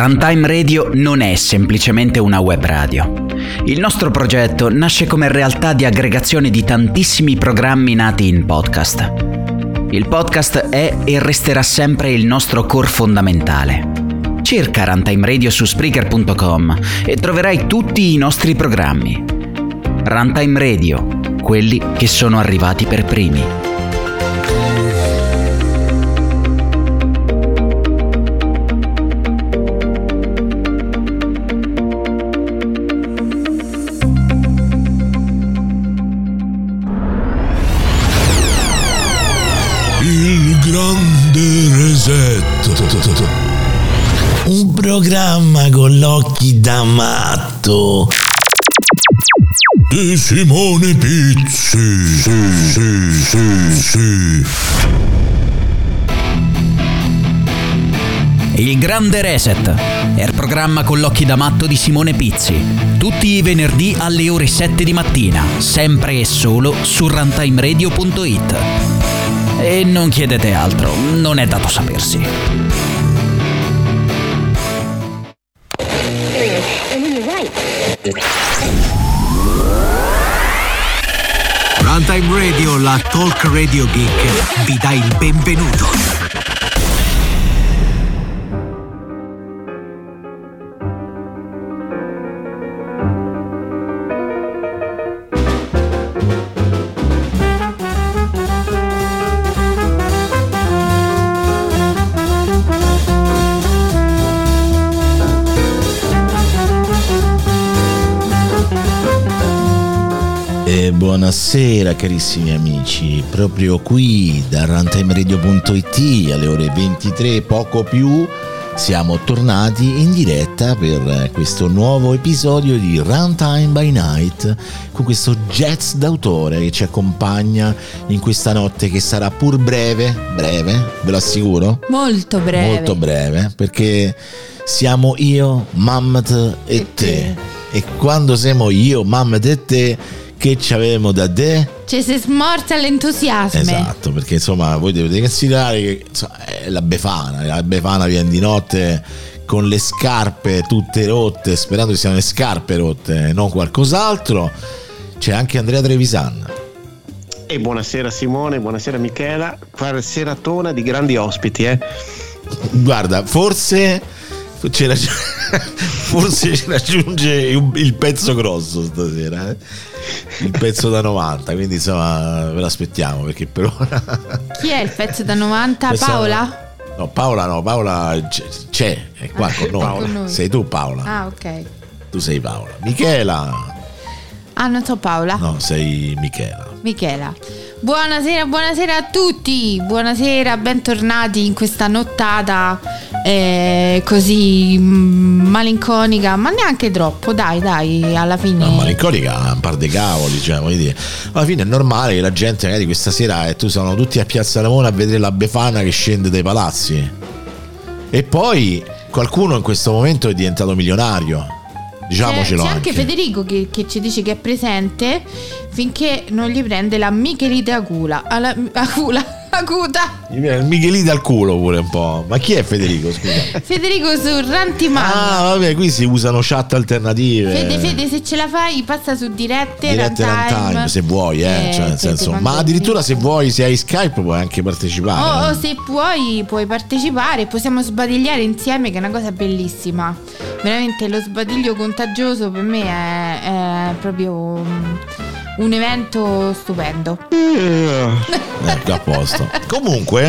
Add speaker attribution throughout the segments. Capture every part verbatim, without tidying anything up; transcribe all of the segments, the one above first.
Speaker 1: Runtime Radio non è semplicemente una web radio. Il nostro progetto nasce come realtà di aggregazione di tantissimi programmi nati in podcast. Il podcast è e resterà sempre il nostro core fondamentale. Cerca Runtime Radio su Spreaker punto com e troverai tutti i nostri programmi. Runtime Radio, quelli che sono arrivati per primi.
Speaker 2: Il grande reset. Un programma con l'occhi da matto di Simone Pizzi. Sì, sì, sì, sì.
Speaker 1: Il Grande Reset è il programma con l'occhi da matto di Simone Pizzi. Tutti i venerdì alle ore sette di mattina, sempre e solo su runtime radio punto it. E non chiedete altro, non è dato sapersi.
Speaker 3: Runtime Radio, la talk radio geek, vi dà il benvenuto.
Speaker 2: Buonasera carissimi amici, proprio qui da runtime radio punto it alle ore ventitré poco più siamo tornati in diretta per questo nuovo episodio di Runtime by Night con questo jazz d'autore che ci accompagna in questa notte che sarà pur breve, breve, ve lo assicuro?
Speaker 4: Molto breve.
Speaker 2: Molto breve, perché siamo io, Mammat e, e te. te. E quando siamo io, Mammat e te, che ci avevamo da te?
Speaker 4: Ci si smorza l'entusiasmo.
Speaker 2: Esatto, perché insomma voi dovete considerare che insomma, è la Befana, la Befana viene di notte con le scarpe tutte rotte, sperando che siano le scarpe rotte, non qualcos'altro. C'è anche Andrea Trevisan.
Speaker 5: E buonasera Simone, buonasera Michela, fare seratona di grandi ospiti, eh?
Speaker 2: Guarda, forse ci raggi- forse ci raggiunge il pezzo grosso stasera, eh? Il pezzo da novanta, quindi insomma ve l'aspettiamo, perché per ora
Speaker 4: chi è il pezzo da novanta? Questa... Paola?
Speaker 2: No, Paola no, Paola c'è, è qua con noi.
Speaker 4: con noi.
Speaker 2: Sei tu Paola.
Speaker 4: Ah, ok.
Speaker 2: Tu sei Paola. Michela.
Speaker 4: Ah, non so Paola.
Speaker 2: No, sei Michela.
Speaker 4: Michela. Buonasera, buonasera a tutti. Buonasera, bentornati in questa nottata eh, così malinconica, ma neanche troppo, dai, dai, alla fine.
Speaker 2: No, malinconica, un par di cavoli, cioè, voglio dire. Alla fine è normale che la gente magari questa sera e tu sono tutti a Piazza Navona a vedere la Befana che scende dai palazzi. E poi qualcuno in questo momento è diventato milionario. Diciamocelo.
Speaker 4: C'è, c'è
Speaker 2: anche
Speaker 4: anche Federico che, che ci dice che è presente finché non gli prende la michelite acula, alla, acula, acuta.
Speaker 2: Gli viene il Michelite al culo pure un po'. Ma chi è Federico, scusa?
Speaker 4: Federico su Rantimani.
Speaker 2: Ah, vabbè, qui si usano chat alternative.
Speaker 4: Fede, Fede, se ce la fai passa su dirette,
Speaker 2: dirette
Speaker 4: Runtime,
Speaker 2: Runtime, se vuoi, eh,
Speaker 4: eh
Speaker 2: cioè nel senso, ma addirittura se vuoi, se hai Skype puoi anche partecipare.
Speaker 4: O oh,
Speaker 2: eh.
Speaker 4: oh, se puoi puoi partecipare, possiamo sbadigliare insieme, che è una cosa bellissima. Veramente lo sbadiglio contagioso per me è, è proprio un, un evento stupendo.
Speaker 2: Ecco, a posto. Comunque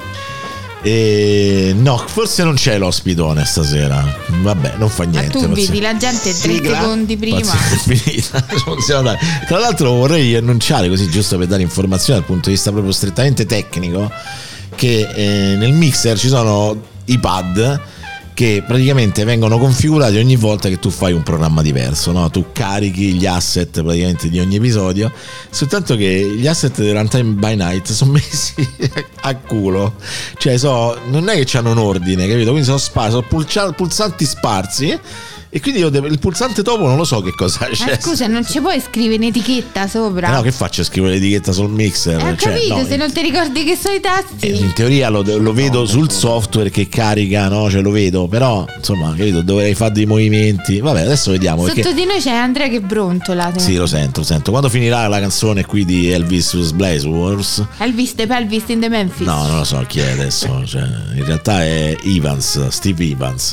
Speaker 2: eh, no, forse non c'è l'ospitone stasera. Vabbè, non fa niente.
Speaker 4: Ma tu vedi la gente tre secondi prima.
Speaker 2: Finita. Tra l'altro vorrei annunciare, così giusto per dare informazioni dal punto di vista proprio strettamente tecnico, che eh, nel mixer ci sono i pad che praticamente vengono configurati ogni volta che tu fai un programma diverso, no? Tu carichi gli asset praticamente di ogni episodio, soltanto che gli asset di Runtime by Night sono messi a culo, cioè so, non è che c'hanno un ordine, capito? Quindi sono sparsi, sono pulsanti sparsi E quindi io devo, il pulsante topo non lo so che cosa c'è.
Speaker 4: Ma scusa, non ci puoi scrivere un'etichetta sopra?
Speaker 2: Eh no, che faccio a scrivere l'etichetta sul mixer?
Speaker 4: Eh, ho
Speaker 2: cioè,
Speaker 4: capito,
Speaker 2: no,
Speaker 4: se non ti ricordi che sono i tasti.
Speaker 2: in teoria lo, lo vedo no, sul software che carica, no? Cioè lo vedo, però insomma, capito, dovrei fare dei movimenti. Vabbè, adesso vediamo.
Speaker 4: Sotto
Speaker 2: perché...
Speaker 4: di noi c'è Andrea che brontola.
Speaker 2: Sì, lo sento, lo sento. Quando finirà la canzone qui di Elvis Blaze Wars?
Speaker 4: Elvis the Pelvis in the Memphis.
Speaker 2: No, non lo so chi è adesso. Cioè, in realtà è Evans, Steve Evans.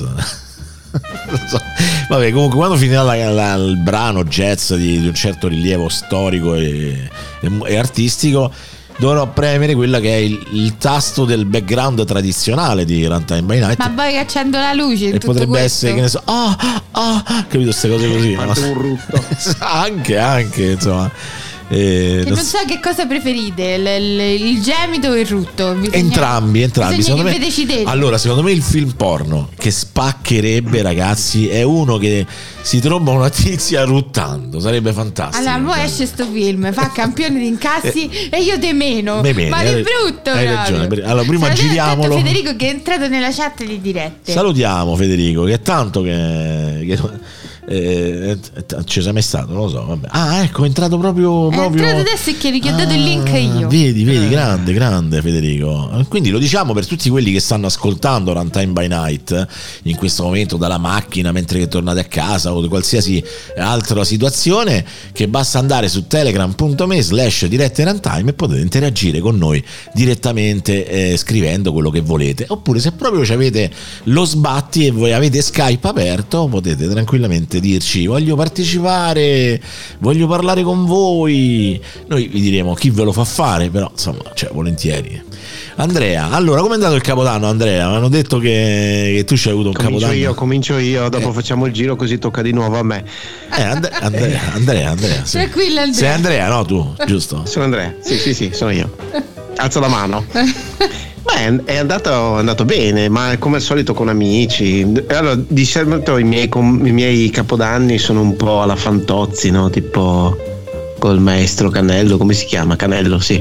Speaker 2: Non so. Vabbè, comunque quando finirà la, la, il brano jazz di, di un certo rilievo storico e, e, e artistico, dovrò premere quella che è il, il tasto del background tradizionale di Runtime by Night.
Speaker 4: Ma poi accendo la luce in
Speaker 2: e
Speaker 4: tutto
Speaker 2: potrebbe
Speaker 4: questo.
Speaker 2: essere, che ne so, ah, ah, capito, queste cose così, no?
Speaker 5: un rutto.
Speaker 2: anche, anche, insomma. Eh,
Speaker 4: che non so che cosa preferite, il, il, il gemito o il rutto? Bisogna,
Speaker 2: entrambi, entrambi.
Speaker 4: Secondo
Speaker 2: Secondo me,
Speaker 4: decidete.
Speaker 2: allora, secondo me il film porno che spaccherebbe, ragazzi, è uno che si tromba una tizia ruttando. Sarebbe fantastico.
Speaker 4: Allora, mo esce sto film, fa campione di incassi e io te meno.
Speaker 2: Me meno,
Speaker 4: Ma
Speaker 2: hai-
Speaker 4: è brutto,
Speaker 2: hai
Speaker 4: proprio.
Speaker 2: ragione. Allora, prima
Speaker 4: Salutiamo
Speaker 2: giriamolo.
Speaker 4: intanto Federico che è entrato nella chat di dirette.
Speaker 2: Salutiamo Federico, che è tanto che, che eh, ci sei mai stato, non lo so. Vabbè. Ah, ecco, è entrato proprio.
Speaker 4: È
Speaker 2: proprio...
Speaker 4: entrato adesso e che gli ho dato il link
Speaker 2: Ah,
Speaker 4: io.
Speaker 2: Vedi, vedi, grande, grande Federico. Quindi lo diciamo per tutti quelli che stanno ascoltando Runtime by Night in questo momento dalla macchina mentre che tornate a casa o di qualsiasi altra situazione, che basta andare su telegram punto me slash dirette runtime e potete interagire con noi direttamente eh, scrivendo quello che volete. Oppure se proprio avete lo sbatti e voi avete Skype aperto, potete tranquillamente dirci voglio partecipare, voglio parlare con voi. Noi vi diremo chi ve lo fa fare, però insomma, cioè, volentieri. Andrea, allora come è andato il Capodanno? Andrea, mi hanno detto che, che tu ci hai avuto un
Speaker 5: Comincio
Speaker 2: Capodanno.
Speaker 5: io, comincio io, dopo
Speaker 2: Eh.
Speaker 5: facciamo il giro così tocca di nuovo a me.
Speaker 2: Eh, And- Andrea, Andrea, Andrea. Sì.
Speaker 4: Tranquillo, Andrea.
Speaker 2: Sei Andrea, no tu, giusto?
Speaker 5: Sono Andrea, sì sì sì, sono io. Alzo la mano. Beh, è andato, è andato bene, ma come al solito con amici. Allora, di solito i miei, com- i miei capodanni sono un po' alla Fantozzi, no? Tipo col maestro Canello, come si chiama? Canello, sì.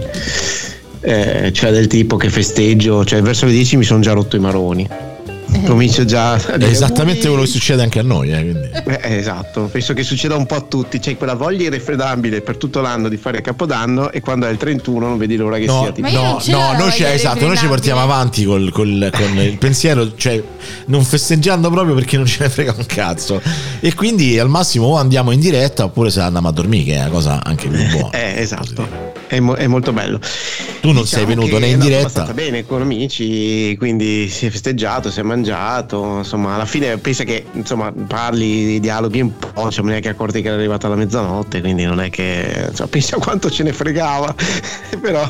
Speaker 5: Eh, cioè del tipo che festeggio, cioè verso le dieci mi sono già rotto i maroni. Comincio già a
Speaker 2: È
Speaker 5: dire,
Speaker 2: esattamente
Speaker 5: "Ui".
Speaker 2: quello che succede anche a noi, eh, quindi.
Speaker 5: Eh, esatto, penso che succeda un po' a tutti. C'è quella voglia irrefredabile per tutto l'anno di fare Capodanno e quando è il trentuno non vedi l'ora che
Speaker 2: No,
Speaker 5: sia tipo.
Speaker 4: Ma io
Speaker 2: no,
Speaker 4: non ce l'ho
Speaker 2: no,
Speaker 4: la
Speaker 2: noi ci,
Speaker 4: voglia
Speaker 2: esatto, noi ci portiamo
Speaker 4: irrefrenabile.
Speaker 2: avanti col, col- con il pensiero, cioè non festeggiando proprio perché non ce ne frega un cazzo. E quindi al massimo o andiamo in diretta oppure se andiamo a dormire, che è una cosa anche più buona.
Speaker 5: Eh, esatto. È, mo- è molto bello.
Speaker 2: Tu non sei venuto
Speaker 5: che
Speaker 2: né
Speaker 5: è
Speaker 2: in
Speaker 5: andato
Speaker 2: diretta.
Speaker 5: abbastanza bene con amici, quindi si è festeggiato, si è mangiato, insomma, alla fine pensa che insomma parli, dialoghi un po', non siamo neanche accorti che era arrivata la mezzanotte, quindi non è che insomma, pensa quanto ce ne fregava, però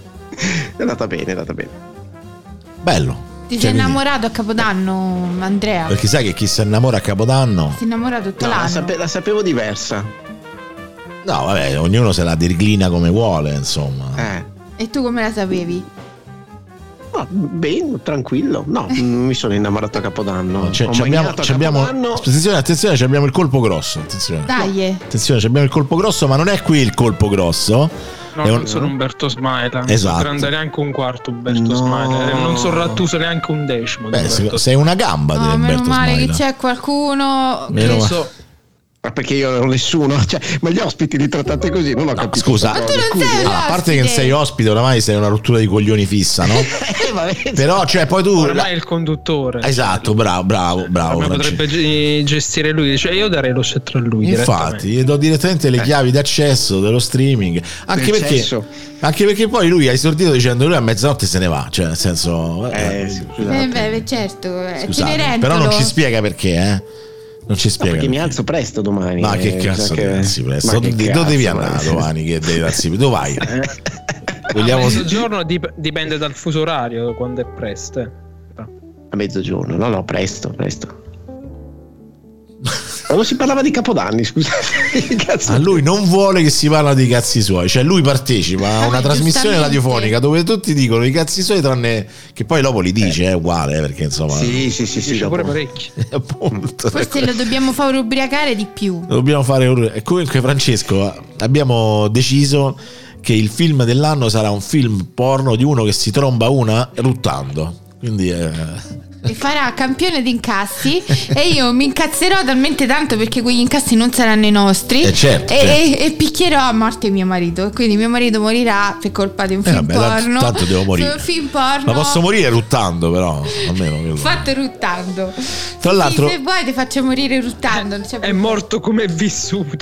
Speaker 5: è andata bene, è andata bene.
Speaker 2: Bello.
Speaker 4: Ti
Speaker 2: Cioè,
Speaker 4: sei
Speaker 2: vedi?
Speaker 4: innamorato a Capodanno, Andrea?
Speaker 2: Perché sai che chi si innamora a Capodanno,
Speaker 4: Si innamora tutto
Speaker 5: No, la,
Speaker 4: l'anno.
Speaker 5: sape- la sapevo diversa.
Speaker 2: no, vabbè, ognuno se la declina come vuole, insomma.
Speaker 5: Eh.
Speaker 4: E tu come la sapevi?
Speaker 5: No, bene, tranquillo. No, non mi sono innamorato a Capodanno.
Speaker 2: Cioè,
Speaker 5: Ho
Speaker 2: ci abbiamo,
Speaker 5: mangiato a
Speaker 2: ci abbiamo-
Speaker 5: Capodanno.
Speaker 2: attenzione, attenzione, ci abbiamo il colpo grosso. Attenzione.
Speaker 4: Dai, eh.
Speaker 2: Attenzione, ci abbiamo il colpo grosso, ma non è qui il colpo grosso.
Speaker 6: No,
Speaker 2: È un-
Speaker 6: non sono Umberto Smaila.
Speaker 2: Esatto.
Speaker 6: Non grande neanche un quarto Umberto
Speaker 5: No.
Speaker 6: Smaila. E non sono Rattuso neanche un decimo. di
Speaker 2: Beh,
Speaker 6: Umberto
Speaker 2: sei una gamba di
Speaker 4: No, meno
Speaker 2: Umberto
Speaker 4: male
Speaker 2: Smaila.
Speaker 4: che c'è qualcuno.
Speaker 2: Meno
Speaker 6: Smaila.
Speaker 2: ma-
Speaker 6: So-
Speaker 5: Ma perché io non ho nessuno? Cioè, ma gli ospiti li trattate così? Non ho capito.
Speaker 2: scusa.
Speaker 5: sta
Speaker 2: Ma
Speaker 4: tu
Speaker 5: cosa.
Speaker 4: non
Speaker 5: Scusi.
Speaker 4: sei un
Speaker 2: Allora, a parte che
Speaker 4: ospite.
Speaker 2: sei ospite, oramai sei una rottura di coglioni fissa, no?
Speaker 5: Eh, vabbè.
Speaker 2: Però, cioè, poi tu.
Speaker 6: Ormai è il conduttore.
Speaker 2: Esatto, bravo, bravo, bravo.
Speaker 6: Ma
Speaker 2: Francesco.
Speaker 6: potrebbe ge- gestire lui. Cioè, io darei lo scettro a lui.
Speaker 2: Infatti, gli do direttamente le chiavi d'accesso dello streaming. Anche
Speaker 5: Del
Speaker 2: perché,
Speaker 5: cesso.
Speaker 2: anche perché poi lui ha esordito dicendo lui a mezzanotte se ne va. Cioè, nel senso.
Speaker 5: Eh,
Speaker 2: eh,
Speaker 5: sì,
Speaker 4: Eh,
Speaker 5: scusate.
Speaker 4: beh, certo, eh,
Speaker 2: scusate,
Speaker 4: Cenerentolo.
Speaker 2: però non ci spiega perché, eh. Non ci
Speaker 5: No,
Speaker 2: spiega.
Speaker 5: perché mi
Speaker 2: perché.
Speaker 5: alzo presto domani.
Speaker 2: Ma che
Speaker 5: eh,
Speaker 2: cazzo
Speaker 5: sa
Speaker 2: devi
Speaker 5: che-
Speaker 2: alzi presto?
Speaker 5: Ma che
Speaker 2: Dove
Speaker 5: cazzo,
Speaker 2: devi
Speaker 5: ma-
Speaker 2: andare domani che devi alzi presto? Dove vai? Vogliamo...
Speaker 6: A mezzogiorno dip- dipende dal fuso orario quando è presto. eh.
Speaker 5: A mezzogiorno, no, no, presto, presto. Ma non si parlava di Capodanni, scusate. Cazzo.
Speaker 2: A lui non vuole che si parla dei cazzi suoi, cioè lui partecipa a una
Speaker 4: Vabbè,
Speaker 2: trasmissione
Speaker 4: giustamente.
Speaker 2: radiofonica dove tutti dicono i cazzi suoi tranne che poi dopo li dice, è uguale, eh, perché insomma
Speaker 5: Sì, sì, sì, sì.
Speaker 6: Dice pure
Speaker 5: dopo.
Speaker 6: parecchi.
Speaker 2: appunto
Speaker 4: Forse lo dobbiamo far ubriacare di più.
Speaker 2: dobbiamo fare un... e comunque Francesco abbiamo deciso che il film dell'anno sarà un film porno di uno che si tromba una ruttando, quindi eh...
Speaker 4: e farà campione di incassi e io mi incazzerò talmente tanto perché quegli incassi non saranno i nostri
Speaker 2: eh certo,
Speaker 4: e,
Speaker 2: certo.
Speaker 4: E, e picchierò a morte mio marito, quindi mio marito morirà per colpa di un
Speaker 2: eh,
Speaker 4: film
Speaker 2: vabbè,
Speaker 4: porno.
Speaker 2: tanto devo morire.
Speaker 4: Un film porno.
Speaker 2: Ma posso morire ruttando, però almeno quello.
Speaker 4: Fatto ruttando.
Speaker 2: Tra l'altro
Speaker 4: sì, se vuoi ti faccio morire ruttando, non c'è
Speaker 6: è morto come è vissuto.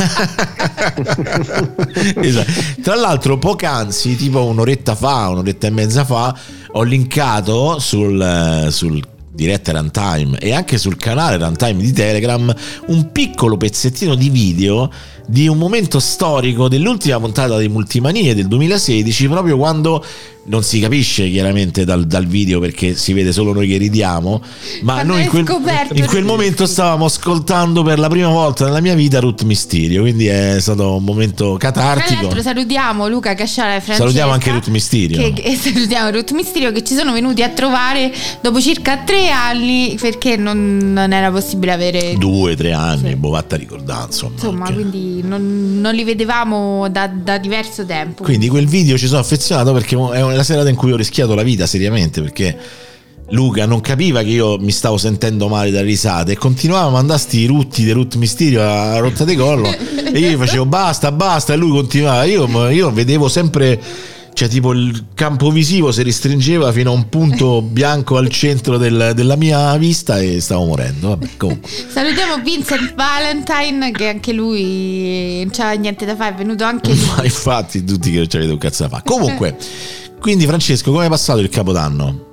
Speaker 2: Esatto. Tra l'altro poc'anzi, tipo un'oretta fa, un'oretta e mezza fa, ho linkato sul, sul diretta Runtime e anche sul canale Runtime di Telegram un piccolo pezzettino di video di un momento storico dell'ultima puntata di Multimanie del duemilasedici, proprio quando non si capisce chiaramente dal, dal video perché si vede solo noi che ridiamo, ma
Speaker 4: quando
Speaker 2: noi in quel, in quel momento stavamo ascoltando per la prima volta nella mia vita Ruth Mysterio, quindi è stato un momento catartico.
Speaker 4: Tra l'altro salutiamo Luca Casciara e Francesca,
Speaker 2: salutiamo anche Ruth Mysterio
Speaker 4: che, e salutiamo Ruth Mysterio che ci sono venuti a trovare dopo circa tre anni perché non, non era possibile avere
Speaker 2: due tre anni,
Speaker 4: sì.
Speaker 2: boh, vatta ricordare insomma,
Speaker 4: insomma
Speaker 2: perché...
Speaker 4: quindi non, non li vedevamo da, da diverso tempo.
Speaker 2: Quindi quel video ci sono affezionato perché è la serata in cui ho rischiato la vita seriamente, perché Luca non capiva che io mi stavo sentendo male da risate e continuava a mandare sti rutti di Ruth Mysterio a rotta di collo e io gli facevo basta basta e lui continuava. Io, io vedevo sempre, cioè tipo il campo visivo si restringeva fino a un punto bianco al centro del, della mia vista e stavo morendo. Vabbè, comunque.
Speaker 4: Salutiamo Vincent Valentine che anche lui non c'aveva niente da fare, è venuto anche lui.
Speaker 2: Ma infatti tutti che non c'avete un cazzo da fare. Comunque, quindi Francesco, come è passato il Capodanno?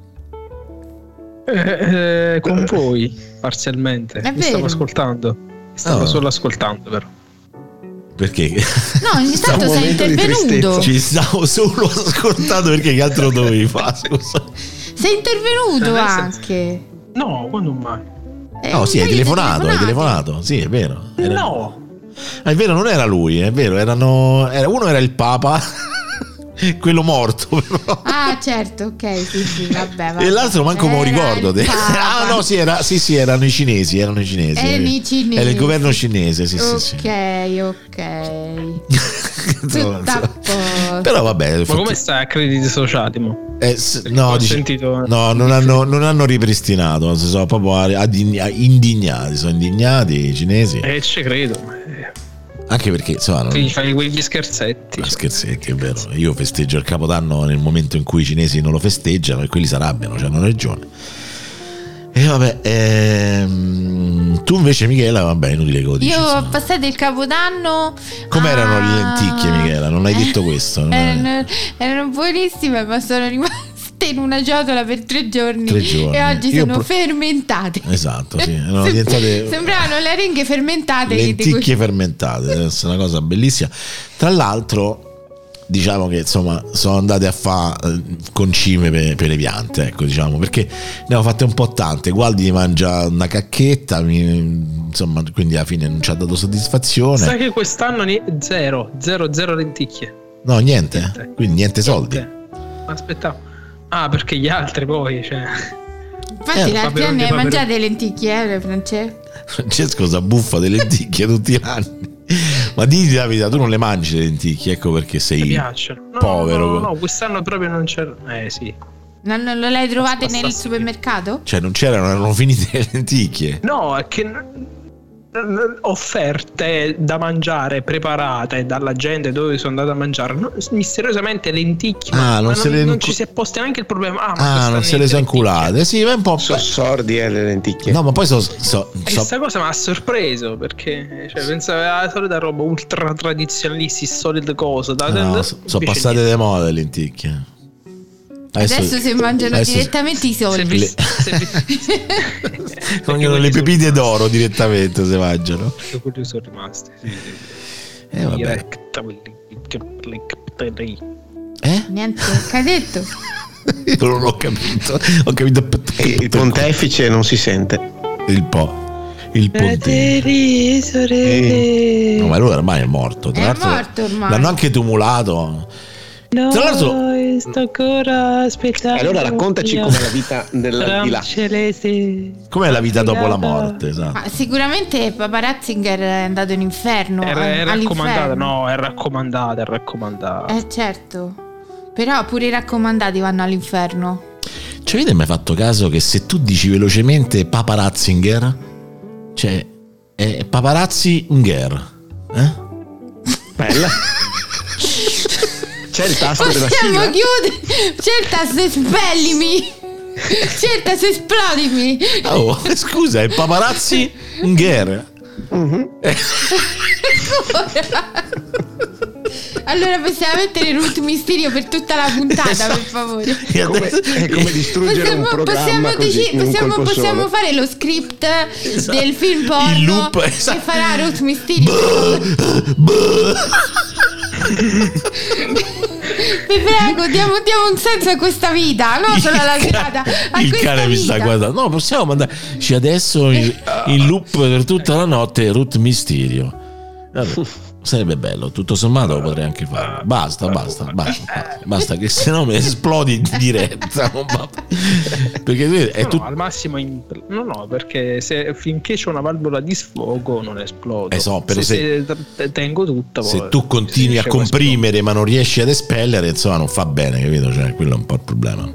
Speaker 6: Eh, eh, con voi parzialmente.
Speaker 4: È
Speaker 6: Mi
Speaker 4: vero.
Speaker 6: stavo ascoltando. Mi stavo
Speaker 2: Oh.
Speaker 6: solo ascoltando però.
Speaker 2: Perché?
Speaker 4: No, ogni tanto sei
Speaker 5: momento di
Speaker 4: intervenuto.
Speaker 5: tristezza.
Speaker 2: Ci stavo solo ascoltando perché che altro dovevi fare? Scusa.
Speaker 4: Sei intervenuto
Speaker 6: Nel senso-
Speaker 4: anche.
Speaker 6: No, quando mai?
Speaker 4: Eh,
Speaker 2: No, sì, hai
Speaker 4: poi
Speaker 2: telefonato, hai
Speaker 4: telefonati.
Speaker 2: telefonato, sì, è vero. Era...
Speaker 6: No.
Speaker 2: Ah, è vero, non era lui, è vero, erano era, uno era il Papa, quello morto, però.
Speaker 4: Ah, certo, ok, sì, sì, vabbè. vabbè.
Speaker 2: E l'altro manco me lo
Speaker 4: Era
Speaker 2: ricordo.
Speaker 4: il
Speaker 2: Ah,
Speaker 4: Papa.
Speaker 2: no, sì, era, sì, sì, erano i cinesi, erano i cinesi.
Speaker 4: Erano i cinesi.
Speaker 2: Era il governo cinese, sì, sì, sì.
Speaker 4: Ok, ok. Tutto a posto.
Speaker 2: Però vabbè,
Speaker 6: Ma
Speaker 2: fatti-
Speaker 6: come stai a crediti sociali, mo?
Speaker 2: eh, s- no,
Speaker 6: Ho
Speaker 2: dice-
Speaker 6: sentito-
Speaker 2: no, non hanno, non hanno ripristinato, si sono proprio adigni- indignati, sono indignati i cinesi,
Speaker 6: Eh, ci credo. eh.
Speaker 2: anche perché insomma non,
Speaker 6: Quindi fai quegli scherzetti.
Speaker 2: ma scherzetti, è vero. Io festeggio il Capodanno nel momento in cui i cinesi non lo festeggiano e quelli si arrabbiano, cioè hanno ragione. E vabbè, ehm, tu invece Michela, vabbè, inutile che lo dici,
Speaker 4: Io ho
Speaker 2: insomma.
Speaker 4: passato il Capodanno.
Speaker 2: Com'erano
Speaker 4: a-
Speaker 2: le lenticchie, Michela? Non hai detto questo, non è-
Speaker 4: Erano, erano buonissime, ma sono rimaste in una ciotola per tre giorni.
Speaker 2: Tre giorni.
Speaker 4: E oggi
Speaker 2: Io
Speaker 4: sono
Speaker 2: pro-
Speaker 4: fermentate.
Speaker 2: Esatto, sì, erano
Speaker 4: Sem-
Speaker 2: diventate
Speaker 4: Sembravano le aringhe fermentate. di cui-
Speaker 2: lenticchie fermentate, deve essere una cosa bellissima. Tra l'altro, diciamo che insomma sono andate a fare concime per, per le piante, ecco, diciamo, perché ne ho fatte un po' tante. Gualdi mangia una cacchetta, mi- insomma, quindi alla fine non ci ha dato soddisfazione.
Speaker 6: Sai che quest'anno ni- zero, zero, zero lenticchie.
Speaker 2: No, niente, quindi niente soldi.
Speaker 6: Niente. Aspettavo. Ah, perché gli altri poi, cioè.
Speaker 4: Infatti,
Speaker 2: Eh,
Speaker 4: l'altro
Speaker 6: Paperone,
Speaker 4: anno hai
Speaker 6: paperone.
Speaker 4: mangiato le lenticchie, eh, Francesco?
Speaker 2: Francesco si buffa delle lenticchie tutti gli anni. Ma dì la verità, tu non le mangi le lenticchie, ecco perché
Speaker 6: Mi
Speaker 2: sei
Speaker 6: piacciono. No,
Speaker 2: povero.
Speaker 6: No, no, no, quest'anno proprio non c'era. Eh sì.
Speaker 4: Non, non le hai trovate nel
Speaker 6: Basta-
Speaker 4: supermercato?
Speaker 2: Cioè non c'erano, erano finite le lenticchie.
Speaker 6: No, è che n- n- offerte da mangiare preparate dalla gente dove sono andato a mangiare, no, misteriosamente lenticchie.
Speaker 2: Ah,
Speaker 6: ma
Speaker 2: non
Speaker 6: ma
Speaker 2: se
Speaker 6: non,
Speaker 2: le
Speaker 6: non
Speaker 2: incu-
Speaker 6: ci si è posto neanche il problema. Ah, ma
Speaker 2: Ah,
Speaker 6: quest'anno
Speaker 2: non se le
Speaker 6: niente
Speaker 2: sono
Speaker 6: lenticchie.
Speaker 2: inculate. Sì, ma è un po'.
Speaker 5: Sono sordi eh, le lenticchie.
Speaker 2: No, ma poi so, so,
Speaker 6: E
Speaker 2: so-
Speaker 6: questa cosa mi ha sorpreso perché cioè, pensavo alla solita roba ultra tradizionalisti, solide cose. Da,
Speaker 2: no,
Speaker 6: da-
Speaker 2: so- sono
Speaker 6: invece
Speaker 2: passate
Speaker 6: niente.
Speaker 2: le mode le lenticchie.
Speaker 4: Adesso si mangiano
Speaker 2: adesso
Speaker 4: direttamente i
Speaker 6: Se
Speaker 4: soldi.
Speaker 6: vi- se vi-
Speaker 2: mangiano le pepite d'oro direttamente, se mangiano.
Speaker 6: Perché quelli sono rimasti. Sì, sì.
Speaker 2: Eh vabbè. Eh?
Speaker 4: Niente, che hai detto?
Speaker 2: Io non ho capito. Ho capito
Speaker 5: E il pontefice non si sente.
Speaker 2: il po'. Il ponte.
Speaker 6: Fratelli, sorelle.
Speaker 2: No, ma lui ormai è morto. Tra
Speaker 4: È
Speaker 2: l'altro
Speaker 4: morto ormai.
Speaker 2: l'hanno anche tumulato.
Speaker 6: No,
Speaker 2: Tra l'altro-
Speaker 6: sto ancora aspettando.
Speaker 5: Allora raccontaci com'è la vita dell'aldilà.
Speaker 6: Celeste.
Speaker 2: Com'è la vita dopo la morte? Esatto.
Speaker 4: Ma sicuramente Papa Ratzinger è andato in inferno.
Speaker 6: È,
Speaker 4: eh,
Speaker 6: è raccomandata,
Speaker 4: all'inferno.
Speaker 6: no, è raccomandata, è raccomandata.
Speaker 4: Eh certo. Però pure i raccomandati vanno all'inferno.
Speaker 2: Ci avete mai fatto caso che se tu dici velocemente paparazzinger, cioè è paparazzinger, eh?
Speaker 5: Bella. C'è il tasto della
Speaker 4: Possiamo
Speaker 5: sigla?
Speaker 4: chiudere. C'è il tasto espellimi. C'è il tasto esplodimi.
Speaker 2: Oh, scusa, è paparazzinger.
Speaker 5: Mm-hmm.
Speaker 4: Allora possiamo mettere Ruth Mysterio per tutta la puntata,
Speaker 2: Esatto.
Speaker 4: per favore.
Speaker 2: E
Speaker 5: Come,
Speaker 2: adesso-
Speaker 5: è come distruggere
Speaker 4: Possiamo,
Speaker 5: un programma
Speaker 4: possiamo,
Speaker 5: così,
Speaker 4: deci-
Speaker 5: in un
Speaker 4: possiamo,
Speaker 5: colpo
Speaker 4: possiamo
Speaker 5: solo.
Speaker 4: fare lo script
Speaker 2: Esatto.
Speaker 4: del film porno
Speaker 2: Il loop,
Speaker 4: che
Speaker 2: esatto.
Speaker 4: farà Ruth Mysterio. Vi prego, diamo, diamo un senso a questa vita, non solo alla serata. A
Speaker 2: Il
Speaker 4: questa
Speaker 2: cane mi sta
Speaker 4: vita.
Speaker 2: guardando. No, possiamo mandare adesso in, in loop per tutta la notte Ruth Mysterio. Vabbè, sarebbe bello, tutto sommato lo potrei anche fare. Basta, basta, basta, basta che se no mi esplodi in diretta. Non va- Perché vedi, è
Speaker 6: No,
Speaker 2: tutto.
Speaker 6: no, al massimo in... no no perché se finché c'è una valvola di sfogo non esplodo.
Speaker 2: Eh so, però
Speaker 6: se, se tengo tutto
Speaker 2: Se
Speaker 6: poi
Speaker 2: tu continui
Speaker 6: si
Speaker 2: a
Speaker 6: riesce
Speaker 2: comprimere ma non riesci ad espellere, insomma, non fa bene, capito? Cioè, quello è un po' il problema.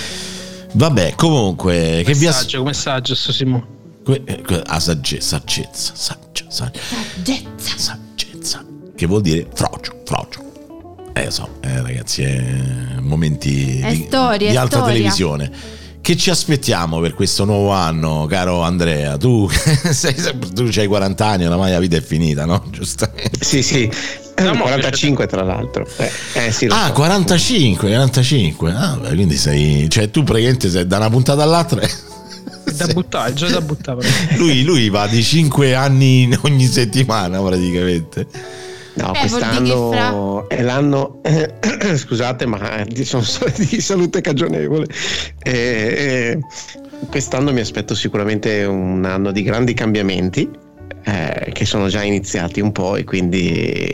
Speaker 2: Vabbè, comunque, che vi
Speaker 6: messaggio, come messaggio sto Simone.
Speaker 2: Que- eh, que- ah, sagge- saggezza, saggia, saggia,
Speaker 4: Saggezza.
Speaker 2: saggezza, che vuol dire frocio, frocio. Eh so, eh, ragazzi, è momenti
Speaker 4: È
Speaker 2: di,
Speaker 4: storia,
Speaker 2: di
Speaker 4: è
Speaker 2: alta
Speaker 4: storia.
Speaker 2: televisione. Che ci aspettiamo per questo nuovo anno, caro Andrea? Tu sei sempre, tu c'hai quaranta anni, oramai la vita è finita, no? Giustamente.
Speaker 5: Sì, sì.
Speaker 6: No, ma
Speaker 5: quarantacinque tra l'altro. Eh, eh, sì, lo
Speaker 2: Ah,
Speaker 5: so.
Speaker 2: quarantacinque, quarantacinque. Ah, beh, quindi sei, cioè tu praticamente sei da una puntata all'altra.
Speaker 6: È da buttare, è già da buttare.
Speaker 2: Lui, lui va di cinque anni ogni settimana praticamente.
Speaker 5: No,
Speaker 4: Eh, vuol dire che
Speaker 5: quest'anno è l'anno, eh, scusate, ma sono solo di salute cagionevole. Eh, eh, quest'anno mi aspetto sicuramente un anno di grandi cambiamenti eh, che sono già iniziati un po' e quindi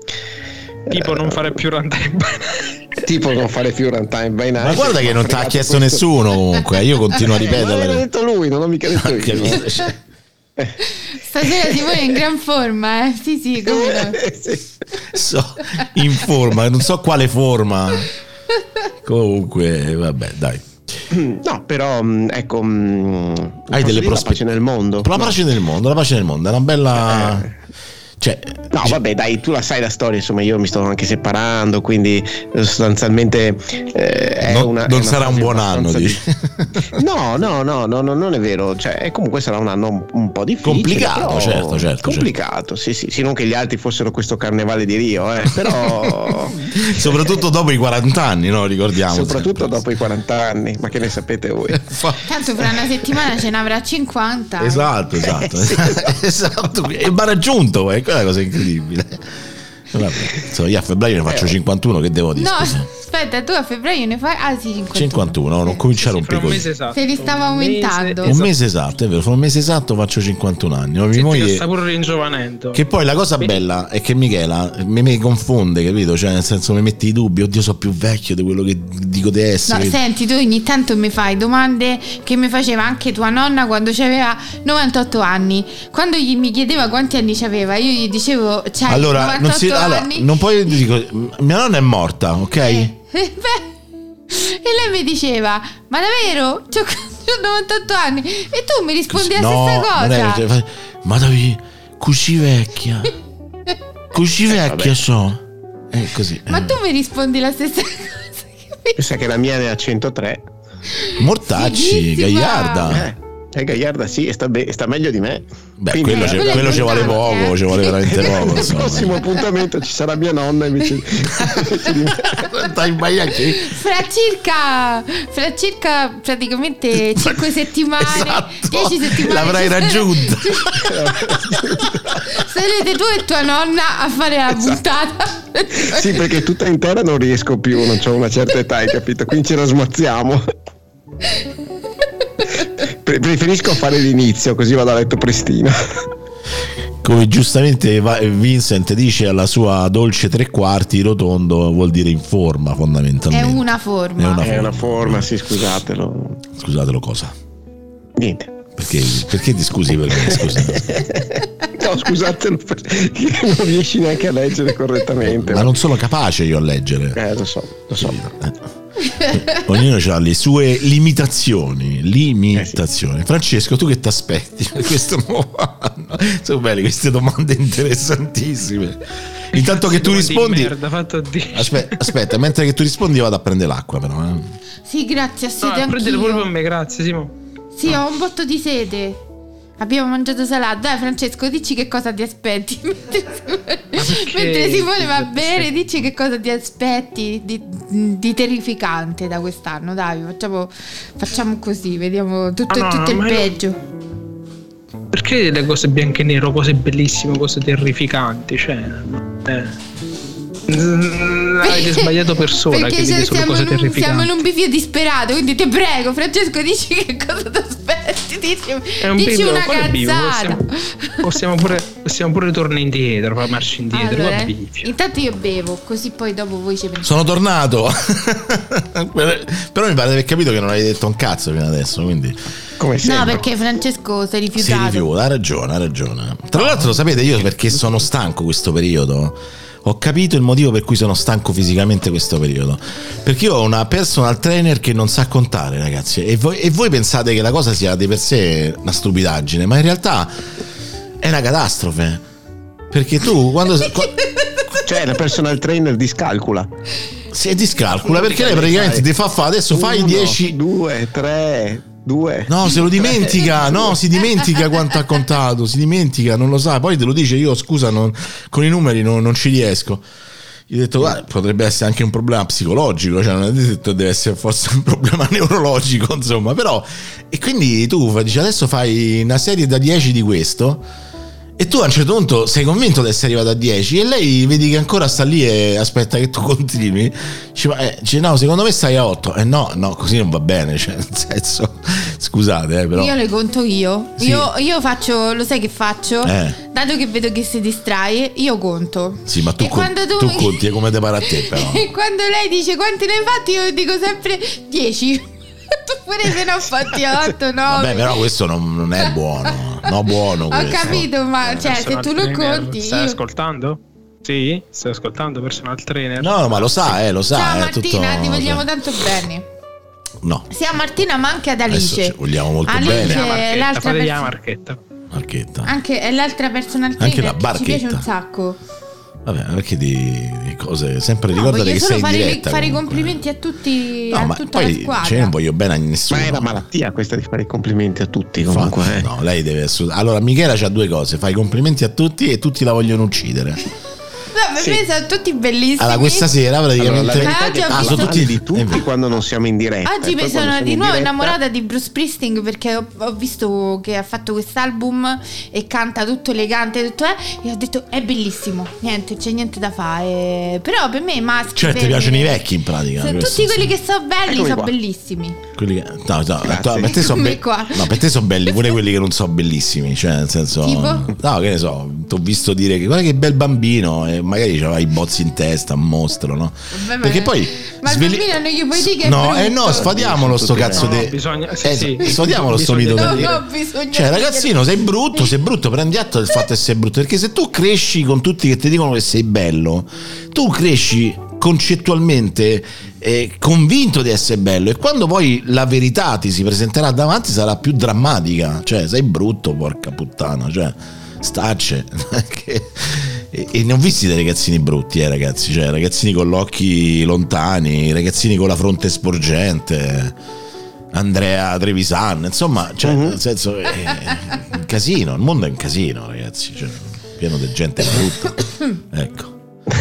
Speaker 6: Tipo non fare più runtime.
Speaker 5: tipo non fare più runtime by night.
Speaker 2: Ma guarda che non ti ha
Speaker 5: fregato
Speaker 2: chiesto
Speaker 5: questo.
Speaker 2: nessuno comunque, io continuo a
Speaker 5: Ma l'ha
Speaker 2: ripeterla.
Speaker 5: detto lui, non ho mica detto io.
Speaker 2: Capito? Cioè,
Speaker 4: Stasera Simone è in gran forma, eh? Sì, sì, come no.
Speaker 5: Eh, sì.
Speaker 2: so, in forma, non so quale forma. Comunque, vabbè, dai.
Speaker 5: No, però mh, ecco, mh,
Speaker 2: Hai
Speaker 5: posso
Speaker 2: delle
Speaker 5: dire la
Speaker 2: prospettive
Speaker 5: pace nel mondo.
Speaker 2: La
Speaker 5: No.
Speaker 2: pace nel mondo, la pace nel mondo, è una bella.
Speaker 5: Eh.
Speaker 2: Cioè,
Speaker 5: No, vabbè, dai, tu la sai la storia, insomma, io mi sto anche separando, quindi eh, sostanzialmente eh, è
Speaker 2: non,
Speaker 5: una, è
Speaker 2: non
Speaker 5: una
Speaker 2: sarà un
Speaker 5: fase
Speaker 2: buon anno,
Speaker 5: abbastanza
Speaker 2: dici.
Speaker 5: di- No, no, no, no, no, non è vero, cioè comunque sarà un anno un, un po' difficile.
Speaker 2: Complicato,
Speaker 5: però-
Speaker 2: certo, certo,
Speaker 5: Complicato, sì, sì, sì, non che gli altri fossero questo carnevale di Rio, eh, però
Speaker 2: Soprattutto dopo i quaranta anni, no? Ricordiamo.
Speaker 5: soprattutto
Speaker 2: sempre.
Speaker 5: dopo i quaranta anni, ma che ne sapete voi?
Speaker 2: Fa-
Speaker 4: Tanto fra una settimana ce ne avrà cinquanta.
Speaker 2: Esatto, esatto.
Speaker 5: Eh, sì.
Speaker 2: esatto. E mi ha raggiunto, è quella cosa incredibile. Vabbè, insomma, io a febbraio ne faccio cinquantuno, che devo dire?
Speaker 4: No,
Speaker 2: scusa?
Speaker 4: aspetta, tu a febbraio ne fai. Ah, sì, cinquantuno.
Speaker 2: cinquantuno, non cominciare un
Speaker 6: Fra un
Speaker 2: piccolo.
Speaker 6: mese esatto.
Speaker 4: Se li stava
Speaker 6: Un mese
Speaker 4: aumentando.
Speaker 2: Un mese esatto, è vero, fra un mese esatto faccio cinquantuno anni. Ma mia
Speaker 6: Senti che
Speaker 2: moglie-
Speaker 6: sta pure ringiovanendo.
Speaker 2: Che poi la cosa bella è che Michela mi, mi confonde, capito? Cioè, nel senso, mi metti i dubbi, oddio, so più vecchio di quello che dico di essere.
Speaker 4: No, senti, tu ogni tanto mi fai domande che mi faceva anche tua nonna quando aveva novantotto anni. Quando gli, mi chiedeva quanti anni aveva, io gli dicevo, c'hai
Speaker 2: allora, non,
Speaker 4: novantotto
Speaker 2: si, allora,
Speaker 4: anni.
Speaker 2: non puoi dico, mia nonna è morta, ok?
Speaker 4: Eh, eh, beh, e lei mi diceva, ma davvero? C'ho, c'ho novantotto anni. E tu mi rispondi la
Speaker 2: no,
Speaker 4: stessa cosa.
Speaker 2: non è che- cioè, ma devi così vecchia. Così vecchia so. È così.
Speaker 4: Ma
Speaker 2: eh.
Speaker 4: tu mi rispondi la stessa cosa.
Speaker 5: Pensa che la mia ne ha centotré.
Speaker 2: Mortacci,
Speaker 4: Fighissima.
Speaker 2: Gaiarda.
Speaker 5: Eh, e Gaiarda sì, e sta, be- sta meglio di me.
Speaker 2: Beh,
Speaker 5: Quindi-
Speaker 2: quello, ci-
Speaker 4: quello è
Speaker 2: quello ci vuole
Speaker 4: importante,
Speaker 2: poco,
Speaker 4: eh.
Speaker 2: ci vuole veramente poco.
Speaker 5: Al
Speaker 2: Insomma.
Speaker 5: prossimo appuntamento ci sarà mia nonna invece, invece di me.
Speaker 2: Stai sbagliando.
Speaker 4: Fra circa, fra circa praticamente cinque settimane,
Speaker 2: Esatto.
Speaker 4: dieci settimane
Speaker 2: L'avrai
Speaker 4: ci sarà-
Speaker 2: raggiunta.
Speaker 4: Sarete tu e tua nonna a fare la puntata.
Speaker 5: Sì, perché tutta intera non riesco più, non ho una certa età, hai capito? Quindi ce la smazziamo. Pre- Preferisco fare l'inizio, così vado a letto prestino.
Speaker 2: Come giustamente va- Vincent dice, alla sua dolce tre quarti rotondo vuol dire in forma,
Speaker 4: È
Speaker 2: fondamentalmente.
Speaker 4: una forma.
Speaker 2: È una
Speaker 5: È una forma, sì, scusatelo.
Speaker 2: Scusatelo cosa?
Speaker 5: Niente.
Speaker 2: Perché, perché ti scusi per me? Scusa.
Speaker 5: No, scusate, non riesci neanche a leggere correttamente.
Speaker 2: Ma non sono capace io a leggere.
Speaker 5: Eh, lo so, lo so.
Speaker 2: Eh. Ognuno ha le sue limitazioni. Limitazioni. Eh sì. Francesco, tu che ti aspetti per questo nuovo anno? Sono belle queste domande interessantissime. Intanto che tu rispondi, aspetta, aspetta, mentre che tu rispondi, io vado a prendere l'acqua, però. Eh.
Speaker 4: Sì, grazie, a sede.
Speaker 6: No, prendere pure per me, grazie, Simo.
Speaker 4: Sì, ho un botto di sede. Abbiamo mangiato salato. Dai, Francesco, dici che cosa ti aspetti. Mentre Simone va a bere, dici che cosa ti aspetti di, di terrificante da quest'anno. Dai, facciamo, facciamo così, vediamo tutto,
Speaker 6: no, no,
Speaker 4: tutto
Speaker 6: no,
Speaker 4: il
Speaker 6: io...
Speaker 4: peggio.
Speaker 6: Perché le cose bianche e nero, cose bellissime, cose terrificanti? Cioè, eh. Avete sbagliato persona.
Speaker 4: Perché
Speaker 6: che vede solo cose
Speaker 4: in un,
Speaker 6: terrificanti.
Speaker 4: siamo in un bivio disperato. Quindi ti prego, Francesco, dici che cosa ti aspetti. Dici,
Speaker 6: un
Speaker 4: dici
Speaker 6: bivio,
Speaker 4: una cazzata.
Speaker 6: Possiamo, possiamo pure possiamo pure tornare indietro, fare marcia indietro.
Speaker 4: Allora, intanto io bevo, così poi dopo voi ci pensate.
Speaker 2: Sono tornato. Però mi pare di aver capito che non hai detto un cazzo fino adesso, quindi.
Speaker 5: Come
Speaker 4: no, perché Francesco si è rifiutato.
Speaker 2: Si rifiuta, ha ragione, ha ragione. Tra l'altro, lo sapete, io perché sono stanco questo periodo. Ho capito il motivo per cui sono stanco fisicamente questo periodo. Perché io ho una personal trainer che non sa contare, ragazzi. E voi, e voi pensate che la cosa sia di per sé una stupidaggine, ma in realtà è una catastrofe. Perché tu quando.
Speaker 5: Cioè, la personal trainer discalcula.
Speaker 2: Si discalcula perché lei praticamente ti fa fare adesso fai dieci,
Speaker 5: due, tre. Due.
Speaker 2: No, se lo dimentica, no, si dimentica quanto ha contato, si dimentica, non lo sa, poi te lo dice, io scusa, non, con i numeri non, non ci riesco. Gli ho detto, guarda, potrebbe essere anche un problema psicologico, cioè non è detto deve essere forse un problema neurologico, insomma, però, e quindi tu dici, adesso fai una serie da dieci di questo, e tu a un certo punto sei convinto di essere arrivato a dieci e lei vedi che ancora sta lì e aspetta che tu continui. Dice, ma, eh, dice no, secondo me stai a otto. E eh no, no, così non va bene, cioè nel senso, scusate, eh, però.
Speaker 4: Io le conto io.
Speaker 2: Sì.
Speaker 4: Io, io faccio, lo sai che faccio?
Speaker 2: Eh.
Speaker 4: Dato che vedo che si distrae, io conto.
Speaker 2: Sì, ma tu,
Speaker 4: e
Speaker 2: con,
Speaker 4: tu...
Speaker 2: tu conti come te pare a te, però.
Speaker 4: E quando lei dice quanti ne hai fatti, io dico sempre dieci. Tu pure se ne ho fatti otto, no.
Speaker 2: Vabbè, però questo non, non è buono. No, buono questo.
Speaker 4: Ho capito, ma cioè, se tu lo conti.
Speaker 6: Stai
Speaker 4: io...
Speaker 6: ascoltando? Sì, stai ascoltando personal trainer?
Speaker 2: No, ma lo sa, eh, lo sa.
Speaker 4: Ciao
Speaker 2: è
Speaker 4: Martina,
Speaker 2: tutto...
Speaker 4: ti vogliamo tanto bene.
Speaker 2: No.
Speaker 4: Sia a Martina ma anche ad Alice.
Speaker 2: Ci vogliamo molto
Speaker 4: Alice
Speaker 2: bene.
Speaker 4: è l'altra
Speaker 6: Fate
Speaker 4: pers-
Speaker 6: la marchetta.
Speaker 2: Marchetta.
Speaker 4: Anche è l'altra personal trainer.
Speaker 2: Anche la
Speaker 4: che
Speaker 2: barchetta.
Speaker 4: ci piace un sacco.
Speaker 2: Vabbè, perché di, di cose sempre
Speaker 4: No,
Speaker 2: ricordate
Speaker 4: voglio
Speaker 2: che
Speaker 4: solo
Speaker 2: sei in
Speaker 4: fare,
Speaker 2: diretta.
Speaker 4: fare i
Speaker 2: comunque.
Speaker 4: complimenti a tutti,
Speaker 2: No,
Speaker 4: a
Speaker 2: ma
Speaker 4: tutta
Speaker 2: poi,
Speaker 4: la squadra.
Speaker 2: cioè, non voglio bene a nessuno.
Speaker 5: Ma è una malattia questa di fare i complimenti a tutti comunque.
Speaker 2: Infatti,
Speaker 5: eh.
Speaker 2: no, lei deve assolut- Allora, Michela c'ha due cose: fa i complimenti a tutti e tutti la vogliono uccidere.
Speaker 4: No, per
Speaker 5: Sì.
Speaker 4: me sono tutti bellissimi.
Speaker 2: Allora, questa sera praticamente.
Speaker 5: Allora, la verità è che
Speaker 4: Ah,
Speaker 2: sono
Speaker 4: visto-
Speaker 2: tutti
Speaker 5: di tutti
Speaker 2: eh,
Speaker 5: quando non siamo in diretta.
Speaker 4: Oggi
Speaker 5: E poi
Speaker 4: mi
Speaker 5: quando
Speaker 4: sono
Speaker 5: siamo
Speaker 4: di
Speaker 5: in
Speaker 4: nuovo
Speaker 5: diretta-
Speaker 4: innamorata di Bruce Springsteen perché ho, ho visto che ha fatto quest'album e canta tutto elegante, tutto eh, e ho detto è bellissimo, niente, c'è niente da fare. Però per me i maschi
Speaker 2: Cioè, ti
Speaker 4: per-
Speaker 2: piacciono i vecchi in pratica.
Speaker 4: Sono
Speaker 2: questo,
Speaker 4: tutti quelli
Speaker 2: sì.
Speaker 4: che sono belli,
Speaker 5: Eccomi
Speaker 4: sono
Speaker 5: qua.
Speaker 4: bellissimi.
Speaker 2: Quelli che, no, no,
Speaker 5: Grazie.
Speaker 2: per te sono
Speaker 4: Eccomi
Speaker 2: be-
Speaker 4: qua.
Speaker 2: no, per te sono belli pure quelli che non sono bellissimi. Cioè, nel senso,
Speaker 4: Tipo?
Speaker 2: no, che ne so, ti ho visto dire che guarda che bel bambino, e magari c'aveva i bozzi in testa, un mostro, no?
Speaker 4: Vabbè, ma-
Speaker 2: Perché poi
Speaker 4: ma il
Speaker 2: sveli-
Speaker 4: bambino non gli puoi dire che è
Speaker 2: no,
Speaker 4: brutto.
Speaker 2: eh no, sfadiamolo sto
Speaker 5: Tutti
Speaker 2: cazzo
Speaker 6: no,
Speaker 2: di
Speaker 6: bisogna- sì,
Speaker 2: eh,
Speaker 6: sì.
Speaker 2: sfadiamolo sto
Speaker 6: Bisogna-
Speaker 2: mito
Speaker 4: No,
Speaker 2: per-
Speaker 4: no, bisogna
Speaker 2: cioè,
Speaker 4: dire-
Speaker 2: ragazzino, sei brutto, sei brutto, prendi atto del fatto che sei brutto, perché se tu cresci con tutti che ti dicono che sei bello, tu cresci concettualmente eh, convinto di essere bello, e quando poi la verità ti si presenterà davanti sarà più drammatica. Cioè, sei brutto, porca puttana, cioè stacce. e, e ne ho visti dei ragazzini brutti, eh ragazzi, cioè ragazzini con gli occhi lontani, ragazzini con la fronte sporgente, Andrea Trevisan, insomma, cioè,
Speaker 5: Mhm.
Speaker 2: nel senso è un casino, il mondo è un casino, ragazzi, cioè, pieno di gente brutta. Ecco.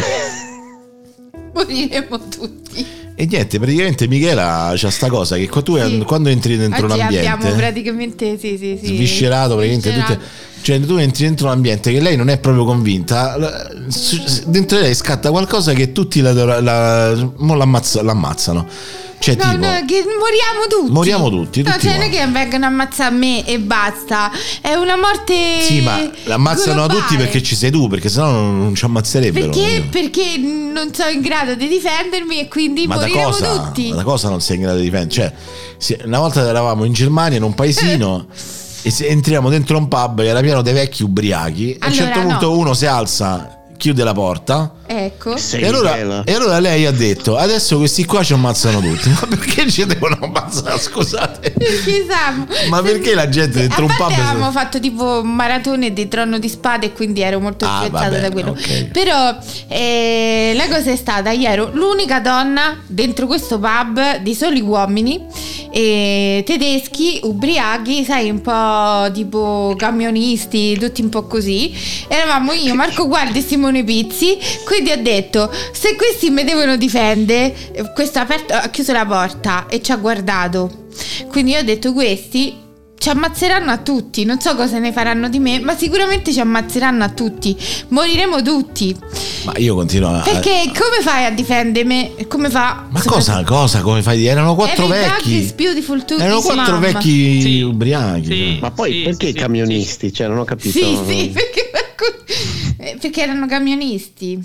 Speaker 4: Moriremo tutti.
Speaker 2: E niente, praticamente Michela c'ha sta cosa che qua tu
Speaker 4: Sì.
Speaker 2: quando entri dentro
Speaker 4: Oggi
Speaker 2: l'ambiente
Speaker 4: abbiamo praticamente sì, sì, sì,
Speaker 2: sviscerato praticamente
Speaker 4: sviscerato.
Speaker 2: tutte, cioè tu entri dentro un ambiente che lei non è proprio convinta, la- s- dentro di lei scatta qualcosa che tutti la, la, la- mo l'ammazza- l'ammazzano. Cioè,
Speaker 4: No,
Speaker 2: tipo,
Speaker 4: no, che moriamo tutti.
Speaker 2: Moriamo tutti,
Speaker 4: No,
Speaker 2: tutti
Speaker 4: cioè non è
Speaker 2: quanti.
Speaker 4: che vengono a ammazzare me e basta. È una morte.
Speaker 2: sì, ma l'ammazzano a
Speaker 4: globale.
Speaker 2: tutti perché ci sei tu, perché sennò non, non ci ammazzerebbero.
Speaker 4: Perché? Perché non sono in grado di difendermi e quindi
Speaker 2: Ma da
Speaker 4: moriremo
Speaker 2: cosa?
Speaker 4: tutti.
Speaker 2: Ma da cosa non sei in grado di difendere? Cioè, se- una volta eravamo in Germania, in un paesino, e se entriamo dentro un pub che era pieno dei vecchi ubriachi. A un
Speaker 4: Allora,
Speaker 2: certo punto
Speaker 4: no.
Speaker 2: uno si alza, chiude la porta.
Speaker 4: Ecco.
Speaker 5: Sei
Speaker 2: E allora,
Speaker 5: bella.
Speaker 2: e allora lei ha detto: adesso questi qua ci ammazzano tutti. Ma perché ci devono ammazzare? Scusate.
Speaker 4: Perché siamo-
Speaker 2: Ma perché la gente dentro
Speaker 4: a
Speaker 2: un
Speaker 4: parte
Speaker 2: pub-
Speaker 4: avevamo fatto tipo un maratone di Trono di Spade e quindi ero molto
Speaker 2: Ah,
Speaker 4: influenzata
Speaker 2: vabbè,
Speaker 4: da quello.
Speaker 2: ok.
Speaker 4: Però eh, la cosa è stata, io ero l'unica donna dentro questo pub di soli uomini e tedeschi, ubriachi, sai, un po' tipo camionisti, tutti un po' così. Eravamo io, Marco Guardi e Simone Pizzi. Quindi ho detto: se questi mi devono difendere, questo ha aperto, ha chiuso la porta e ci ha guardato. Quindi io ho detto: questi ci ammazzeranno a tutti, non so cosa ne faranno di me, ma sicuramente ci ammazzeranno a tutti, moriremo tutti.
Speaker 2: Ma io continuo a.
Speaker 4: Perché come fai a difendermi? Come fa?
Speaker 2: Ma cosa, cosa, come fai? Erano quattro vecchi.
Speaker 4: Is beautiful to
Speaker 2: Erano
Speaker 4: kiss
Speaker 2: quattro
Speaker 4: mamma.
Speaker 2: vecchi
Speaker 6: Sì.
Speaker 2: ubriachi.
Speaker 6: Sì.
Speaker 5: Ma poi
Speaker 6: Sì,
Speaker 5: perché
Speaker 6: sì,
Speaker 5: i camionisti? Cioè, non ho capito.
Speaker 4: Sì, sì, perché, eh, perché erano camionisti.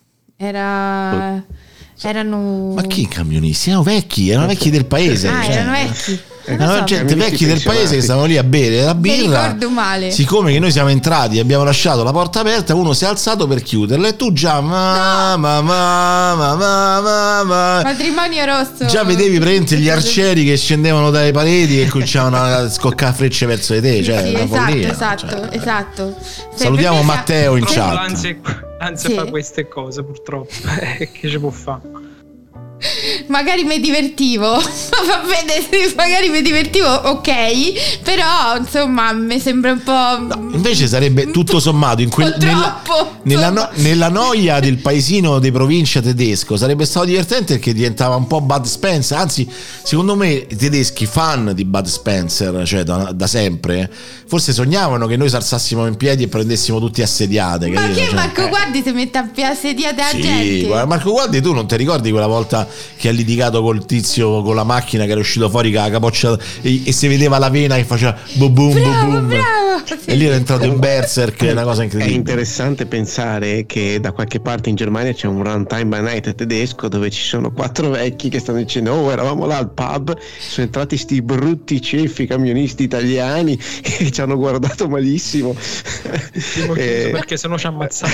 Speaker 4: Era erano
Speaker 2: Ma chi camionisti? Erano vecchi, erano vecchi del paese.
Speaker 4: Ah,
Speaker 2: cioè.
Speaker 4: erano vecchi. Non lo
Speaker 2: Erano
Speaker 4: so.
Speaker 2: gente
Speaker 5: Camionisti
Speaker 2: vecchi del paese che
Speaker 5: pensionati.
Speaker 2: stavano lì a bere la birra.
Speaker 4: ricordo male.
Speaker 2: Siccome che noi siamo entrati e abbiamo lasciato la porta aperta, uno si è alzato per chiuderla e tu già ma, ma, ma, ma, ma, ma, ma.
Speaker 4: Matrimonio rosso.
Speaker 2: Già vedevi praticamente gli arcieri che scendevano dalle pareti e cominciavano a scoccare frecce verso di te. Cioè,
Speaker 4: Sì,
Speaker 2: una
Speaker 4: esatto,
Speaker 2: follia,
Speaker 4: esatto,
Speaker 2: cioè.
Speaker 4: esatto. Se
Speaker 2: Salutiamo
Speaker 4: per me-
Speaker 2: Matteo in
Speaker 6: Purtroppo
Speaker 2: chat.
Speaker 6: l'ansia, l'ansia
Speaker 4: Sì.
Speaker 6: fa queste cose, purtroppo. Eh, che ci può fare?
Speaker 4: Magari mi divertivo. Va bene, se magari mi divertivo, ok. Però insomma mi sembra un po'.
Speaker 2: Invece sarebbe tutto sommato in quel,
Speaker 4: Un po'
Speaker 2: nella,
Speaker 4: troppo,
Speaker 2: nella,
Speaker 4: insomma.
Speaker 2: no- nella noia del paesino di provincia tedesco sarebbe stato divertente perché diventava un po' Bud Spencer. Anzi, secondo me i tedeschi fan di Bud Spencer, cioè da, da sempre, forse sognavano che noi si alzassimo in piedi e prendessimo tutti assediate.
Speaker 4: Ma
Speaker 2: capito?
Speaker 4: che
Speaker 2: Cioè,
Speaker 4: Marco Guardi si mette a piassediate la
Speaker 2: sì,
Speaker 4: gente?
Speaker 2: guarda, Marco Guardi, tu non ti ricordi quella volta che ha litigato col tizio con la macchina che era uscito fuori con la capoccia e, e si vedeva la vena che faceva boom boom boom
Speaker 4: Bravo,
Speaker 2: boom.
Speaker 4: bravo.
Speaker 2: E lì era entrato in berserk, è una cosa
Speaker 5: È
Speaker 2: incredibile.
Speaker 5: interessante pensare che da qualche parte in Germania c'è un runtime by night tedesco dove ci sono quattro vecchi che stanno dicendo: oh, eravamo là al pub, sono entrati sti brutti ceffi camionisti italiani che ci hanno guardato malissimo.
Speaker 6: Primo chiuso,
Speaker 5: Eh,
Speaker 6: perché sennò ci ammazzano.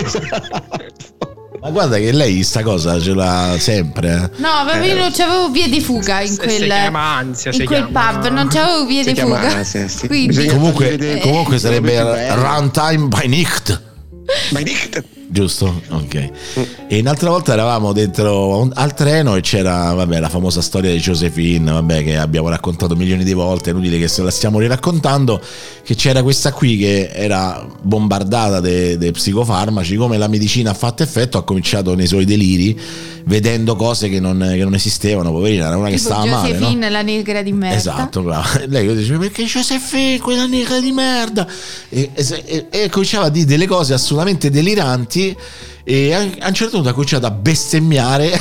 Speaker 2: Ma guarda che lei sta cosa ce l'ha sempre. eh.
Speaker 4: No, proprio io non c'avevo via di fuga in
Speaker 6: Si-
Speaker 4: quel,
Speaker 6: si chiama ansia,
Speaker 4: in
Speaker 6: si
Speaker 4: quel
Speaker 6: chiama.
Speaker 4: pub, non c'avevo via
Speaker 5: Si
Speaker 4: di
Speaker 5: chiama
Speaker 4: fuga.
Speaker 5: ansia, sì.
Speaker 4: Quindi
Speaker 5: Bisogna-
Speaker 2: Comunque,
Speaker 5: fargli vedere-
Speaker 2: comunque sarebbe
Speaker 5: più bello.
Speaker 2: runtime by night.
Speaker 5: Ma niente.
Speaker 2: Giusto? Ok. E un'altra volta eravamo dentro un- al treno e c'era, vabbè, la famosa storia di Josephine, vabbè, che abbiamo raccontato milioni di volte, è inutile che se la stiamo riraccontando, che c'era questa qui che era bombardata dei psicofarmaci, come la medicina ha fatto effetto, ha cominciato nei suoi deliri, vedendo cose che non, che non esistevano, poverina, era una che
Speaker 4: tipo
Speaker 2: stava male, no?
Speaker 4: Josephine, la negra di merda.
Speaker 2: Esatto, brava. Lei diceva: perché Josephine, quella nera di merda, e, e, e- e cominciava a dire delle cose assolutamente deliranti e a, a un certo punto ha cominciato a bestemmiare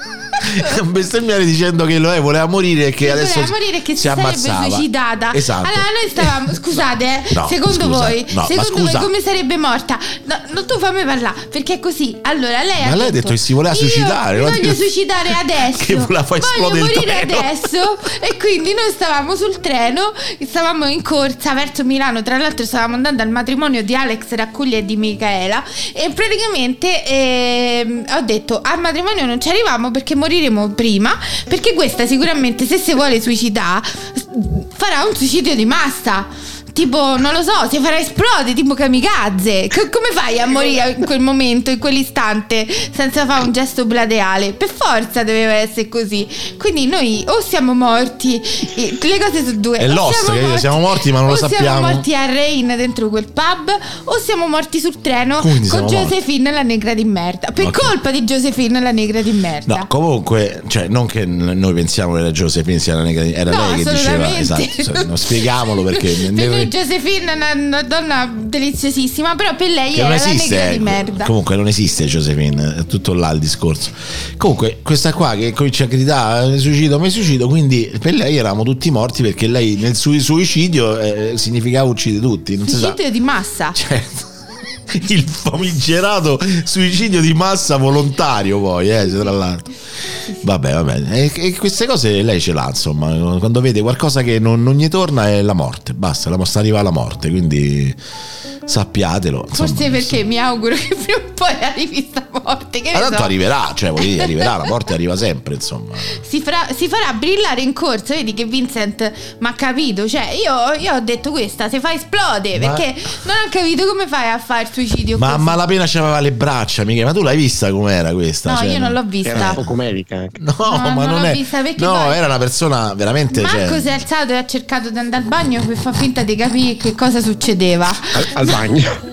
Speaker 2: a bestemmiare dicendo che lei voleva morire e che
Speaker 4: Che
Speaker 2: adesso
Speaker 4: voleva morire e che
Speaker 2: si
Speaker 4: si sarebbe
Speaker 2: ammazzava.
Speaker 4: suicidata.
Speaker 2: Esatto.
Speaker 4: Allora noi stavamo, scusate, eh,
Speaker 2: No,
Speaker 4: secondo
Speaker 2: scusa,
Speaker 4: voi,
Speaker 2: no, ma
Speaker 4: secondo
Speaker 2: scusa.
Speaker 4: voi come sarebbe morta? No, no, tu fammi parlare, perché è così. Allora lei
Speaker 2: Ma
Speaker 4: ha
Speaker 2: lei ha detto che si voleva
Speaker 4: "Io
Speaker 2: suicidare,
Speaker 4: mi
Speaker 2: ma
Speaker 4: voglio
Speaker 2: che-
Speaker 4: suicidare adesso.
Speaker 2: che voleva far
Speaker 4: voglio
Speaker 2: esplodere il
Speaker 4: morire
Speaker 2: treno."
Speaker 4: adesso. E quindi noi stavamo sul treno, stavamo in corsa verso Milano. Tra l'altro stavamo andando al matrimonio di Alex Raccuglia e di Micaela. E praticamente ehm, ho detto: al matrimonio non ci arriviamo perché moriremo prima. Perché questa sicuramente, se si vuole suicidare, farà un suicidio di massa. Tipo, non lo so, si farà esplodere, tipo kamikaze. C- come fai a morire in quel momento, in quell'istante, senza fare un gesto plateale? Per forza doveva essere così. Quindi noi o siamo morti, eh, le cose sono due.
Speaker 2: È
Speaker 4: o
Speaker 2: Lost, capito? Siamo morti, ma non lo
Speaker 4: o
Speaker 2: sappiamo.
Speaker 4: siamo morti a Rain dentro quel pub, o siamo morti sul treno
Speaker 2: Quindi
Speaker 4: con
Speaker 2: siamo
Speaker 4: Josephine la negra di merda. Per
Speaker 2: Ok.
Speaker 4: colpa di Josephine la negra di merda.
Speaker 2: No, comunque, cioè, non che n- noi pensiamo che la Josephine sia la nega, era
Speaker 4: No,
Speaker 2: lei che diceva,
Speaker 4: assolutamente.
Speaker 2: esatto, cioè, non spieghiamolo perché
Speaker 4: Per
Speaker 2: ne-
Speaker 4: noi Josephine è una, una donna deliziosissima, però per lei
Speaker 2: che
Speaker 4: era
Speaker 2: non
Speaker 4: la negra
Speaker 2: esiste,
Speaker 4: di
Speaker 2: ecco.
Speaker 4: merda.
Speaker 2: Comunque non esiste Josephine, è tutto là il discorso. Comunque questa qua che comincia a gridare mi suicido, mi suicido, quindi per lei eravamo tutti morti perché lei nel suo suicidio eh, significava uccidere tutti, non si sa.
Speaker 4: Suicidio di massa.
Speaker 2: Certo. il famigerato suicidio di massa volontario, poi, eh, tra l'altro. Vabbè, vabbè. E, e queste cose lei ce l'ha, insomma. Quando vede qualcosa che non, non gli torna è la morte. Basta, la sta arriva alla morte, quindi sappiatelo. Insomma.
Speaker 4: Forse perché mi auguro che prima o poi arrivi sta morte. Che
Speaker 2: Ma tanto
Speaker 4: so.
Speaker 2: arriverà, cioè, vuol dire, arriverà, la morte arriva sempre, insomma.
Speaker 4: Si farà, si farà brillare in corsa. Vedi che Vincent mi ha capito. Cioè, io, io ho detto questa, se fa esplode.
Speaker 2: Ma...
Speaker 4: Perché non ho capito come fai a fare il suicidio.
Speaker 2: Ma a
Speaker 4: così.
Speaker 2: malapena c'aveva le braccia, mica. Ma tu l'hai vista com'era questa?
Speaker 4: No,
Speaker 2: cioè,
Speaker 4: io non l'ho
Speaker 5: Era
Speaker 4: vista.
Speaker 5: un po' comedica anche.
Speaker 2: No,
Speaker 4: No,
Speaker 2: ma
Speaker 4: non
Speaker 2: non
Speaker 4: l'ho
Speaker 2: è.
Speaker 4: vista perché
Speaker 2: No,
Speaker 4: poi-
Speaker 2: era una persona veramente.
Speaker 4: Marco
Speaker 2: Cioè,
Speaker 4: si è alzato e ha cercato di andare al bagno per far finta di capire che cosa succedeva.
Speaker 5: Al, al bagno.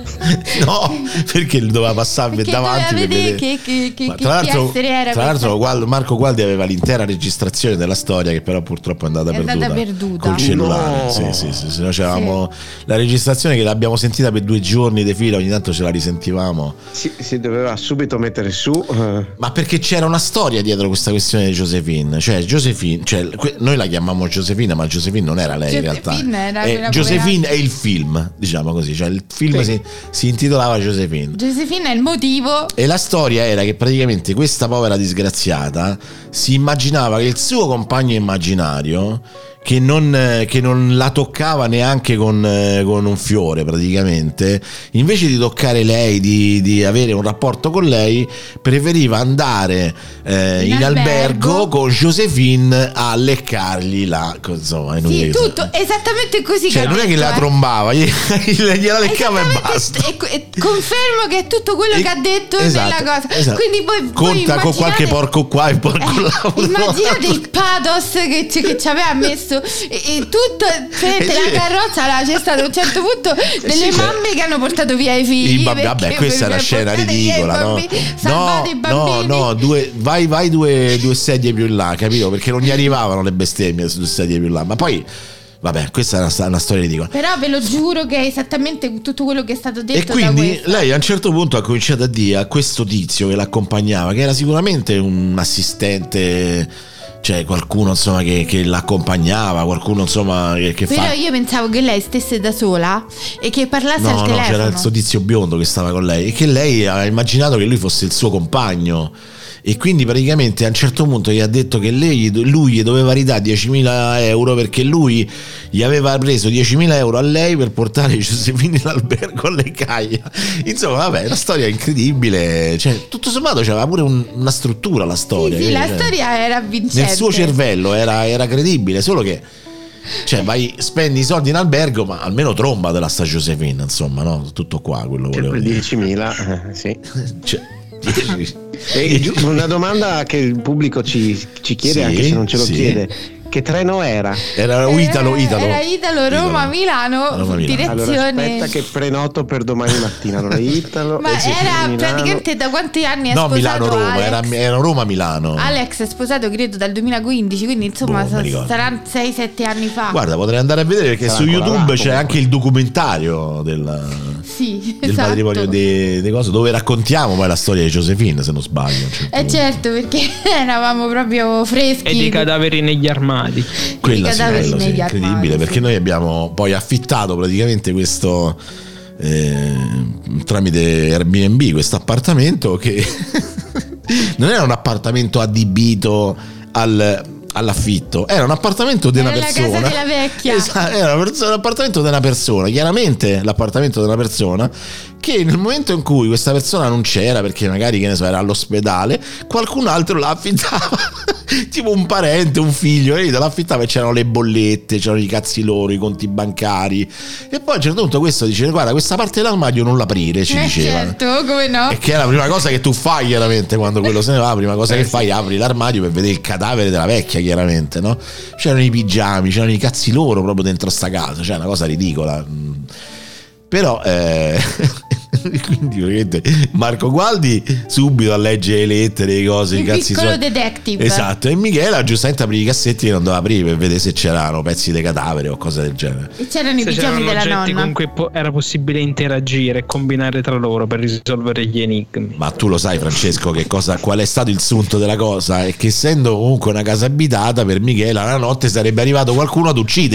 Speaker 2: no, perché doveva passare
Speaker 4: Perché
Speaker 2: davanti
Speaker 4: doveva
Speaker 2: per
Speaker 4: vedere
Speaker 2: vedere.
Speaker 4: che, che, che,
Speaker 2: Ma
Speaker 4: che
Speaker 2: tra l'altro,
Speaker 4: essere era
Speaker 2: tra l'altro
Speaker 4: questa.
Speaker 2: Gual- Marco Gualdi aveva l'intera registrazione della storia, che però purtroppo è andata
Speaker 4: È
Speaker 2: perduta.
Speaker 4: andata perduta.
Speaker 2: Col cellulare.
Speaker 5: No.
Speaker 2: Sì, sì, sì, sì. Noi c'avevamo la registrazione che l'abbiamo sentita per due giorni di fila, ogni tanto ce la risentivamo.
Speaker 5: Si, si doveva subito mettere su. eh,
Speaker 2: Ma perché c'era una storia dietro questa questione di Josephine, cioè Josephine, cioè, que- noi la chiamavamo Josephine, ma Josephine non era lei in realtà.
Speaker 4: Josephine era
Speaker 2: Eh,
Speaker 4: quella
Speaker 2: Josephine è il film, diciamo così, cioè il film
Speaker 5: Sì.
Speaker 2: si, si intitolava Josephine.
Speaker 4: Josephine è il motivo.
Speaker 2: E la storia era che praticamente questa povera disgraziata si immaginava che il suo compagno immaginario, che non, che non la toccava neanche con, eh, con un fiore praticamente, invece di toccare lei, di, di avere un rapporto con lei, preferiva andare eh, in,
Speaker 4: In
Speaker 2: albergo.
Speaker 4: albergo
Speaker 2: con Josephine a leccargli la, insomma, è inutile
Speaker 4: Sì,
Speaker 2: che-
Speaker 4: tutto esattamente così.
Speaker 2: cioè
Speaker 4: che ha
Speaker 2: non è che
Speaker 4: detto,
Speaker 2: la
Speaker 4: eh.
Speaker 2: trombava, gli- gliela leccava e
Speaker 4: Esattamente,
Speaker 2: basta.
Speaker 4: e- e confermo che è tutto quello
Speaker 2: E-
Speaker 4: che ha detto
Speaker 2: esatto,
Speaker 4: nella cosa.
Speaker 2: esatto.
Speaker 4: Quindi poi voi
Speaker 2: conta con
Speaker 4: immaginate-
Speaker 2: qualche porco qua e porco
Speaker 4: Eh,
Speaker 2: là.
Speaker 4: immaginate il pathos che ci, che ci aveva messo e, e tutto vedete,
Speaker 2: Eh sì.
Speaker 4: la carrozza là, c'è stato a un certo punto delle
Speaker 2: sì,
Speaker 4: mamme che hanno portato via i figli.
Speaker 2: I bambi-
Speaker 4: perché
Speaker 2: vabbè, questa è una
Speaker 4: per
Speaker 2: scena
Speaker 4: portare via i
Speaker 2: ridicola, no?
Speaker 4: bambini,
Speaker 2: No,
Speaker 4: salvate i
Speaker 2: no,
Speaker 4: bambini.
Speaker 2: no, due, vai, vai due, due sedie più in là, capito? Perché non gli arrivavano le bestemmie su due sedie più in là. Ma poi, vabbè, questa è una, una storia ridicola.
Speaker 4: Però ve lo giuro che è esattamente tutto quello che è stato detto
Speaker 2: E quindi
Speaker 4: da questo.
Speaker 2: lei a un certo punto ha cominciato a dire a questo tizio che l'accompagnava, che era sicuramente un assistente, cioè qualcuno insomma che, che l'accompagnava, qualcuno insomma che, che
Speaker 4: Però
Speaker 2: fa...
Speaker 4: io pensavo che lei stesse da sola e che parlasse
Speaker 2: No,
Speaker 4: al
Speaker 2: no,
Speaker 4: telefono.
Speaker 2: c'era questo tizio biondo che stava con lei e che lei ha immaginato che lui fosse il suo compagno. E quindi praticamente a un certo punto gli ha detto che lei, lui gli doveva ridare diecimila euro perché lui gli aveva preso diecimila euro a lei per portare Giuseppina in albergo alle Caia. Insomma, vabbè, la storia è incredibile. Cioè, tutto sommato c'aveva pure un- una struttura la storia.
Speaker 4: Sì, sì, la
Speaker 2: cioè,
Speaker 4: storia era vincente.
Speaker 2: nel suo cervello era, era credibile, solo che cioè vai, spendi i soldi in albergo, ma almeno tromba della sta Giuseppina, insomma, no? Tutto qua quello
Speaker 5: Cioè,
Speaker 2: volevo
Speaker 5: quel
Speaker 2: dire.
Speaker 5: diecimila, eh, sì.
Speaker 2: Cioè, dieci-
Speaker 5: E giu- una domanda che il pubblico ci, ci chiede,
Speaker 2: Sì,
Speaker 5: anche se non ce lo
Speaker 2: sì.
Speaker 5: chiede: che treno era?
Speaker 2: Era Italo, Italo.
Speaker 4: Era Italo, Roma, Milano,
Speaker 2: Roma, Milano.
Speaker 4: direzione.
Speaker 5: Allora aspetta che prenoto per domani mattina. Allora Italo,
Speaker 4: Ma
Speaker 5: eh sì,
Speaker 4: era
Speaker 5: Milano.
Speaker 4: praticamente da quanti anni è
Speaker 2: No,
Speaker 4: sposato
Speaker 2: Milano-Roma,
Speaker 4: Alex?
Speaker 2: era, era Roma-Milano.
Speaker 4: Alex è sposato credo dal duemilaquindici, quindi insomma
Speaker 2: Boh, non mi
Speaker 4: sa-
Speaker 2: ricordo.
Speaker 4: saranno sei sette anni fa.
Speaker 2: Guarda, potrei andare a vedere perché
Speaker 5: Sarà
Speaker 2: su
Speaker 5: ancora
Speaker 2: YouTube
Speaker 5: là,
Speaker 2: c'è
Speaker 5: comunque.
Speaker 2: anche il documentario del,
Speaker 4: Sì,
Speaker 2: del
Speaker 4: esatto.
Speaker 2: patrimonio di, di cose, dove raccontiamo poi la storia di Josephine, se non sbaglio. a un certo
Speaker 4: Eh
Speaker 2: punto.
Speaker 4: certo, perché eravamo proprio freschi.
Speaker 6: E dei cadaveri negli armadi.
Speaker 2: Quella
Speaker 4: i
Speaker 2: sì,
Speaker 4: cadaveri
Speaker 2: quello sì,
Speaker 4: negli
Speaker 2: incredibile,
Speaker 4: armadi,
Speaker 2: perché
Speaker 4: sì.
Speaker 2: noi abbiamo poi affittato praticamente questo eh, tramite Airbnb questo appartamento che non era un appartamento adibito al all'affitto, era un appartamento di una
Speaker 4: Era la casa
Speaker 2: persona.
Speaker 4: della vecchia.
Speaker 2: Esatto, era una perso- un appartamento di una persona, chiaramente l'appartamento di una persona che nel momento in cui questa persona non c'era, perché magari che ne so era all'ospedale, qualcun altro la affittava tipo un parente, un figlio, capito? L'affittava e c'erano le bollette, c'erano i cazzi loro, i conti bancari, e poi a un certo punto questo dice guarda questa parte dell'armadio non l'aprire, ci
Speaker 4: Eh,
Speaker 2: diceva.
Speaker 4: certo, come no?
Speaker 2: E che è la prima cosa che tu fai chiaramente quando quello se ne va, la prima cosa che fai apri l'armadio per vedere il cadavere della vecchia, chiaramente, no? C'erano i pigiami, c'erano i cazzi loro proprio dentro sta casa, cioè una cosa ridicola. Però eh, quindi praticamente Marco Gualdi subito a leggere le lettere, le cose,
Speaker 4: Il
Speaker 2: i cazzi
Speaker 4: piccolo
Speaker 2: suoi.
Speaker 4: detective.
Speaker 2: Esatto, e Michela giustamente aprì i cassetti che non doveva aprire per vedere se c'erano pezzi di cadavere o cose del genere.
Speaker 4: E c'erano i
Speaker 6: Se
Speaker 4: pigiami
Speaker 6: c'erano
Speaker 4: della
Speaker 6: oggetti
Speaker 4: nonna.
Speaker 6: con cui po- era possibile interagire e combinare tra loro per risolvere gli enigmi.
Speaker 2: Ma tu lo sai, Francesco, che cosa, qual è stato il sunto della cosa? È che essendo comunque una casa abitata, per Michela la notte sarebbe arrivato qualcuno ad ucciderci,
Speaker 4: Certo.
Speaker 2: chiaramente.
Speaker 4: No, veramente no. Però,
Speaker 5: Gridando
Speaker 4: però era
Speaker 5: Josephine.
Speaker 4: possibile, era
Speaker 2: I
Speaker 4: plausibile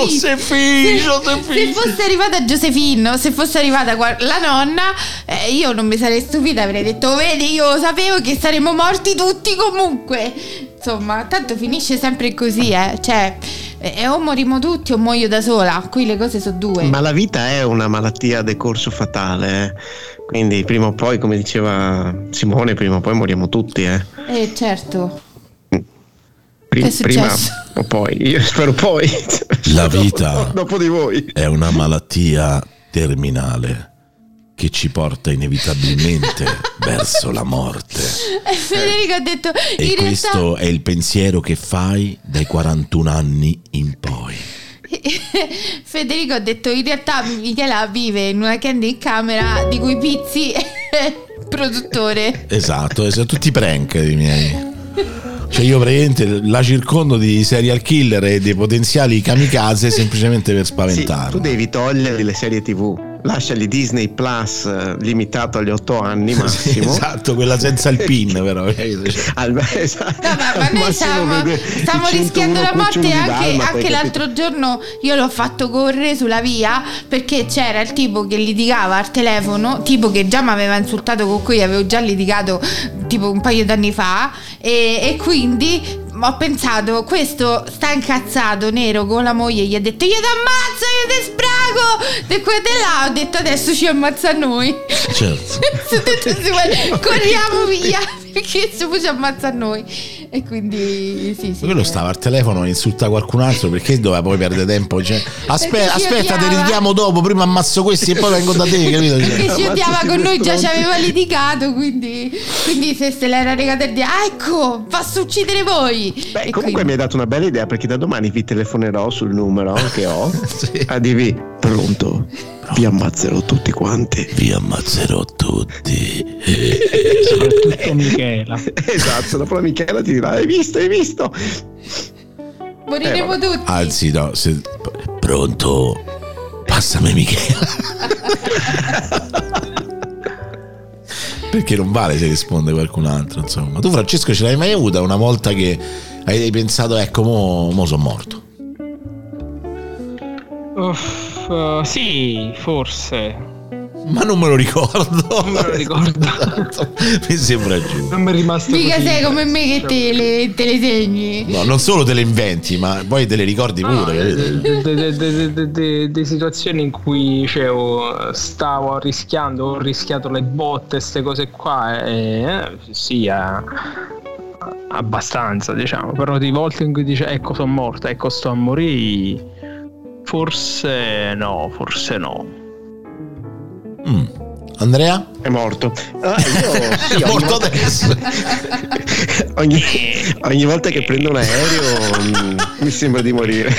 Speaker 2: Josephine,
Speaker 4: se,
Speaker 2: Josephine.
Speaker 4: se fosse arrivata Josephine o se fosse arrivata la nonna, eh, io non mi sarei stupita, avrei detto vedi, io sapevo che saremmo morti tutti comunque. Insomma, tanto finisce sempre così, eh. Cioè, eh, o moriamo tutti o muoio da sola. Qui le cose sono due.
Speaker 5: Ma la vita è una malattia a decorso fatale, eh. Quindi prima o poi, come diceva Simone, prima o poi moriamo tutti, eh.
Speaker 4: Eh, certo.
Speaker 5: Prima, prima o poi, io spero poi.
Speaker 2: La vita
Speaker 5: dopo, dopo di voi
Speaker 2: è una malattia terminale che ci porta inevitabilmente verso la morte.
Speaker 4: E Federico ha detto
Speaker 2: e
Speaker 4: in
Speaker 2: questo
Speaker 4: realtà...
Speaker 2: è il pensiero che fai dai quarantuno anni in poi.
Speaker 4: Federico ha detto in realtà Michela vive in una candy in camera di cui Pizzi è produttore.
Speaker 2: Esatto, sono tutti prank i miei. Cioè io praticamente la circondo di serial killer e dei potenziali kamikaze semplicemente per spaventarmi.
Speaker 5: Sì, tu devi togliergli le serie tivù, lasciali Disney Plus eh, limitato agli otto anni massimo.
Speaker 2: Sì, esatto, quella senza il pin però.
Speaker 5: Al, esatto,
Speaker 4: no, ma, ma noi stiamo, stiamo rischiando la morte anche, anche l'altro giorno io l'ho fatto correre sulla via perché c'era il tipo che litigava al telefono, tipo che già mi aveva insultato, con cui avevo già litigato tipo un paio d'anni fa, e, e quindi ho pensato questo sta incazzato nero con la moglie, gli ha detto io ti ammazzo, io ti sprago e qua e là, ho detto adesso ci ammazza a noi.
Speaker 2: Certo.
Speaker 4: Corriamo via perché se poi ci ammazza a noi. E quindi sì, sì.
Speaker 2: Quello stava al telefono e insulta qualcun altro perché doveva poi perdere tempo, cioè, aspetta, aspetta, te litighiamo dopo, prima ammazzo questi e poi vengo da te, capito?
Speaker 4: Perché ci odiava con noi, già ci aveva litigato, quindi quindi se se l'era regata e dire ah, ecco, posso uccidere voi.
Speaker 5: Beh,
Speaker 4: e
Speaker 5: comunque
Speaker 4: quindi...
Speaker 5: mi hai dato una bella idea perché da domani vi telefonerò sul numero che ho.
Speaker 2: Sì.
Speaker 5: A dirvi pronto, vi ammazzerò tutti quanti.
Speaker 2: Vi ammazzerò tutti.
Speaker 6: Soprattutto Michela.
Speaker 5: Esatto, dopo la Michela ti dirà hai visto, hai visto?
Speaker 4: Moriremo
Speaker 5: eh,
Speaker 4: tutti.
Speaker 2: Anzi no, se... pronto, passami Michela. Perché non vale se risponde qualcun altro, insomma. Tu Francesco ce l'hai mai avuta una volta che hai pensato ecco mo, mo sono morto?
Speaker 6: Uff, uh, sì, forse.
Speaker 2: Ma non me lo ricordo.
Speaker 6: Non me lo ricordo.
Speaker 2: Mi sembra giusto.
Speaker 6: Non mi è rimasto
Speaker 4: Mica
Speaker 6: così.
Speaker 4: sei come me che te le, te le segni.
Speaker 2: No, non solo te le inventi, ma poi te le ricordi pure.
Speaker 6: Di situazioni in cui cioè, oh, stavo rischiando, ho rischiato le botte, queste cose qua. E, eh, sì, eh, abbastanza, diciamo. Però di volte in cui dice ecco sono morta, ecco sto a morire. Forse no, forse no.
Speaker 2: Mm. Andrea?
Speaker 5: È morto. Ah, io, sì,
Speaker 2: è morto
Speaker 5: volta...
Speaker 2: adesso.
Speaker 5: ogni, ogni volta che prendo un aereo mh, mi sembra di morire.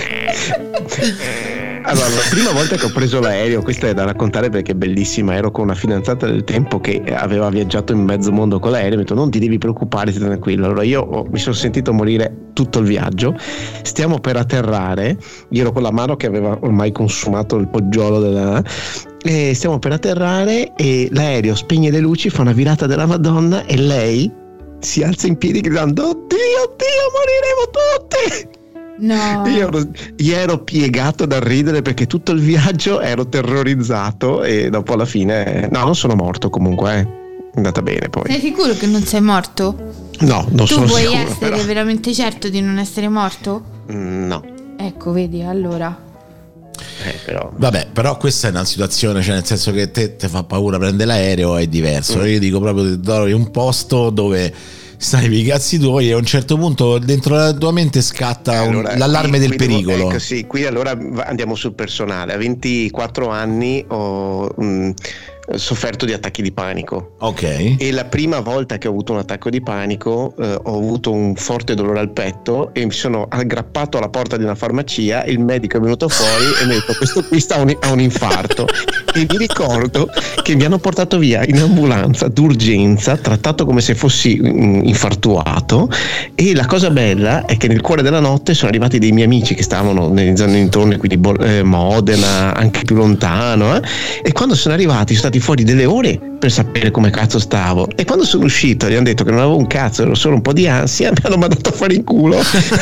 Speaker 5: Allora, la prima volta che ho preso l'aereo, questa è da raccontare perché è bellissima, ero con una fidanzata del tempo che aveva viaggiato in mezzo mondo con l'aereo, mi ha detto non ti devi preoccupare, stai tranquillo. Allora io ho, mi sono sentito morire tutto il viaggio, stiamo per atterrare, io ero con la mano che aveva ormai consumato il poggiolo della... e stiamo per atterrare e l'aereo spegne le luci, fa una virata della Madonna e lei si alza in piedi gridando oddio, oddio, moriremo tutti.
Speaker 4: No.
Speaker 5: Io ero, io ero piegato dal ridere perché tutto il viaggio ero terrorizzato e dopo alla fine no, non sono morto comunque, eh. È andata bene poi.
Speaker 4: Sei sicuro che non sei morto?
Speaker 5: No, non
Speaker 4: tu
Speaker 5: sono
Speaker 4: puoi
Speaker 5: sicuro.
Speaker 4: essere
Speaker 5: però.
Speaker 4: veramente certo di non essere morto?
Speaker 5: Mm, no.
Speaker 4: Ecco, vedi, allora.
Speaker 5: Eh, però.
Speaker 2: Vabbè, però questa è una situazione, cioè nel senso che te ti fa paura prendere l'aereo è diverso. Mm. Io dico proprio ti trovi un posto dove stai per i cazzi tuoi e a un certo punto dentro la tua mente scatta
Speaker 5: allora,
Speaker 2: un, l'allarme
Speaker 5: qui,
Speaker 2: del
Speaker 5: qui
Speaker 2: pericolo.
Speaker 5: Devo, ecco, sì, qui allora andiamo sul personale. A ventiquattro anni ho mh, sofferto di attacchi di panico.
Speaker 2: Ok.
Speaker 5: E la prima volta che ho avuto un attacco di panico eh, ho avuto un forte dolore al petto e mi sono aggrappato alla porta di una farmacia. Il medico è venuto fuori e mi ha detto questo qui sta un, ha un infarto. E mi ricordo che mi hanno portato via in ambulanza d'urgenza, trattato come se fossi infartuato, e la cosa bella è che nel cuore della notte sono arrivati dei miei amici che stavano nelle zone intorno, quindi eh, Modena, anche più lontano, eh? E quando sono arrivati sono stati fuori delle ore per sapere come cazzo stavo, e quando sono uscito gli hanno detto che non avevo un cazzo, ero solo un po' di ansia, mi hanno mandato a fare in culo.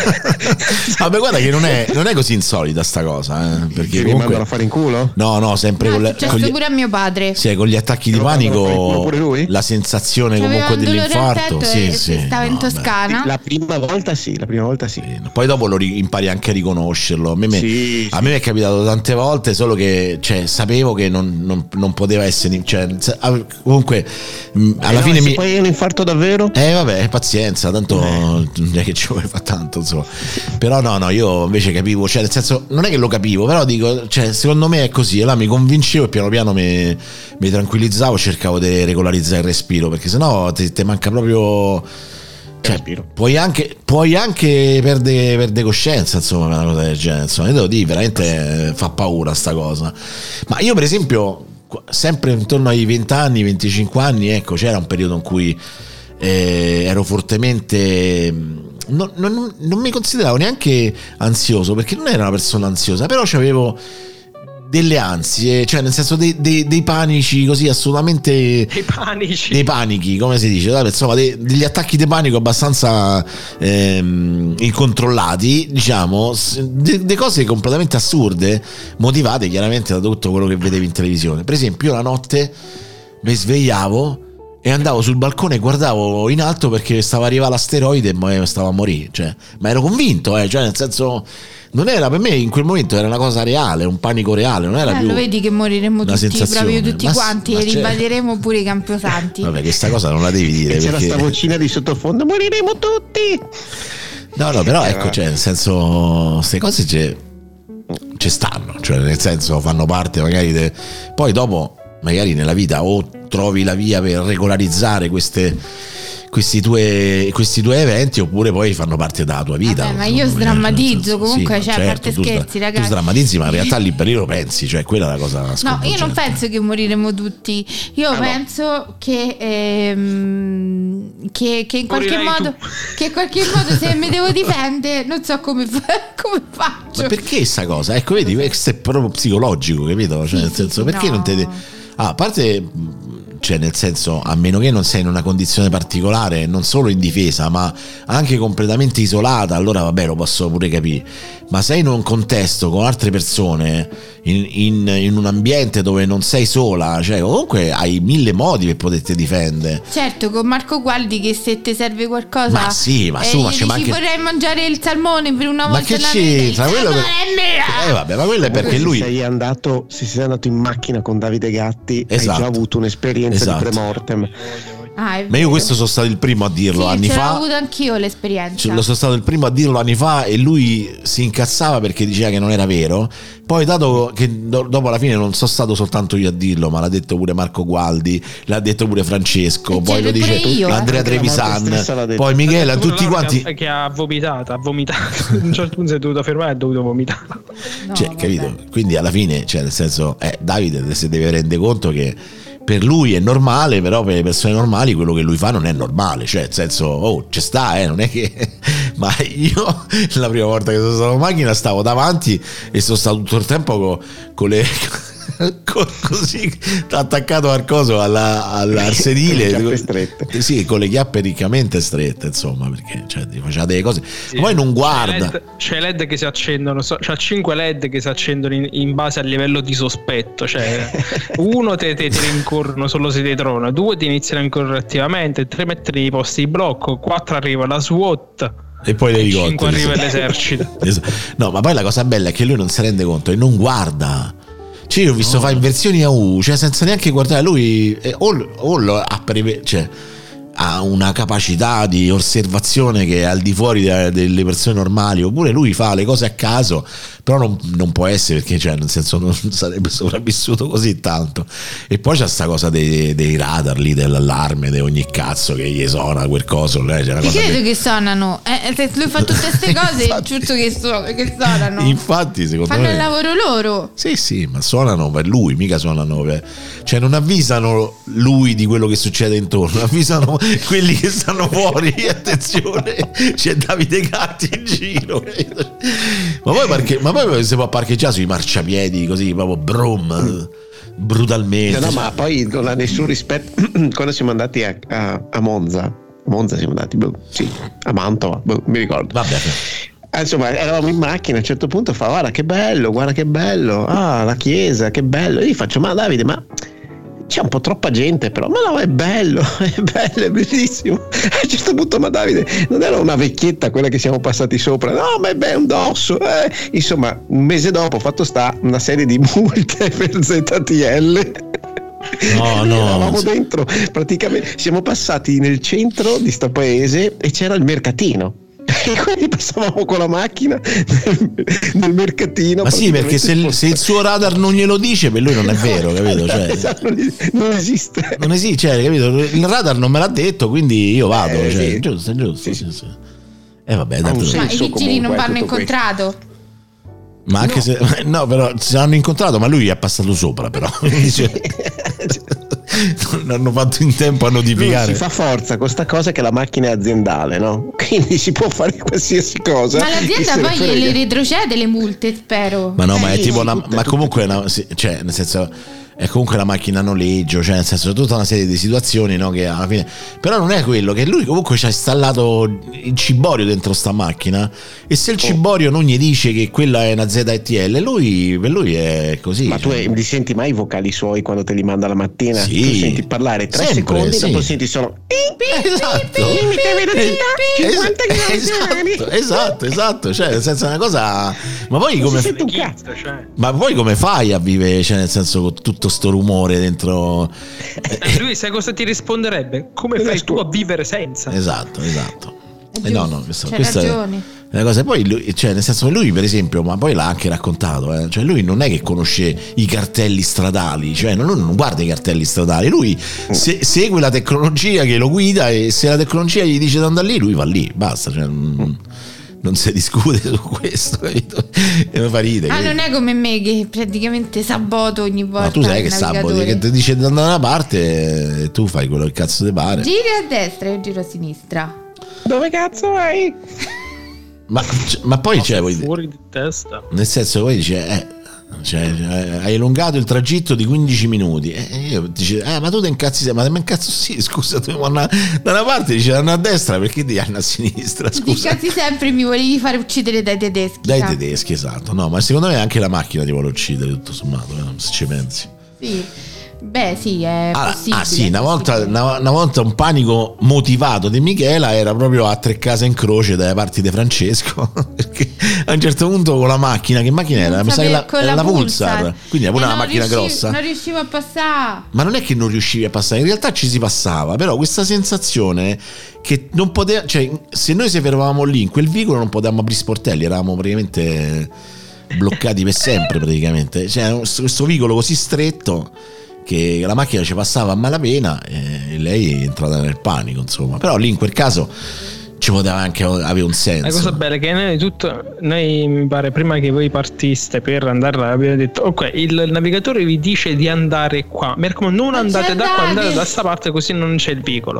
Speaker 2: Vabbè, guarda che non è, non è così insolita sta cosa, eh? Perché
Speaker 5: mi
Speaker 2: comunque
Speaker 5: mandano a fare in culo?
Speaker 2: no no sempre
Speaker 4: Ah,
Speaker 2: con,
Speaker 4: è
Speaker 2: le,
Speaker 4: successo
Speaker 2: con gli,
Speaker 4: pure a mio padre.
Speaker 2: sì, con gli attacchi di
Speaker 5: Lo mandano a fare in culo
Speaker 2: panico,
Speaker 5: pure lui?
Speaker 2: la sensazione
Speaker 4: Aveva
Speaker 2: comunque
Speaker 4: un dolore al
Speaker 2: dell'infarto,
Speaker 4: petto
Speaker 2: sì,
Speaker 4: e
Speaker 2: sì,
Speaker 4: stava in
Speaker 2: no, beh.
Speaker 4: Toscana.
Speaker 5: La prima volta sì, la prima volta sì.
Speaker 2: Poi dopo lo ri- impari anche a riconoscerlo. A me, me-
Speaker 5: Sì,
Speaker 2: a
Speaker 5: sì.
Speaker 2: me è capitato tante volte, solo che cioè, sapevo che non, non- non poteva essere. Cioè, sa- ah, comunque, mh, alla
Speaker 5: Eh no,
Speaker 2: fine
Speaker 5: e se
Speaker 2: mi.
Speaker 5: poi è un infarto davvero?
Speaker 2: Eh vabbè, pazienza, tanto non è che ci vuole fare tanto, insomma. Però no, no, io invece capivo, cioè nel senso, non è che lo capivo, però dico, cioè, secondo me è così, e là mi convincevo e piano piano mi, mi tranquillizzavo, cercavo di regolarizzare il respiro, perché sennò ti, ti manca proprio. Cioè,
Speaker 5: Respiro.
Speaker 2: puoi anche, puoi anche perdere, perdere coscienza, insomma, una cosa del genere. Insomma, io devo dire, veramente fa paura sta cosa. Ma io, per esempio, sempre intorno ai venti anni, venticinque anni, ecco, c'era un periodo in cui eh, ero fortemente. Non, non, non mi consideravo neanche ansioso, perché non ero una persona ansiosa, però c'avevo delle ansie, cioè nel senso dei, dei, dei panici così assolutamente,
Speaker 6: I panici.
Speaker 2: dei panichi, come si dice, vabbè, insomma dei, degli attacchi di panico abbastanza ehm, incontrollati, diciamo, de, de cose completamente assurde, motivate chiaramente da tutto quello che vedevi in televisione. Per esempio, io la notte mi svegliavo e andavo sul balcone e guardavo in alto perché stava arrivando l'asteroide e stavo a morire, cioè, ma ero convinto, eh, cioè nel senso, non era, per me in quel momento era una cosa reale, un panico reale, non era
Speaker 4: Eh,
Speaker 2: più
Speaker 4: lo vedi che moriremo
Speaker 2: una
Speaker 4: tutti,
Speaker 2: sensazione.
Speaker 4: proprio tutti
Speaker 2: Ma-
Speaker 4: quanti,
Speaker 2: ma
Speaker 4: e
Speaker 2: c'è-
Speaker 4: ribadiremo pure i camposanti.
Speaker 2: Vabbè, questa cosa non la devi dire,
Speaker 5: E c'era
Speaker 2: perché
Speaker 5: sta vocina di sottofondo, moriremo tutti.
Speaker 2: no no però
Speaker 5: Eh,
Speaker 2: ecco,
Speaker 5: va.
Speaker 2: cioè nel senso, queste cose c'è, ci stanno, cioè nel senso fanno parte magari de... poi dopo magari nella vita o trovi la via per regolarizzare queste questi due, questi due eventi, oppure poi fanno parte della tua vita.
Speaker 4: Vabbè, ma io
Speaker 2: Secondo me,
Speaker 4: sdrammatizzo,
Speaker 2: cioè, nel senso,
Speaker 4: comunque,
Speaker 2: ma
Speaker 4: cioè, a parte
Speaker 2: tu
Speaker 4: scherzi,
Speaker 2: sdra-
Speaker 4: ragazzi.
Speaker 2: tu sdrammatizzi, ma in realtà lì per lì lo pensi, cioè quella è la cosa
Speaker 4: No, io non
Speaker 2: sconvolgente.
Speaker 4: penso che moriremo tutti. Io
Speaker 5: Ah, no.
Speaker 4: penso che, ehm, che, che in qualche
Speaker 6: Morirai
Speaker 4: modo,
Speaker 6: tu.
Speaker 4: che in qualche modo se mi devo difendere, non so come, fa- come faccio.
Speaker 2: Ma perché sta cosa? Ecco, vedi, questo è proprio psicologico, capito? Cioè,
Speaker 4: Sì,
Speaker 2: nel
Speaker 4: sì,
Speaker 2: senso,
Speaker 4: sì,
Speaker 2: perché
Speaker 4: no.
Speaker 2: non te. Ah, a parte, cioè, nel senso, a meno che non sei in una condizione particolare, non solo indifesa, ma anche completamente isolata, allora vabbè, lo posso pure capire. Ma sei in un contesto con altre persone, in, in, in un ambiente dove non sei sola, cioè, comunque hai mille modi per poterti difendere.
Speaker 4: Certo, con Marco Gualdi che se ti serve qualcosa,
Speaker 2: Ma sì, ma su,
Speaker 4: eh,
Speaker 2: ma
Speaker 4: gli
Speaker 2: c'è
Speaker 4: dici,
Speaker 2: manche-
Speaker 4: vorrei mangiare il salmone per una
Speaker 2: Ma
Speaker 4: volta
Speaker 2: che
Speaker 4: nella vita, il
Speaker 2: c'entra? Quello
Speaker 4: salmone
Speaker 2: per-
Speaker 4: è mia!
Speaker 2: Eh vabbè, ma quello è perché
Speaker 5: Se
Speaker 2: lui.
Speaker 5: sei andato, se sei andato in macchina con Davide Gatti,
Speaker 2: Esatto.
Speaker 5: hai già avuto un'esperienza
Speaker 2: Esatto.
Speaker 5: di premortem.
Speaker 4: Ah, è
Speaker 2: Ma io
Speaker 4: vero.
Speaker 2: questo sono stato il primo a dirlo
Speaker 4: Sì,
Speaker 2: anni
Speaker 4: ce l'ho
Speaker 2: fa.
Speaker 4: avuto anch'io l'esperienza.
Speaker 2: Cioè, lo sono stato il primo a dirlo anni fa e lui si incazzava perché diceva che non era vero. Poi, dato che do- dopo alla fine non sono stato soltanto io a dirlo, ma l'ha detto pure Marco Gualdi, l'ha detto pure Francesco,
Speaker 4: E
Speaker 2: poi lo
Speaker 4: c'ero
Speaker 2: dice
Speaker 4: pure io, eh.
Speaker 2: Andrea
Speaker 5: Anche la morte
Speaker 2: Trevisan,
Speaker 5: stessa l'ha detto.
Speaker 2: poi Michela,
Speaker 6: Pure
Speaker 2: tutti
Speaker 6: Laura
Speaker 2: quanti.
Speaker 6: che, che ha vomitato, ha vomitato. A un certo punto si è dovuto fermare e ha dovuto vomitare.
Speaker 4: No,
Speaker 2: Cioè,
Speaker 4: vabbè.
Speaker 2: capito? Quindi alla fine, cioè, nel senso, eh, Davide si deve rendere conto che per lui è normale, però per le persone normali quello che lui fa non è normale. Cioè, nel senso, oh, ci sta, eh, non è che. Ma io la prima volta che sono stato in macchina stavo davanti e sono stato tutto il tempo con, con le. con- così attaccato al coso alla, alla- al sedile,
Speaker 5: Con le chiappe strette.
Speaker 2: sì, con le chiappe riccamente strette, insomma, perché cioè, ti faceva delle cose. Ma poi non guarda.
Speaker 6: C'è LED, c'è LED che si accendono, so- c'ha cinque LED che si accendono in, in base al livello di sospetto. Cioè, uno te, te, te rincorrono solo se ti trona, due ti iniziano a incorrere attivamente, tre mettono i posti di blocco, quattro arriva la SWAT.
Speaker 2: E poi le
Speaker 6: cinque
Speaker 2: elicotteri,
Speaker 6: arriva
Speaker 2: sì.
Speaker 6: l'esercito.
Speaker 2: Esatto. No, ma poi la cosa bella è che lui non si rende conto e non guarda. Cioè, io ho visto fare inversioni a U, cioè senza neanche guardare. Lui eh, o, o lo ha, preve- cioè, ha una capacità di osservazione che è al di fuori de- delle persone normali, oppure lui fa le cose a caso però non, non può essere, perché cioè nel senso non sarebbe sopravvissuto così tanto. E poi c'è sta cosa dei, dei radar lì, dell'allarme di ogni cazzo che gli suona quel coso, c'è una
Speaker 4: Ti
Speaker 2: cosa
Speaker 4: credo
Speaker 2: che...
Speaker 4: che suonano, eh, se lui fa tutte queste cose,
Speaker 2: Infatti.
Speaker 4: giusto che, so, che suonano.
Speaker 2: Infatti secondo
Speaker 4: Fanno
Speaker 2: me
Speaker 4: il lavoro loro.
Speaker 2: sì sì, ma suonano per lui, mica suonano per... cioè non avvisano lui di quello che succede intorno, avvisano quelli che stanno fuori. Attenzione, c'è Davide Gatti in giro. Ma poi, parche... ma poi si può parcheggiare sui marciapiedi così proprio brum, brutalmente.
Speaker 5: No, no, ma poi non ha nessun rispetto. Quando siamo andati a, a, a Monza, Monza siamo andati, boh, sì, a Mantova, boh, mi ricordo.
Speaker 2: Vabbè.
Speaker 5: Insomma, eravamo in macchina, a un certo punto fa: guarda che bello, guarda che bello, ah, la chiesa, che bello. Io gli faccio: ma Davide, ma c'è un po' troppa gente, però. Ma no, è bello, è bello, è bellissimo. A un certo punto: ma Davide, non era una vecchietta quella che siamo passati sopra? No, ma è bello, un dosso. Eh. Insomma, un mese dopo, fatto sta, una serie di multe per Z T L.
Speaker 2: No, no.
Speaker 5: Eravamo dentro, praticamente siamo passati nel centro di sto paese e c'era il mercatino. E quindi passavamo con la macchina nel, nel mercatino.
Speaker 2: Ma sì, perché se il, se il suo radar non glielo dice, per lui non è vero, capito? Cioè,
Speaker 5: esatto, non esiste.
Speaker 2: non esiste, cioè, capito? Il radar non me l'ha detto, quindi io vado.
Speaker 5: Eh,
Speaker 2: cioè,
Speaker 5: sì.
Speaker 2: giusto, giusto.
Speaker 5: Sì,
Speaker 2: Sì,
Speaker 5: sì.
Speaker 2: sì. E eh, vabbè,
Speaker 5: Ha un
Speaker 2: tanto-
Speaker 5: senso.
Speaker 4: Ma i vigili
Speaker 5: comunque,
Speaker 4: non vanno
Speaker 5: tutto
Speaker 4: incontrato?
Speaker 2: ma anche
Speaker 5: no.
Speaker 2: se no, però si hanno incontrato, ma lui è passato sopra, però. Quindi, cioè, non hanno fatto in tempo a
Speaker 5: Lui
Speaker 2: notificare.
Speaker 5: si fa forza con sta cosa che la macchina è aziendale, no? Quindi si può fare qualsiasi cosa.
Speaker 4: Ma
Speaker 5: Chi
Speaker 4: l'azienda
Speaker 5: se ne
Speaker 4: poi
Speaker 5: frega.
Speaker 4: gliele retrocede le multe, spero.
Speaker 2: Ma no, ma è
Speaker 5: Sì,
Speaker 2: tipo
Speaker 5: sì,
Speaker 2: una,
Speaker 5: tutte,
Speaker 2: ma
Speaker 5: tutte,
Speaker 2: comunque è una, sì, cioè nel senso è comunque una macchina a noleggio, cioè nel senso tutta una serie di situazioni, no, che alla fine però non è quello, che lui comunque ci ha installato il ciborio dentro sta macchina, e se il ciborio non gli dice che quella è una Z T L, lui per lui è così.
Speaker 5: Ma tu
Speaker 2: cioè.
Speaker 5: li senti mai i vocali suoi quando te li manda la mattina?
Speaker 2: Sì.
Speaker 5: Tu senti parlare tre
Speaker 2: Sempre,
Speaker 5: secondi,
Speaker 2: sì.
Speaker 5: dopo senti solo
Speaker 2: Esatto.
Speaker 5: limite velocità
Speaker 2: Eh,
Speaker 5: cinquanta chilometri
Speaker 2: esatto, esatto, esatto, cioè nel senso è una cosa, ma poi
Speaker 5: Non
Speaker 2: come
Speaker 5: si sente un cazzo.
Speaker 6: Cioè,
Speaker 2: ma poi come fai a vivere, cioè nel senso con tutto sto rumore dentro?
Speaker 6: eh, lui sai cosa ti risponderebbe? Come fai tu a vivere senza?
Speaker 2: Esatto, esatto.
Speaker 4: È
Speaker 2: Eh, no,
Speaker 4: giusto,
Speaker 2: no, questo,
Speaker 4: c'hai
Speaker 2: questa è
Speaker 4: ragione.
Speaker 2: è una cosa. Poi lui, cioè nel senso che lui per esempio, ma poi l'ha anche raccontato, eh, cioè lui non è che conosce i cartelli stradali, cioè lui non guarda i cartelli stradali, lui se- segue la tecnologia che lo guida, e se la tecnologia gli dice di andare lì, lui va lì, basta, cioè, non, non si discute su questo, capito? E mi fa ridere.
Speaker 4: Ah,
Speaker 2: capito?
Speaker 4: non è come me che praticamente saboto ogni volta.
Speaker 2: Ma tu sai
Speaker 4: il
Speaker 2: che saboti,
Speaker 4: navigatore.
Speaker 2: che ti dice di andare da una parte e tu fai quello che cazzo ti pare.
Speaker 4: Giri a destra e giro a sinistra.
Speaker 5: Dove cazzo vai?
Speaker 2: Ma, ma poi cioè, vuoi-
Speaker 6: Fuori di testa.
Speaker 2: nel senso poi dice eh, cioè, eh, hai allungato il tragitto di quindici minuti, e eh, io dice eh, ma tu te incazzi sempre, ma te incazzo sì, scusa, tu da una parte dice andare a destra, perché devi andare a sinistra,
Speaker 4: Ti
Speaker 2: scusa,
Speaker 4: cazzi sempre, mi volevi fare uccidere dai tedeschi.
Speaker 2: dai
Speaker 4: sa?
Speaker 2: tedeschi, esatto. No, ma secondo me anche la macchina ti vuole uccidere tutto sommato, eh, se ci pensi.
Speaker 4: Sì. Beh, sì, è
Speaker 2: Ah,
Speaker 4: possibile.
Speaker 2: ah, sì,
Speaker 4: è
Speaker 2: una volta,
Speaker 4: possibile.
Speaker 2: una, una volta un panico motivato di Michela era proprio a tre case in croce dalle parti di Francesco, perché a un certo punto con la macchina, che macchina era?
Speaker 4: Non
Speaker 2: Mi sa che
Speaker 4: sapevo-
Speaker 2: la,
Speaker 4: con
Speaker 2: era
Speaker 4: la
Speaker 2: la Pulsar, quindi era pure
Speaker 4: Eh,
Speaker 2: una
Speaker 4: non
Speaker 2: macchina
Speaker 4: riuscivo-
Speaker 2: grossa.
Speaker 4: Non riuscivo a passare.
Speaker 2: Ma non è che non riuscivi a passare, in realtà ci si passava, però questa sensazione che non poteva, cioè se noi si fermavamo lì in quel vicolo non potevamo aprire sportelli, eravamo praticamente bloccati per sempre praticamente, cioè questo vicolo così stretto che la macchina ci passava a malapena e lei è entrata nel panico, insomma. Però lì in quel caso ci poteva anche avere un senso.
Speaker 6: La cosa bella è che noi tutto, noi mi pare prima che voi partiste per andare là abbiamo detto ok, il navigatore vi dice di andare qua, mi raccomando non
Speaker 4: Non
Speaker 6: andate
Speaker 4: ci
Speaker 6: da qua,
Speaker 4: andate.
Speaker 6: andate da sta parte così non c'è il vicolo.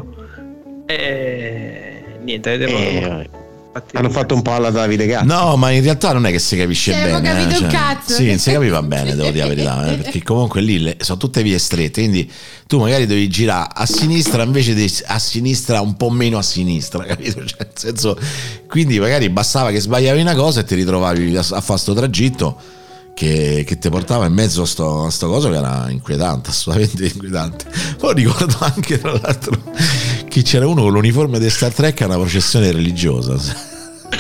Speaker 6: E niente, avete
Speaker 5: Eh, hanno fatto un po' alla Davide Gatti.
Speaker 2: No, ma in realtà non è che si capisce
Speaker 4: Sì, avevo
Speaker 2: bene.
Speaker 4: capito
Speaker 2: eh,
Speaker 4: un
Speaker 2: cioè,
Speaker 4: cazzo.
Speaker 2: Sì, non si capiva bene, devo dire la verità, eh, perché comunque lì le- sono tutte vie strette, quindi tu magari devi girare a sinistra invece di a sinistra un po' meno a sinistra, capito? Cioè, nel senso, quindi magari bastava che sbagliavi una cosa e ti ritrovavi a, a fare sto tragitto che, che ti portava in mezzo a sto, a sto coso che era inquietante, assolutamente inquietante. Poi ricordo anche tra l'altro che c'era uno con l'uniforme di Star Trek a una processione religiosa.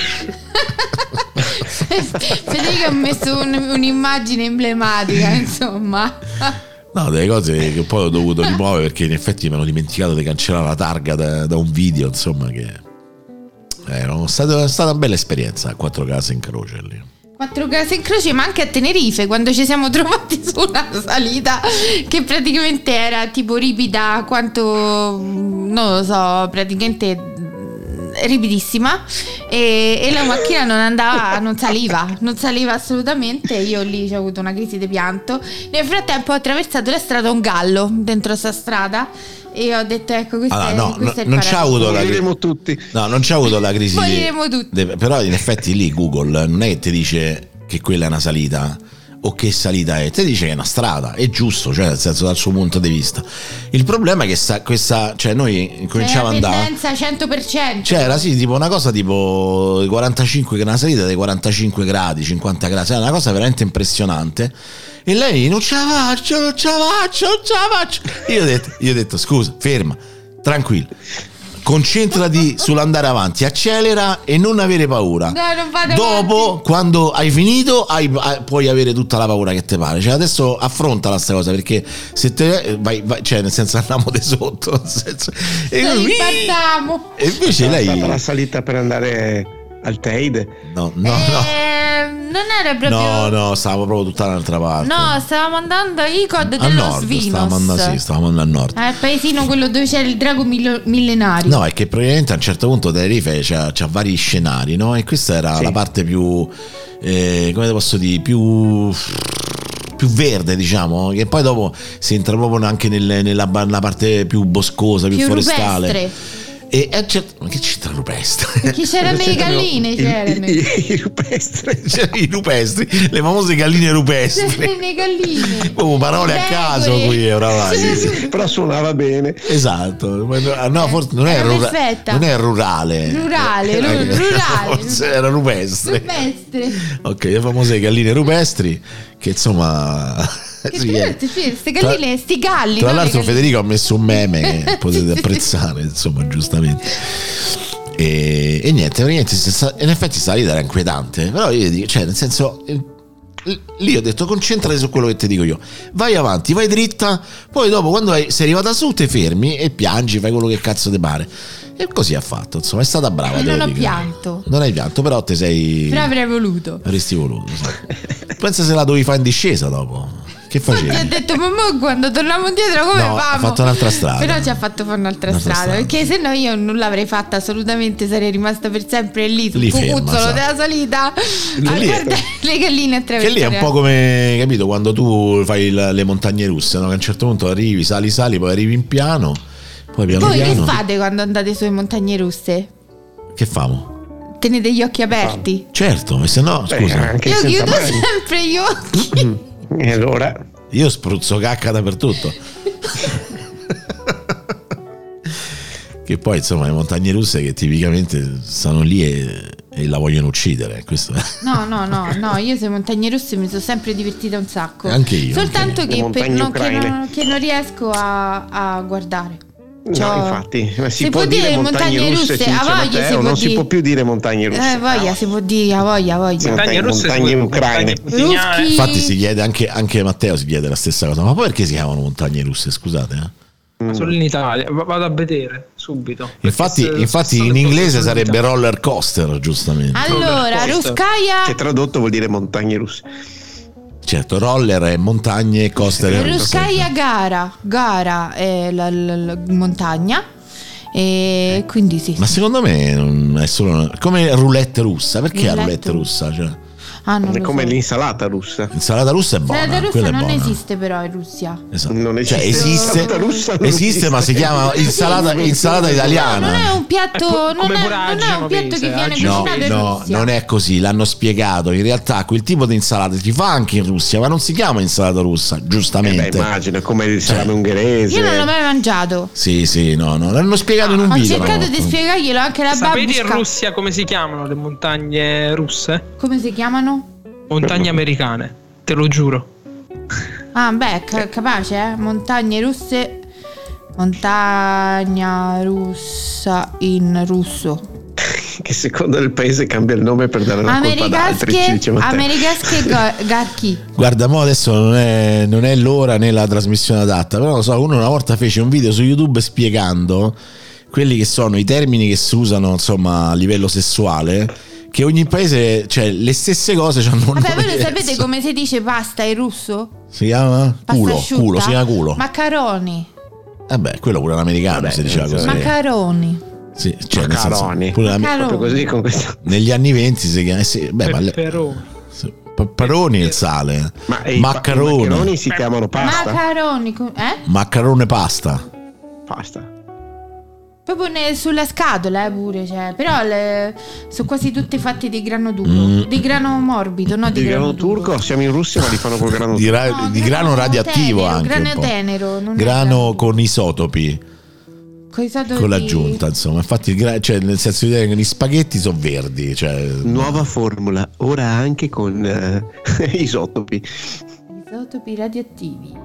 Speaker 4: Federico ha messo un- un'immagine emblematica, insomma.
Speaker 2: No, delle cose che poi ho dovuto rimuovere perché in effetti mi ero dimenticato di cancellare la targa da, da un video, insomma, che era stata, è stata una bella esperienza a quattro case in croce lì.
Speaker 4: Quattro case in croce, ma anche a Tenerife, quando ci siamo trovati su una salita che praticamente era tipo ripida quanto, non lo so, praticamente ripidissima, e, e la macchina non andava, non saliva, non saliva assolutamente. Io lì ho avuto una crisi di pianto. Nel frattempo ho attraversato la strada un gallo dentro sta strada e ho detto ecco questo
Speaker 2: allora,
Speaker 4: è,
Speaker 2: no,
Speaker 4: questo
Speaker 2: no,
Speaker 4: è il
Speaker 2: non c'ha avuto la
Speaker 5: Moriremo tutti.
Speaker 2: No, non c'ha avuto la crisi.
Speaker 4: Moriremo tutti.
Speaker 2: De, però in effetti lì Google non è che ti dice che quella è una salita o che salita è, ti dice che è una strada, è giusto, cioè nel senso dal suo punto di vista. Il problema è che sta, questa, cioè noi cominciamo ad andare.
Speaker 4: Pendenza cento per cento.
Speaker 2: C'era sì, tipo una cosa tipo quarantacinque, una salita dei quarantacinque gradi, cinquanta gradi, cioè una cosa veramente impressionante. E lei non ce la faccio, non ce la faccio, non ce la faccio. Io ho detto, io ho detto scusa, ferma, tranquillo. Concentrati sull'andare avanti, accelera e non avere paura.
Speaker 4: No, non vado
Speaker 2: Dopo,
Speaker 4: avanti.
Speaker 2: quando hai finito, hai, hai, puoi avere tutta la paura che ti pare. Cioè, adesso affronta la sta cosa, perché se te vai, vai, cioè, nel senso andiamo di sotto, nel senso, e,
Speaker 4: Noi
Speaker 2: ui,
Speaker 4: partiamo.
Speaker 2: e invece
Speaker 5: È
Speaker 2: lei
Speaker 5: stata la salita per andare al Teide.
Speaker 2: no, no, no.
Speaker 4: Eh, non era proprio.
Speaker 2: No, no, stavamo proprio tutta dall'altra parte.
Speaker 4: No, stavamo andando a Icod
Speaker 2: a
Speaker 4: dello
Speaker 2: nord,
Speaker 4: Svinos.
Speaker 2: stavamo andando, sì, stavamo andando a nord.
Speaker 4: Al paesino quello dove c'era il drago mil- millenario.
Speaker 2: No, è che praticamente a un certo punto Tenerife c'ha, c'ha vari scenari, no? E questa era
Speaker 5: Sì.
Speaker 2: la parte più, eh, come te posso dire, più più verde, diciamo, che poi dopo si entra proprio anche nel- nella, nella parte più boscosa, più,
Speaker 4: Più
Speaker 2: forestale.
Speaker 4: rupestre.
Speaker 2: E a un certo- ma che c'entra rupestre?
Speaker 4: Chi c'erano le galline?
Speaker 5: I-
Speaker 4: C'erano.
Speaker 5: i, i, i rupestri.
Speaker 2: C'erano i rupestri, le famose galline rupestri.
Speaker 4: C'erano le galline.
Speaker 2: Proprio parole a
Speaker 4: Pecore.
Speaker 2: caso qui, oramai.
Speaker 5: Sì, sì, però suonava bene.
Speaker 2: Esatto, no, forse non è,
Speaker 4: Era
Speaker 2: rura-
Speaker 4: perfetta.
Speaker 2: non è rurale.
Speaker 4: Rurale, ru- rurale.
Speaker 2: Forse era rupestre.
Speaker 4: Rupestre.
Speaker 2: Ok, le famose galline rupestri che insomma
Speaker 4: Che
Speaker 2: sì,
Speaker 4: bello,
Speaker 2: eh.
Speaker 4: queste galline, sti galli.
Speaker 2: Tra
Speaker 4: no?
Speaker 2: l'altro
Speaker 4: Le galline.
Speaker 2: Federico ha messo un meme che potete
Speaker 4: Sì.
Speaker 2: apprezzare, insomma, giustamente. E, e niente, praticamente in effetti sta salita era inquietante, però io dico, cioè nel senso eh, lì ho detto concentrati su quello che ti dico io, vai avanti, vai dritta, poi dopo quando hai, sei arrivata su te fermi e piangi, fai quello che cazzo ti pare. E così ha fatto, insomma, è stata brava.
Speaker 4: E
Speaker 2: devo
Speaker 4: non ho
Speaker 2: dire.
Speaker 4: pianto.
Speaker 2: Non hai pianto, però te sei.
Speaker 4: Però avrei voluto.
Speaker 2: Avresti voluto, sì. Pensa se la dovevi fare in discesa dopo. Che facevi?
Speaker 4: Ti ho detto, ma mo quando torniamo indietro come
Speaker 2: No,
Speaker 4: famo?
Speaker 2: ha fatto un'altra strada.
Speaker 4: Però ci ha fatto fare un'altra,
Speaker 2: Un'altra
Speaker 4: strada,
Speaker 2: strada.
Speaker 4: perché se no io non l'avrei fatta assolutamente, sarei rimasta per sempre lì sul
Speaker 2: Lì ferma,
Speaker 4: cucuzzolo
Speaker 2: sa.
Speaker 4: della salita a
Speaker 2: Lì è-
Speaker 4: guardare le galline
Speaker 2: Che
Speaker 4: attraversare.
Speaker 2: lì è un po' come, capito, quando tu fai la- le montagne russe, no? Che a un certo punto arrivi, sali, sali, poi arrivi in piano, poi piano
Speaker 4: Voi che
Speaker 2: piano.
Speaker 4: fate quando andate sulle montagne russe?
Speaker 2: Che famo?
Speaker 4: Tenete gli occhi aperti?
Speaker 2: Certo, e se no,
Speaker 5: Beh,
Speaker 2: scusa,
Speaker 5: anche
Speaker 4: Io
Speaker 5: senza
Speaker 4: chiudo
Speaker 5: mani.
Speaker 4: sempre gli occhi.
Speaker 5: E allora
Speaker 2: io spruzzo cacca dappertutto. Che poi insomma le montagne russe che tipicamente stanno lì e, e la vogliono uccidere, questo è.
Speaker 4: No, no, no, no, io sulle montagne russe mi sono sempre divertita un sacco.
Speaker 2: Anche io,
Speaker 4: Soltanto
Speaker 5: anche
Speaker 4: che,
Speaker 5: io. Le
Speaker 4: per
Speaker 5: montagne
Speaker 4: non, che,
Speaker 5: ucraine.
Speaker 4: non, che non riesco a, a guardare.
Speaker 5: no,
Speaker 4: Cioè,
Speaker 5: infatti, ma si,
Speaker 4: si
Speaker 5: può
Speaker 4: può
Speaker 5: dire
Speaker 4: dire
Speaker 5: montagne
Speaker 4: montagne
Speaker 5: russe,
Speaker 4: russe,
Speaker 5: Cinzia
Speaker 4: a voglia
Speaker 5: Matteo,
Speaker 4: si può
Speaker 5: non si
Speaker 4: dire.
Speaker 5: può più dire montagne russe.
Speaker 4: Eh, voglia, si può dire, a voglia, a voglia.
Speaker 5: Sì.
Speaker 6: Montagne russe,
Speaker 5: montagne
Speaker 6: sono
Speaker 5: ucraine.
Speaker 6: pusignane.
Speaker 4: Ruschi.
Speaker 2: Infatti si chiede anche, anche Matteo si chiede la stessa cosa, ma poi perché si chiamano montagne russe, scusate? Eh?
Speaker 6: Solo in Italia, V- vado a vedere subito.
Speaker 2: Infatti,
Speaker 6: Perché se-
Speaker 2: infatti
Speaker 6: sono
Speaker 2: in
Speaker 6: le
Speaker 2: inglese
Speaker 6: cose
Speaker 2: sarebbe
Speaker 6: in Italia.
Speaker 2: roller coaster, giustamente.
Speaker 4: Allora,
Speaker 6: Roller coaster.
Speaker 4: Ruskaya,
Speaker 5: Che tradotto vuol dire montagne russe.
Speaker 2: Certo, roller è montagne e coaster è
Speaker 4: Ruskaya gara, gara è la, la- la montagna. E quindi sì.
Speaker 2: Ma secondo me non è solo come roulette russa, perché la
Speaker 4: Roulette
Speaker 2: roulette russa? Cioè,
Speaker 4: Ah, non
Speaker 5: È
Speaker 4: lo
Speaker 5: come
Speaker 4: so.
Speaker 5: l'insalata russa.
Speaker 2: l'insalata russa è buona,
Speaker 4: Salata russa
Speaker 2: quella è
Speaker 4: non
Speaker 2: buona.
Speaker 4: esiste però in Russia.
Speaker 2: Esatto.
Speaker 5: Non
Speaker 2: Cioè,
Speaker 5: esiste.
Speaker 2: esiste,
Speaker 5: L'insalata russa non
Speaker 2: esiste,
Speaker 5: esiste.
Speaker 2: ma si chiama insalata, insalata italiana.
Speaker 4: Non è un piatto,
Speaker 6: È co-
Speaker 4: non,
Speaker 6: come
Speaker 4: è,
Speaker 6: pure a
Speaker 4: non è un piatto che
Speaker 6: Genovese,
Speaker 4: viene
Speaker 6: a
Speaker 2: No,
Speaker 4: cucinato in
Speaker 2: no,
Speaker 4: Russia.
Speaker 2: non è così, l'hanno spiegato. In realtà quel tipo di insalata si fa anche in Russia, ma non si chiama insalata russa,
Speaker 5: Eh beh,
Speaker 2: giustamente.
Speaker 5: immagino, è come il salame ungherese.
Speaker 4: Io non l'ho mai mangiato.
Speaker 2: Sì, sì, no, no, l'hanno spiegato in un
Speaker 4: Ho
Speaker 2: video.
Speaker 4: cercato
Speaker 2: una
Speaker 4: di
Speaker 2: volta.
Speaker 4: spiegarglielo anche la
Speaker 6: Sapete in
Speaker 4: babusca.
Speaker 6: Russia come si chiamano le montagne russe?
Speaker 4: Come si chiamano?
Speaker 6: Montagne americane, te lo giuro.
Speaker 4: Ah, beh, ca- capace, eh? Montagne russe. Montagna russa in russo.
Speaker 5: Che secondo il paese cambia il nome per dare la colpa ad altri. ci
Speaker 4: Americasche,
Speaker 5: dice Matteo.
Speaker 4: Americasche ga- Garchi.
Speaker 2: Guarda, mo adesso non è, non è l'ora né la trasmissione adatta, però non so, uno una volta fece un video su YouTube spiegando quelli che sono i termini che si usano, insomma, a livello sessuale, che ogni paese, cioè le stesse cose c'hanno un
Speaker 4: Vabbè,
Speaker 2: nome
Speaker 4: voi lo sapete
Speaker 2: diverso.
Speaker 4: come si dice pasta in russo?
Speaker 2: Si chiama
Speaker 4: Pasta
Speaker 2: culo,
Speaker 4: asciutta?
Speaker 2: culo, si chiama culo.
Speaker 4: Macaroni.
Speaker 2: Vabbè, quello pure l'americano
Speaker 5: Vabbè,
Speaker 2: si diceva così.
Speaker 4: Macaroni.
Speaker 2: Sì, cioè, nel senso,
Speaker 5: Macaroni.
Speaker 2: pure la-
Speaker 4: Macaroni.
Speaker 5: Proprio così con questo.
Speaker 2: negli anni venti si chiama eh sì, beh, ma le-
Speaker 6: Pepperoni.
Speaker 2: sì, Pepperoni e il sale.
Speaker 5: Ma e i
Speaker 2: Maccaroni.
Speaker 5: pa- i maccheroni si chiamano pasta?
Speaker 4: Macaroni. co- Eh?
Speaker 2: Maccarone pasta.
Speaker 5: Pasta.
Speaker 4: Proprio ne- sulla scatola, eh, pure. Cioè. Però le- sono quasi tutte fatte di grano duro.
Speaker 2: Mm.
Speaker 4: Di grano morbido, no? Di,
Speaker 5: Di grano
Speaker 4: duro.
Speaker 5: turco? Siamo in Russia ma li fanno col grano
Speaker 2: Di,
Speaker 5: turco.
Speaker 2: ra-
Speaker 4: No,
Speaker 2: di grano radioattivo
Speaker 4: tenero,
Speaker 2: anche
Speaker 4: grano
Speaker 2: un po'.
Speaker 4: tenero, non è
Speaker 2: Grano con isotopi,
Speaker 4: Coi sodo
Speaker 2: con
Speaker 4: di-
Speaker 2: l'aggiunta, insomma. Infatti, il gra- cioè, nel senso di dire che gli spaghetti sono verdi, cioè
Speaker 5: Nuova formula, ora anche con eh, isotopi.
Speaker 4: Isotopi radioattivi.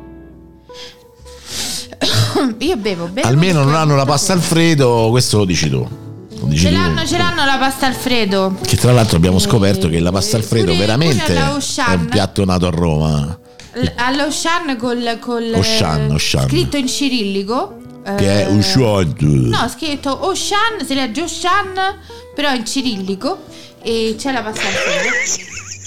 Speaker 4: Io bevo, bevo.
Speaker 2: almeno non hanno la
Speaker 4: tutto
Speaker 2: pasta
Speaker 4: questo.
Speaker 2: Alfredo, questo lo dici tu. Lo dici
Speaker 4: Ce
Speaker 2: tu.
Speaker 4: l'hanno, ce l'hanno la pasta Alfredo.
Speaker 2: Che tra l'altro abbiamo
Speaker 4: Eh,
Speaker 2: scoperto che la pasta Alfredo
Speaker 4: pure-
Speaker 2: veramente
Speaker 4: pure alla
Speaker 2: è
Speaker 4: Auchan.
Speaker 2: un piatto nato a Roma.
Speaker 4: L- Allo Shan col, col
Speaker 2: Auchan,
Speaker 4: eh,
Speaker 2: Auchan.
Speaker 4: scritto in cirillico.
Speaker 2: Che è
Speaker 4: eh,
Speaker 2: un short.
Speaker 4: No, scritto Oshan, si legge Oshan, però in cirillico. E c'è la pasta Alfredo.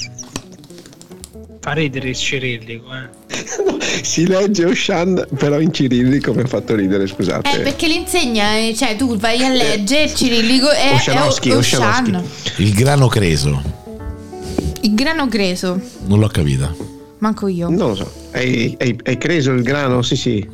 Speaker 6: Fa ridere il cirillico, eh.
Speaker 5: Si legge Oshan, però in cirillico mi ha fatto ridere, scusate.
Speaker 4: Eh, perché l'insegna, eh, cioè tu vai a leggere il cirillico e è
Speaker 5: Oshanowski,
Speaker 4: O-
Speaker 5: Oshanowski.
Speaker 4: Oshan.
Speaker 2: Il grano creso.
Speaker 4: Il grano greso.
Speaker 2: Non l'ho capita.
Speaker 4: Manco io.
Speaker 5: Non lo so. Hai, hai, hai creso il grano? Sì, sì.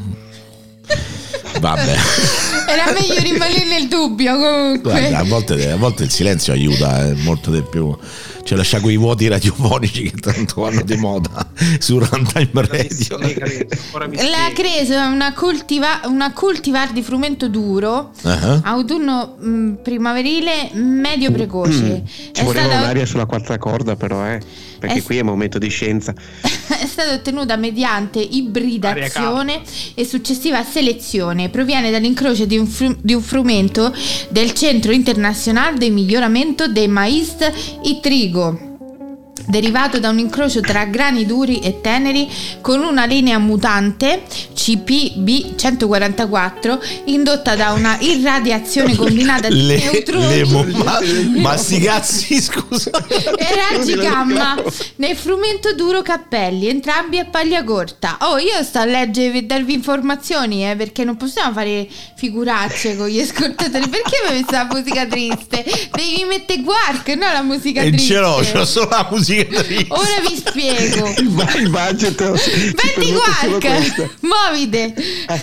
Speaker 2: Vabbè.
Speaker 4: Era meglio rimanere nel dubbio comunque.
Speaker 2: Guarda, a volte, a volte il silenzio aiuta eh, molto di più. Cioè lascia quei vuoti radiofonici che tanto vanno di moda su Runtime Radio.
Speaker 4: La creso è una, cultiva- una cultivar di frumento duro,
Speaker 2: Uh-huh.
Speaker 4: autunno mh, primaverile medio precoce.
Speaker 5: Ci
Speaker 4: È
Speaker 5: voleva
Speaker 4: stata,
Speaker 5: un'aria sulla quarta corda, però, eh. Perché
Speaker 4: È-
Speaker 5: qui è momento di scienza.
Speaker 4: è stata ottenuta mediante ibridazione e successiva selezione. Proviene dall'incrocio di un, fru- di un frumento del Centro Internazionale di Miglioramento dei Mais e Trigo, derivato da un incrocio tra grani duri e teneri con una linea mutante C P B centoquarantaquattro indotta da una irradiazione combinata di
Speaker 2: Le,
Speaker 4: neutroni
Speaker 2: le mo- ma, ma sti cazzi, scusa.
Speaker 4: e raggi gamma nel frumento duro Cappelli, entrambi a paglia corta. Oh, io sto a leggere per darvi informazioni, eh, perché non possiamo fare figuracce con gli ascoltatori. Perché mi messa la musica triste? Devi mettere Quark, no la musica
Speaker 2: E
Speaker 4: triste.
Speaker 2: ce l'ho, ce l'ho solo la musica triste.
Speaker 4: Ora vi spiego.
Speaker 5: Il, ba- il budget. ci
Speaker 4: Metti
Speaker 5: permette solo questo.
Speaker 4: Quark, muovite.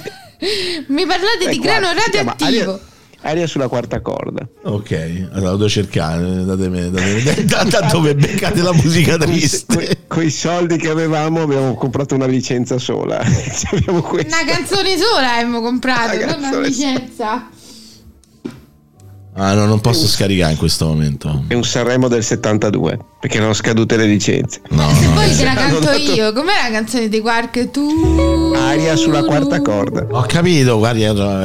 Speaker 4: Mi parlate
Speaker 5: Eh,
Speaker 4: di grano
Speaker 5: Quark si chiama
Speaker 4: radioattivo.
Speaker 5: Aria, aria sulla quarta corda.
Speaker 2: Ok, allora lo devo cercare. Datemi, datemi, da, da dove beccate la musica triste?
Speaker 5: Con i soldi che avevamo abbiamo comprato una licenza sola. Abbiamo questa.
Speaker 4: Una canzone sola abbiamo comprato,
Speaker 5: Una
Speaker 4: non una
Speaker 5: canzone
Speaker 4: licenza.
Speaker 2: Ah, no, non posso scaricare in questo momento.
Speaker 5: È un Sanremo del settantadue perché erano scadute le licenze.
Speaker 2: No,
Speaker 4: Se
Speaker 2: no,
Speaker 4: poi
Speaker 2: eh.
Speaker 4: te la
Speaker 5: hanno
Speaker 4: canto
Speaker 5: dato-
Speaker 4: io, com'è la canzone di Quark? Tu
Speaker 5: Aria sulla quarta corda.
Speaker 2: Ho capito, guarda.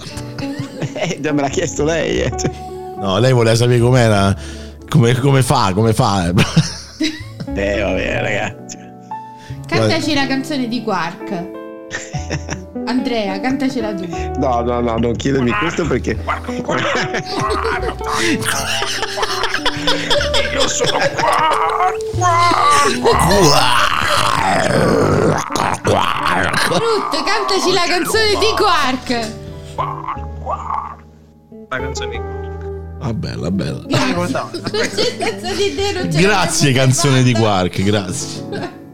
Speaker 5: Eh, già me l'ha chiesto lei. Eh. Cioè,
Speaker 2: No, lei voleva sapere com'era. Come, come fa, come fa.
Speaker 5: eh, vabbè, ragazzi.
Speaker 4: Cantaci la canzone di Quark. Andrea, cantacela tu.
Speaker 5: No, no, no, non chiedermi questo perché.
Speaker 6: Io sono
Speaker 4: Brutto, cantaci la canzone di Quark.
Speaker 6: la canzone di
Speaker 2: Ah, bella, bella.
Speaker 4: Non c'è senza di te, non c'è
Speaker 2: Grazie,
Speaker 4: la
Speaker 2: canzone di
Speaker 4: fatta.
Speaker 2: Quark, grazie.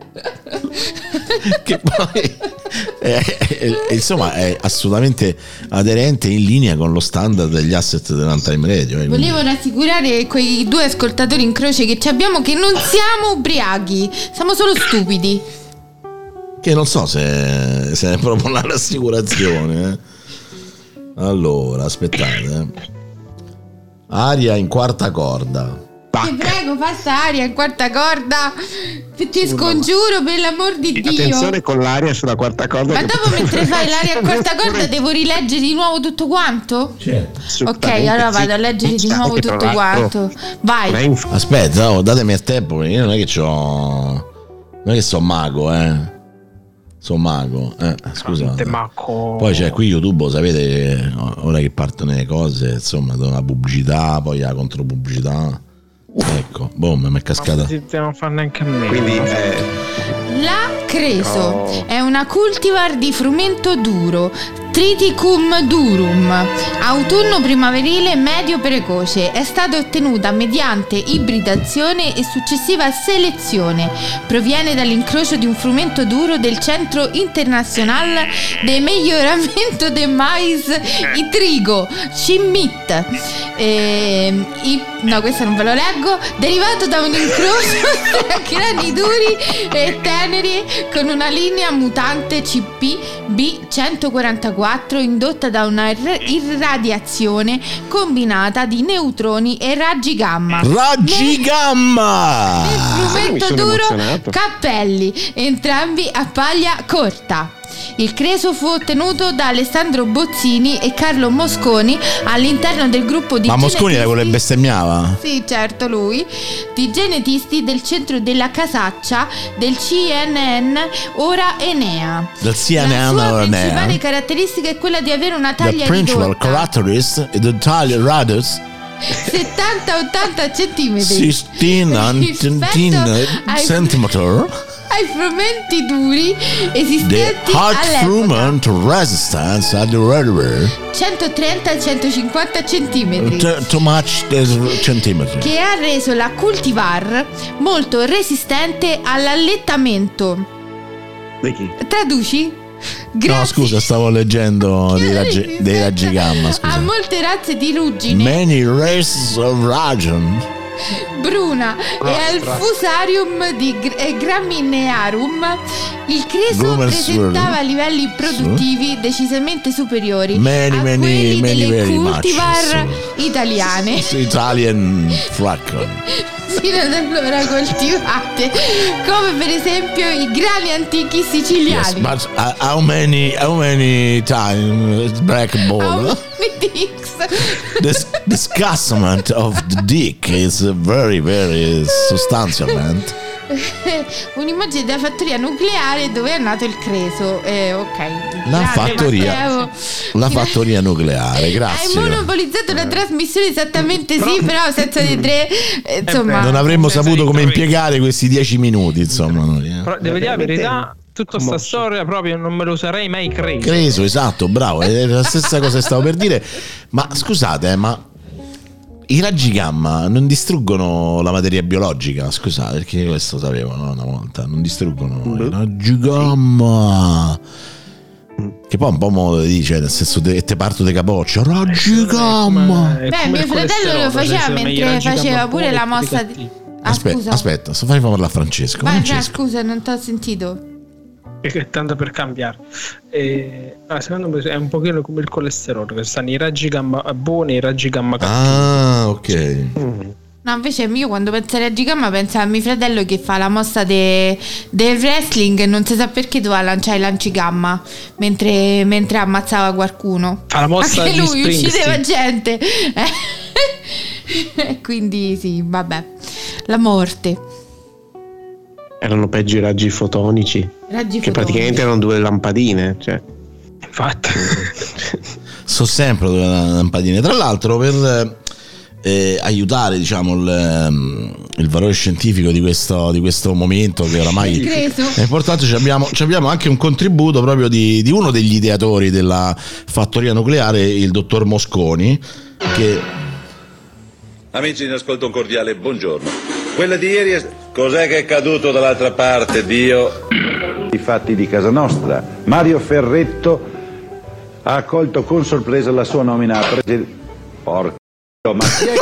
Speaker 2: Che poi è, è- è- insomma è assolutamente aderente in linea con lo standard degli asset del Runtime Radio. eh, quindi-
Speaker 4: Volevo rassicurare quei due ascoltatori in croce che ci abbiamo che non siamo ubriachi, siamo solo stupidi.
Speaker 2: Che non so se, se è proprio una rassicurazione. eh. Allora, aspettate. eh. Aria in quarta corda.
Speaker 4: Ti prego, fa sta aria in quarta corda. Ti scongiuro per l'amor di Dio.
Speaker 5: Attenzione con l'aria sulla quarta corda.
Speaker 4: Ma
Speaker 5: che
Speaker 4: dopo
Speaker 5: potrebbe
Speaker 4: mentre fai l'aria in quarta
Speaker 5: essere
Speaker 4: corda devo rileggere di nuovo tutto quanto? Ok,
Speaker 5: assolutamente
Speaker 4: allora
Speaker 5: sì.
Speaker 4: vado a leggere di nuovo
Speaker 5: Che tra
Speaker 4: tutto
Speaker 5: l'altro
Speaker 4: quanto. Vai.
Speaker 5: non è inf-
Speaker 2: Aspetta, oh, datemi il tempo, perché io non è che c'ho. Non è che sono mago, eh. Sono mago, eh. Scusate.
Speaker 6: Macco.
Speaker 2: Poi c'è qui YouTube, lo sapete, che ora che partono le cose, insomma, da una pubblicità, poi la contropubblicità. Ecco, boom, mi è cascata.
Speaker 6: Non fa neanche a me.
Speaker 5: Quindi eh,
Speaker 4: La creso
Speaker 5: Oh.
Speaker 4: è una cultivar di frumento duro, Triticum durum, autunno primaverile medio precoce. È stata ottenuta mediante ibridazione e successiva selezione. Proviene dall'incrocio di un frumento duro del Centro Internazionale de Miglioramento del Mais e Trigo, C I M I T. Ehm, i- no, questo non ve lo leggo. Derivato da un incrocio tra grani duri e teneri con una linea mutante C P B centoquarantaquattro indotta da una ir- irradiazione combinata di neutroni e raggi gamma.
Speaker 2: Raggi gamma!
Speaker 4: Nel
Speaker 5: mi
Speaker 4: frumento
Speaker 5: sono
Speaker 4: duro
Speaker 5: emozionato.
Speaker 4: cappelli, entrambi a paglia corta. Il creso fu ottenuto da Alessandro Bozzini e Carlo Mosconi all'interno del gruppo di
Speaker 2: Ma Mosconi era
Speaker 4: genetisti-
Speaker 2: quello che bestemmiava?
Speaker 4: Sì, certo, lui. Di genetisti del centro della Casaccia del C N N, ora Enea.
Speaker 2: Del C N N
Speaker 4: La sua
Speaker 2: ora Enea.
Speaker 4: principale caratteristica è quella di avere una
Speaker 2: The
Speaker 4: taglia
Speaker 2: principal
Speaker 4: ridotta,
Speaker 2: characteristic is the tile radius
Speaker 4: settanta ottanta centimetri.
Speaker 2: sixteen and
Speaker 4: Rispetto ai-
Speaker 2: centimeter.
Speaker 4: Ai frumenti duri
Speaker 2: The
Speaker 4: esistenti
Speaker 2: hard
Speaker 4: all'epoca,
Speaker 2: frument resistance at the river
Speaker 4: centotrenta centocinquanta centimetri,
Speaker 2: T- too much uh, centimetri.
Speaker 4: che ha reso la cultivar molto resistente all'allettamento.
Speaker 5: di chi?
Speaker 4: Traduci?
Speaker 2: No,
Speaker 4: Grazie.
Speaker 2: scusa, stavo leggendo dei raggi,
Speaker 4: Resistente
Speaker 2: dei raggi gamma,
Speaker 4: a
Speaker 2: scusa.
Speaker 4: molte razze di ruggine
Speaker 2: Many races of ragion.
Speaker 4: bruna e al fusarium di gr- eh, graminearum. Il creso
Speaker 2: Grumer
Speaker 4: presentava
Speaker 2: swirl.
Speaker 4: livelli produttivi decisamente superiori
Speaker 2: Many,
Speaker 4: a
Speaker 2: many,
Speaker 4: quelli
Speaker 2: many,
Speaker 4: delle
Speaker 2: very much,
Speaker 4: cultivar
Speaker 2: so.
Speaker 4: italiane
Speaker 2: Italian fraction.
Speaker 4: fino ad allora coltivate, come per esempio i grani antichi
Speaker 2: Yes,
Speaker 4: siciliani.
Speaker 2: but uh, how many how many times black ball?
Speaker 4: How
Speaker 2: huh?
Speaker 4: many dicks?
Speaker 2: This disgustment of the dick is very very substantial, man.
Speaker 4: Un'immagine della fattoria nucleare dove è nato il creso. Eh, ok.
Speaker 2: La
Speaker 4: Grande
Speaker 2: fattoria,
Speaker 4: Matteo.
Speaker 2: la fattoria nucleare, grazie.
Speaker 4: Hai monopolizzato la trasmissione, esattamente sì, però senza di tre, eh, insomma.
Speaker 2: Non avremmo
Speaker 6: Senza
Speaker 2: saputo come
Speaker 6: introdurre.
Speaker 2: impiegare questi dieci minuti, insomma. Noi, eh.
Speaker 6: Però devo dire la verità, tutta sta
Speaker 5: Commosso.
Speaker 6: storia proprio non me lo sarei mai creso.
Speaker 2: Creso, esatto, bravo, è la stessa cosa che stavo per dire. Ma scusate, eh, ma i raggi gamma non distruggono la materia biologica? Scusate, perché io questo sapevo, no? Una volta, non distruggono i raggi gamma. Che poi è un po' modo di dire, nel senso che te parto de capoccia, raggi gamma.
Speaker 6: È
Speaker 4: Beh,
Speaker 6: come
Speaker 4: mio
Speaker 6: il
Speaker 4: fratello lo
Speaker 6: colesterolo,
Speaker 4: faceva
Speaker 6: cioè,
Speaker 4: mentre
Speaker 6: i raggi
Speaker 4: faceva
Speaker 6: gamma
Speaker 4: pure
Speaker 6: buoni
Speaker 4: la
Speaker 6: e quelli
Speaker 4: mossa di...
Speaker 6: cattivi.
Speaker 4: Ah,
Speaker 2: Aspetta,
Speaker 4: scusa.
Speaker 2: aspetta, sto fai parlare a Francesco.
Speaker 4: Vai, vai,
Speaker 2: Francesco.
Speaker 4: scusa, non ti ho sentito.
Speaker 6: Che è tanto per cambiare. E, ah, secondo me è un pochino come il colesterolo, che stanno i raggi gamma buoni e i raggi gamma cattivi.
Speaker 2: Ah, ok.
Speaker 4: No, invece io quando penso a Raggi Gamma penso a mio fratello che fa la mossa de- del wrestling e non si sa perché doveva lanciare i lanci gamma mentre, mentre ammazzava qualcuno.
Speaker 6: Fa la mossa
Speaker 4: Anche
Speaker 6: di
Speaker 4: lui uccideva
Speaker 6: Springsteen.
Speaker 4: gente. Eh. Quindi sì, vabbè. La morte.
Speaker 5: Erano peggio i raggi fotonici,
Speaker 4: Raggi
Speaker 5: che
Speaker 4: fotonici.
Speaker 5: praticamente erano due lampadine, cioè.
Speaker 6: Infatti.
Speaker 2: So sempre dove la lampadina. Tra l'altro, per eh, aiutare, diciamo, il, ehm, il valore scientifico di questo, di questo momento, che oramai
Speaker 4: Creso.
Speaker 2: è importante, ci abbiamo, ci abbiamo anche un contributo proprio di, di uno degli ideatori della fattoria nucleare, il dottor Mosconi, che
Speaker 7: Amici in ascolto, un cordiale buongiorno. Quella di ieri è... Cos'è che è caduto dall'altra parte, Dio?
Speaker 8: I fatti di casa nostra. Mario Ferretto ha accolto con sorpresa la sua nomina a presidente. Porco, ma chi è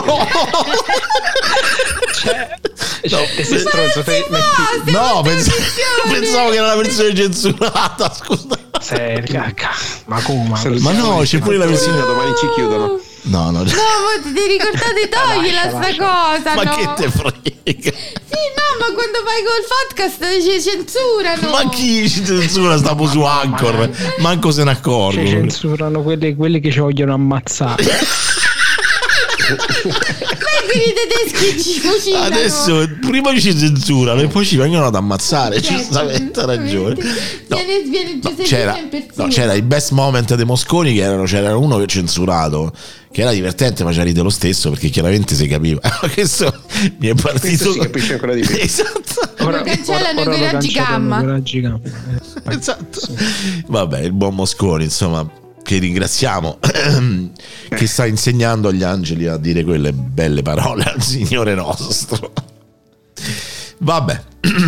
Speaker 8: che...
Speaker 6: Cioè, e se stronzo, te metti...
Speaker 2: no, pens- pensavo che era la versione censurata, scusa.
Speaker 6: Serio, cacca. Ma come?
Speaker 2: Ma no, c'è pure la versione.
Speaker 5: Domani ci chiudono.
Speaker 2: No, no.
Speaker 4: No, ma ti ricordate toglila sta cosa,
Speaker 2: Ma
Speaker 4: no?
Speaker 2: che te frega?
Speaker 4: Sì, no, ma quando fai col podcast ci censurano.
Speaker 2: Ma chi ci censura? Stavo su Anchor, manco se ne
Speaker 6: Ci
Speaker 2: accorgono.
Speaker 6: censurano quelli, quelli che ci vogliono ammazzare.
Speaker 4: Beh, quelli tedeschi ci cucinano.
Speaker 2: Adesso prima ci censurano e poi ci vengono ad ammazzare.
Speaker 4: Certo,
Speaker 2: Giustamente, ha ragione. No,
Speaker 4: viene, viene
Speaker 2: no,
Speaker 4: Giuseppino
Speaker 2: c'era,
Speaker 4: in persona.
Speaker 2: no, c'era il best moment dei Mosconi, che erano, c'era uno che censurato, che era divertente, ma c'era ride lo stesso, perché chiaramente si capiva. Questo mi è partito.
Speaker 5: Questo si capisce ancora di più.
Speaker 2: Esatto.
Speaker 4: Lo cancellano con i raggi gamma.
Speaker 2: Esatto. Vabbè, il buon Mosconi, insomma, che ringraziamo, che sta insegnando agli angeli a dire quelle belle parole al Signore nostro. Vabbè.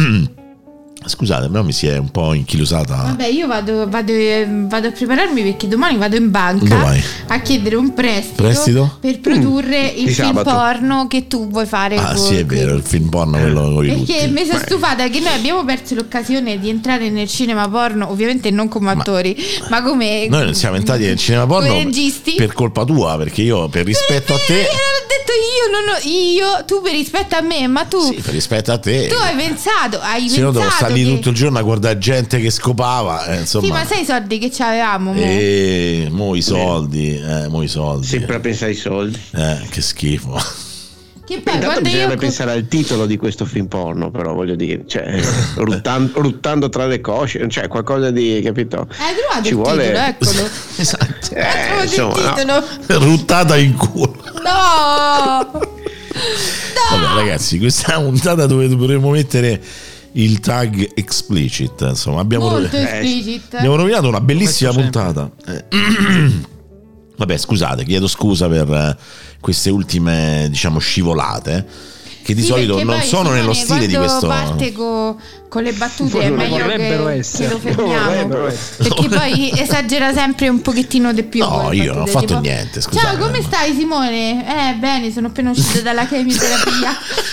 Speaker 2: Scusate, però mi si è un po' inchilusata.
Speaker 4: Vabbè, io vado, vado, vado a prepararmi perché domani vado in banca
Speaker 2: Domani.
Speaker 4: a chiedere un prestito,
Speaker 2: Prestito?
Speaker 4: per produrre
Speaker 5: Mm,
Speaker 4: il
Speaker 5: di
Speaker 4: film
Speaker 5: sabato.
Speaker 4: porno che tu vuoi fare.
Speaker 2: Ah,
Speaker 4: con-
Speaker 2: sì, è vero, il film porno quello con i
Speaker 4: Perché
Speaker 2: lutti.
Speaker 4: mi sono stufata che noi abbiamo perso l'occasione di entrare nel cinema porno, ovviamente non come attori, ma, come
Speaker 2: Noi non siamo entrati nel cinema porno
Speaker 4: come registi.
Speaker 2: per colpa tua, perché io per rispetto a te,
Speaker 4: Io non ho detto io, non ho, io, tu per rispetto a me, ma tu,
Speaker 2: sì, per rispetto a te,
Speaker 4: tu hai pensato, hai
Speaker 2: se no devo
Speaker 4: pensato
Speaker 2: stare lì
Speaker 4: che-
Speaker 2: tutto il giorno a guardare gente che scopava, eh, insomma.
Speaker 4: Sì, ma sai i soldi che ci avevamo? mo?
Speaker 2: E mo i soldi, eh, mo i soldi.
Speaker 5: Sempre a pensare ai soldi.
Speaker 2: Eh, che schifo.
Speaker 4: Che poi
Speaker 5: Intanto
Speaker 4: quando
Speaker 5: bisognerebbe
Speaker 4: io
Speaker 5: pensare al titolo di questo film porno, però voglio dire, cioè, ruttando, ruttando tra le cosce, cioè qualcosa di, capito?
Speaker 4: hai trovato
Speaker 5: Ci
Speaker 4: il
Speaker 5: vuole-
Speaker 4: titolo, eccolo.
Speaker 2: Esatto.
Speaker 5: Eh,
Speaker 4: Hai trovato
Speaker 5: insomma,
Speaker 4: il
Speaker 5: no.
Speaker 4: titolo.
Speaker 2: Ruttata in culo.
Speaker 4: No!
Speaker 2: Vabbè, ragazzi, questa è una puntata dove dovremmo mettere il tag explicit. Insomma, abbiamo,
Speaker 4: Molto
Speaker 5: Eh,
Speaker 4: explicit.
Speaker 2: abbiamo rovinato una bellissima
Speaker 6: Questo
Speaker 2: puntata. Eh. Vabbè, scusate, chiedo scusa per eh, queste ultime, diciamo, scivolate. Che di
Speaker 4: Sì,
Speaker 2: solito
Speaker 4: perché
Speaker 2: non
Speaker 4: poi,
Speaker 2: sono nello
Speaker 4: Simone,
Speaker 2: stile di
Speaker 4: quando
Speaker 2: questo.
Speaker 4: parte co- con le battute è
Speaker 5: Non
Speaker 4: meglio
Speaker 6: vorrebbero
Speaker 4: che,
Speaker 6: essere.
Speaker 4: che lo
Speaker 5: Non
Speaker 4: fermiamo,
Speaker 5: vorrebbero essere.
Speaker 4: perché poi esagera sempre un pochettino di più
Speaker 2: No,
Speaker 4: con le
Speaker 2: io non ho
Speaker 4: battute,
Speaker 2: fatto
Speaker 4: tipo,
Speaker 2: niente, scusate.
Speaker 4: ciao, come stai Simone? Eh bene, sono appena uscita dalla chemioterapia.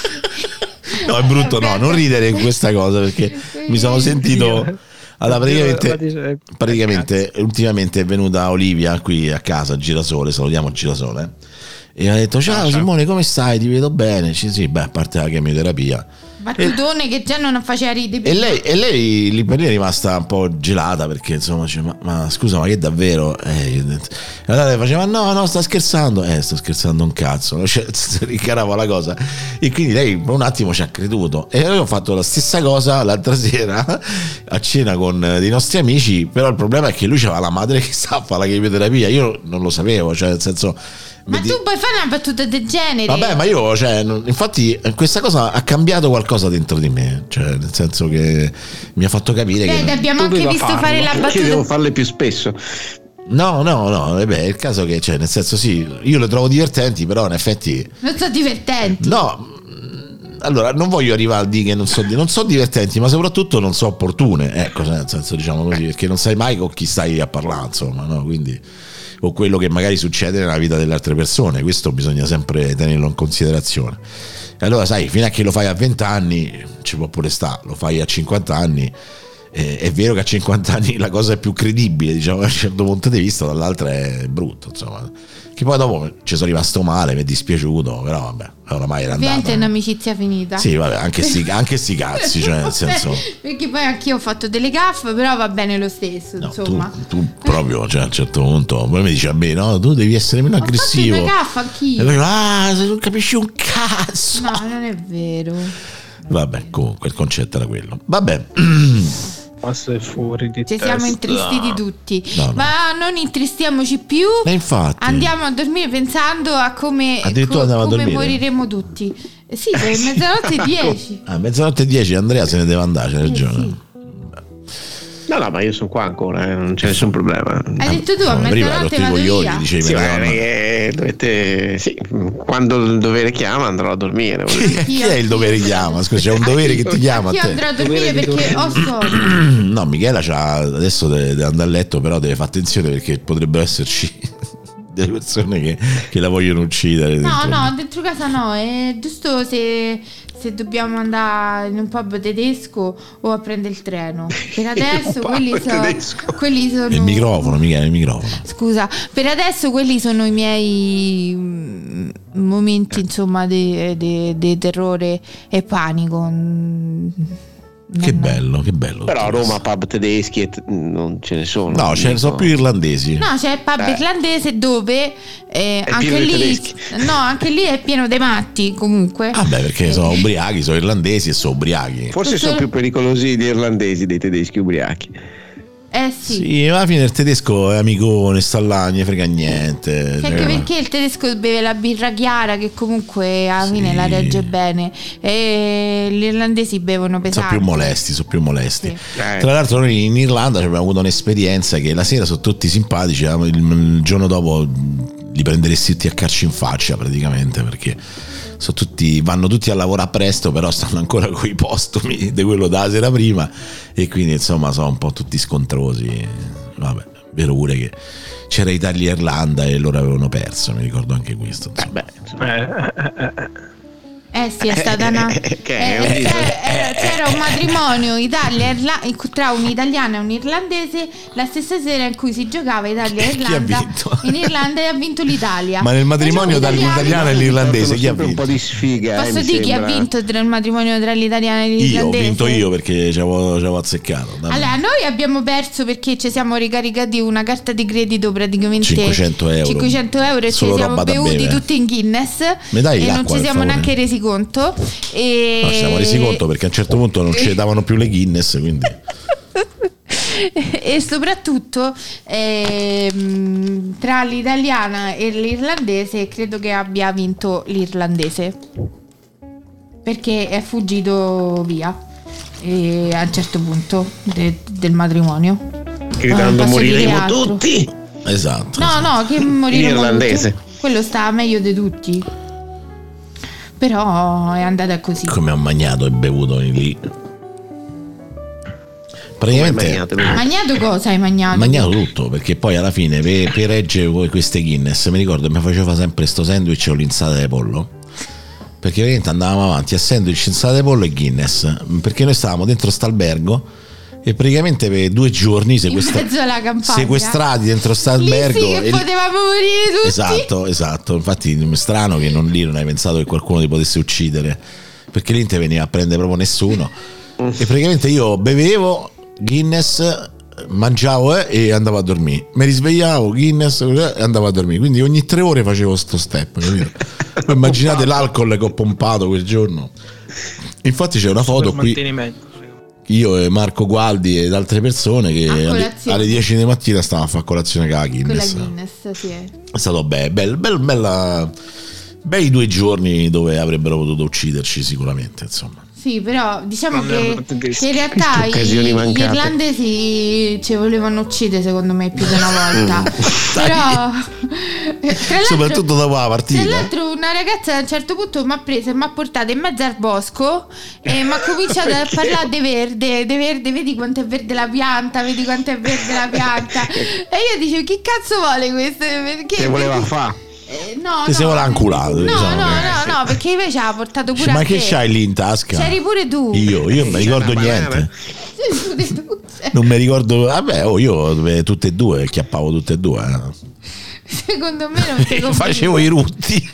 Speaker 2: No, è brutto, no, non ridere in questa cosa, perché mi sono sentito. Allora, praticamente, praticamente ultimamente è venuta Olivia qui a casa, Girasole, salutiamo Girasole, e ha detto ciao Simone, come stai? Ti vedo bene. Sì, sì, beh, a parte la chemioterapia.
Speaker 4: Battutone che già non faceva ridere.
Speaker 2: E lei, e lei lì per lì è rimasta un po' gelata, perché insomma dice, ma, ma scusa, ma che davvero? Eh, io ho detto- e allora lei faceva no no, sta scherzando. Eh, sto scherzando un cazzo, no? Cioè, ricarava la cosa, e quindi lei per un attimo ci ha creduto, e io ho fatto la stessa cosa l'altra sera a cena con dei nostri amici. Però il problema è che lui aveva la madre che sta a fare la chemioterapia, io non lo sapevo, cioè nel senso,
Speaker 4: Ma
Speaker 2: vedi-
Speaker 4: tu puoi fare una battuta del genere?
Speaker 2: vabbè, ma io, cioè, non- infatti questa cosa ha cambiato qualcosa dentro di me, cioè nel senso che mi ha fatto capire
Speaker 4: Vedi,
Speaker 2: che
Speaker 4: abbiamo anche
Speaker 5: Doveva
Speaker 4: visto
Speaker 5: farlo.
Speaker 4: fare la
Speaker 5: Perché devo
Speaker 4: battuta.
Speaker 5: farle più spesso.
Speaker 2: no no no vabbè, è il caso che, cioè nel senso, sì, io le trovo divertenti, però in effetti
Speaker 4: Non so divertenti.
Speaker 2: no. Allora, non voglio arrivare a dire che non so, non so divertenti, ma soprattutto non so opportune, ecco, cioè, nel senso, diciamo così, perché non sai mai con chi stai a parlare, insomma, no? Quindi, o quello che magari succede nella vita delle altre persone, questo bisogna sempre tenerlo in considerazione. E allora, sai, fino a che lo fai a venti anni ci può pure stare, lo fai a cinquanta anni, eh, è vero che a cinquanta anni la cosa è più credibile, diciamo, da un certo punto di vista, dall'altra è brutto, insomma. Che poi dopo ci sono rimasto male, mi è dispiaciuto, però vabbè, oramai era andato.
Speaker 4: Ovviamente è un'amicizia finita.
Speaker 2: Sì, vabbè, anche sti, anche sti cazzi, cioè nel senso,
Speaker 4: Perché poi anch'io ho fatto delle gaffe, però va bene lo stesso,
Speaker 2: no, tu,
Speaker 4: insomma.
Speaker 2: tu proprio, cioè a un certo punto poi mi dici a me, no, tu devi essere meno
Speaker 4: Ho fatto
Speaker 2: aggressivo.
Speaker 4: una gaffa
Speaker 2: E
Speaker 4: anch'io.
Speaker 2: poi, ah, se non capisci un cazzo.
Speaker 4: No, non è vero.
Speaker 2: Vabbè, comunque il concetto era quello. Vabbè.
Speaker 6: Passo è fuori di
Speaker 4: Ci
Speaker 6: testa.
Speaker 4: siamo intristiti tutti.
Speaker 2: No, no.
Speaker 4: Ma non intristiamoci più.
Speaker 2: Ma infatti.
Speaker 4: Andiamo a dormire pensando a come,
Speaker 2: Addirittura andiamo a
Speaker 4: come
Speaker 2: dormire?
Speaker 4: moriremo tutti. Eh sì, sono mezzanotte e dieci.
Speaker 2: A mezzanotte e dieci Andrea se ne deve andare, c'è ragione.
Speaker 5: No, no, ma io sono qua ancora, eh, non c'è nessun problema.
Speaker 4: Hai detto tu, a
Speaker 2: No, prima hai rotto
Speaker 4: mezzanotte
Speaker 2: i
Speaker 4: vado
Speaker 2: coglioni,
Speaker 4: via.
Speaker 2: dicevi
Speaker 5: Sì, ma
Speaker 2: Madonna.
Speaker 5: eh, dovete, sì, quando il dovere chiama andrò a dormire. voglio dire.
Speaker 2: Chi è il dovere chiama? Scusa, c'è un dovere che ti chiama a
Speaker 4: Io
Speaker 2: te.
Speaker 4: andrò a dormire perché ho sonno.
Speaker 2: No, Michela c'ha, adesso deve, deve andare a letto, però deve fare attenzione perché potrebbero esserci delle persone che, che la vogliono uccidere.
Speaker 4: No,
Speaker 2: dentro.
Speaker 4: no, dentro casa no, è giusto se, se dobbiamo andare in un pub tedesco o a prendere il treno. Per adesso
Speaker 5: pub
Speaker 4: quelli, so-
Speaker 5: tedesco.
Speaker 4: quelli sono...
Speaker 2: Il microfono, Michela, il microfono.
Speaker 4: Scusa, per adesso quelli sono i miei mm, momenti, insomma, di, di- di terrore e panico. Mm,
Speaker 2: Che bello, che bello.
Speaker 5: Però a Roma pub tedeschi e t- non ce ne sono.
Speaker 2: No, ce ne sono più irlandesi.
Speaker 4: No, c'è il pub
Speaker 5: Eh.
Speaker 4: irlandese dove eh,
Speaker 5: È
Speaker 4: anche
Speaker 5: pieno di
Speaker 4: lì
Speaker 5: tedeschi.
Speaker 4: no, anche lì è pieno dei matti comunque.
Speaker 2: Ah beh, perché sono ubriachi, sono irlandesi e sono ubriachi.
Speaker 5: Forse
Speaker 4: Questo-
Speaker 5: sono più pericolosi gli irlandesi dei tedeschi ubriachi.
Speaker 4: Eh sì.
Speaker 2: Sì, ma alla fine il tedesco è amicone, sta là, non gli frega niente.
Speaker 4: Sì, anche
Speaker 2: Cioè,
Speaker 4: perché il tedesco beve la birra chiara che comunque alla
Speaker 2: Sì.
Speaker 4: fine la regge bene e gli irlandesi bevono
Speaker 2: sono
Speaker 4: pesante.
Speaker 2: più molesti, sono più molesti.
Speaker 4: Sì.
Speaker 5: Eh.
Speaker 2: Tra l'altro noi in Irlanda abbiamo avuto un'esperienza che la sera sono tutti simpatici, il, il giorno dopo li prenderesti tutti a calci in faccia praticamente, perché sono tutti, vanno tutti a lavorare presto, però stanno ancora con i postumi di quello della sera prima e quindi insomma sono un po' tutti scontrosi. Vabbè, vero pure che c'era Italia-Irlanda e loro avevano perso, mi ricordo anche questo, insomma.
Speaker 5: Beh, insomma.
Speaker 6: Eh, eh, eh, eh.
Speaker 4: Eh sì, è stata una.
Speaker 5: Che è?
Speaker 4: eh, c'era, era- c'era un matrimonio Italia, Irla- tra un italiano e un irlandese la stessa sera in cui si giocava Italia e
Speaker 2: Chi ha
Speaker 4: Irlanda.
Speaker 2: vinto?
Speaker 4: In Irlanda e ha vinto l'Italia.
Speaker 2: Ma nel matrimonio
Speaker 4: E c'era un
Speaker 2: dall'italiano e l'irlandese
Speaker 5: Sono
Speaker 2: chi ha
Speaker 5: sempre un
Speaker 2: vinto?
Speaker 5: po' di sfiga. eh,
Speaker 4: Posso
Speaker 5: mi
Speaker 4: dire chi ha
Speaker 5: sembra.
Speaker 4: vinto tra il matrimonio tra l'italiano e
Speaker 2: Io ho
Speaker 4: l'irlandese?
Speaker 2: vinto io perché ci avevo, ci avevo azzeccato. Dammi.
Speaker 4: Allora, noi abbiamo perso perché ci siamo ricaricati una carta di credito praticamente
Speaker 2: cinquecento euro.
Speaker 4: cinquecento euro e ci
Speaker 2: Solo
Speaker 4: siamo
Speaker 2: roba da
Speaker 4: bevuti
Speaker 2: bere.
Speaker 4: tutti in Guinness
Speaker 2: Mi dai
Speaker 4: e non
Speaker 2: l'acqua,
Speaker 4: ci
Speaker 2: per
Speaker 4: siamo
Speaker 2: favore?
Speaker 4: neanche resi conto. E...
Speaker 2: No, ci siamo resi conto perché a un certo punto non ci davano più le Guinness, quindi
Speaker 4: e soprattutto ehm, tra l'italiana e l'irlandese credo che abbia vinto l'irlandese perché è fuggito via e a un certo punto de- del matrimonio
Speaker 5: Gridando
Speaker 4: Non posso dire
Speaker 5: moriremo
Speaker 4: altro.
Speaker 5: tutti.
Speaker 2: esatto.
Speaker 4: no no che moriremo
Speaker 5: L'irlandese.
Speaker 4: tutti. Quello sta meglio di tutti però è andata così.
Speaker 2: Come ha magnato e bevuto lì.
Speaker 5: Come
Speaker 2: Praticamente
Speaker 5: maniate,
Speaker 2: ha
Speaker 4: Magnato cosa hai magnato?
Speaker 2: magnato tutto, perché poi alla fine per, per reggere queste Guinness mi ricordo mi faceva sempre sto sandwich o l'insalata di pollo, perché veramente andavamo avanti a sandwich, insalata di pollo e Guinness, perché noi stavamo dentro st'albergo e praticamente per due giorni sequestra-
Speaker 4: in mezzo alla campagna
Speaker 2: sequestrati dentro
Speaker 4: lì
Speaker 2: st'albergo
Speaker 4: sì che
Speaker 2: e-
Speaker 4: potevamo morire tutti.
Speaker 2: Esatto, esatto. Infatti è strano che non, lì non hai pensato che qualcuno ti potesse uccidere, perché lì non te veniva a prendere proprio nessuno. E praticamente io bevevo Guinness, mangiavo eh, e andavo a dormire. Mi risvegliavo, Guinness eh, e andavo a dormire. Quindi ogni tre ore facevo sto step, capito? Poi immaginate l'alcol che ho pompato quel giorno. Infatti c'è una foto
Speaker 6: Per
Speaker 2: qui,
Speaker 6: mantenimento.
Speaker 2: io e Marco Gualdi ed altre persone che
Speaker 4: A
Speaker 2: alle,
Speaker 4: colazione.
Speaker 2: alle dieci di mattina stavano a fare colazione con la
Speaker 4: Con la
Speaker 2: Guinness.
Speaker 4: Guinness, sì.
Speaker 2: È stato bello, bello, bello, bella, bei due giorni dove avrebbero potuto ucciderci sicuramente, insomma.
Speaker 4: Sì, però diciamo
Speaker 6: Non
Speaker 4: che,
Speaker 6: erano tedeschi.
Speaker 4: che in realtà
Speaker 5: Che occasioni
Speaker 4: i- gli
Speaker 5: mancate.
Speaker 4: irlandesi ci volevano uccidere secondo me più di una volta. Però eh, tra l'altro,
Speaker 2: Soprattutto dopo la partita.
Speaker 4: tra l'altro una ragazza a un certo punto mi ha preso e mi ha portato in mezzo al bosco e mi ha cominciato a parlare di verde, di verde, vedi quanto è verde la pianta, vedi quanto è verde la pianta. E io dicevo che cazzo vuole questo? Perché
Speaker 5: Che voleva fare?
Speaker 4: Eh, no,
Speaker 2: Che
Speaker 4: no.
Speaker 2: si vuole anculato,
Speaker 4: No,
Speaker 2: diciamo.
Speaker 4: no, no, no, perché invece ha portato pure
Speaker 2: Ma
Speaker 4: a
Speaker 2: che
Speaker 4: te.
Speaker 2: c'hai lì in tasca?
Speaker 4: C'eri pure tu.
Speaker 2: Io, io non mi ricordo
Speaker 5: una banana.
Speaker 2: niente.
Speaker 4: C'eri pure tu.
Speaker 2: Non mi ricordo. Vabbè, oh, io eh, tutte e due, chiappavo tutte e due. eh.
Speaker 4: Secondo me non ti conviene.
Speaker 2: Facevo i rutti.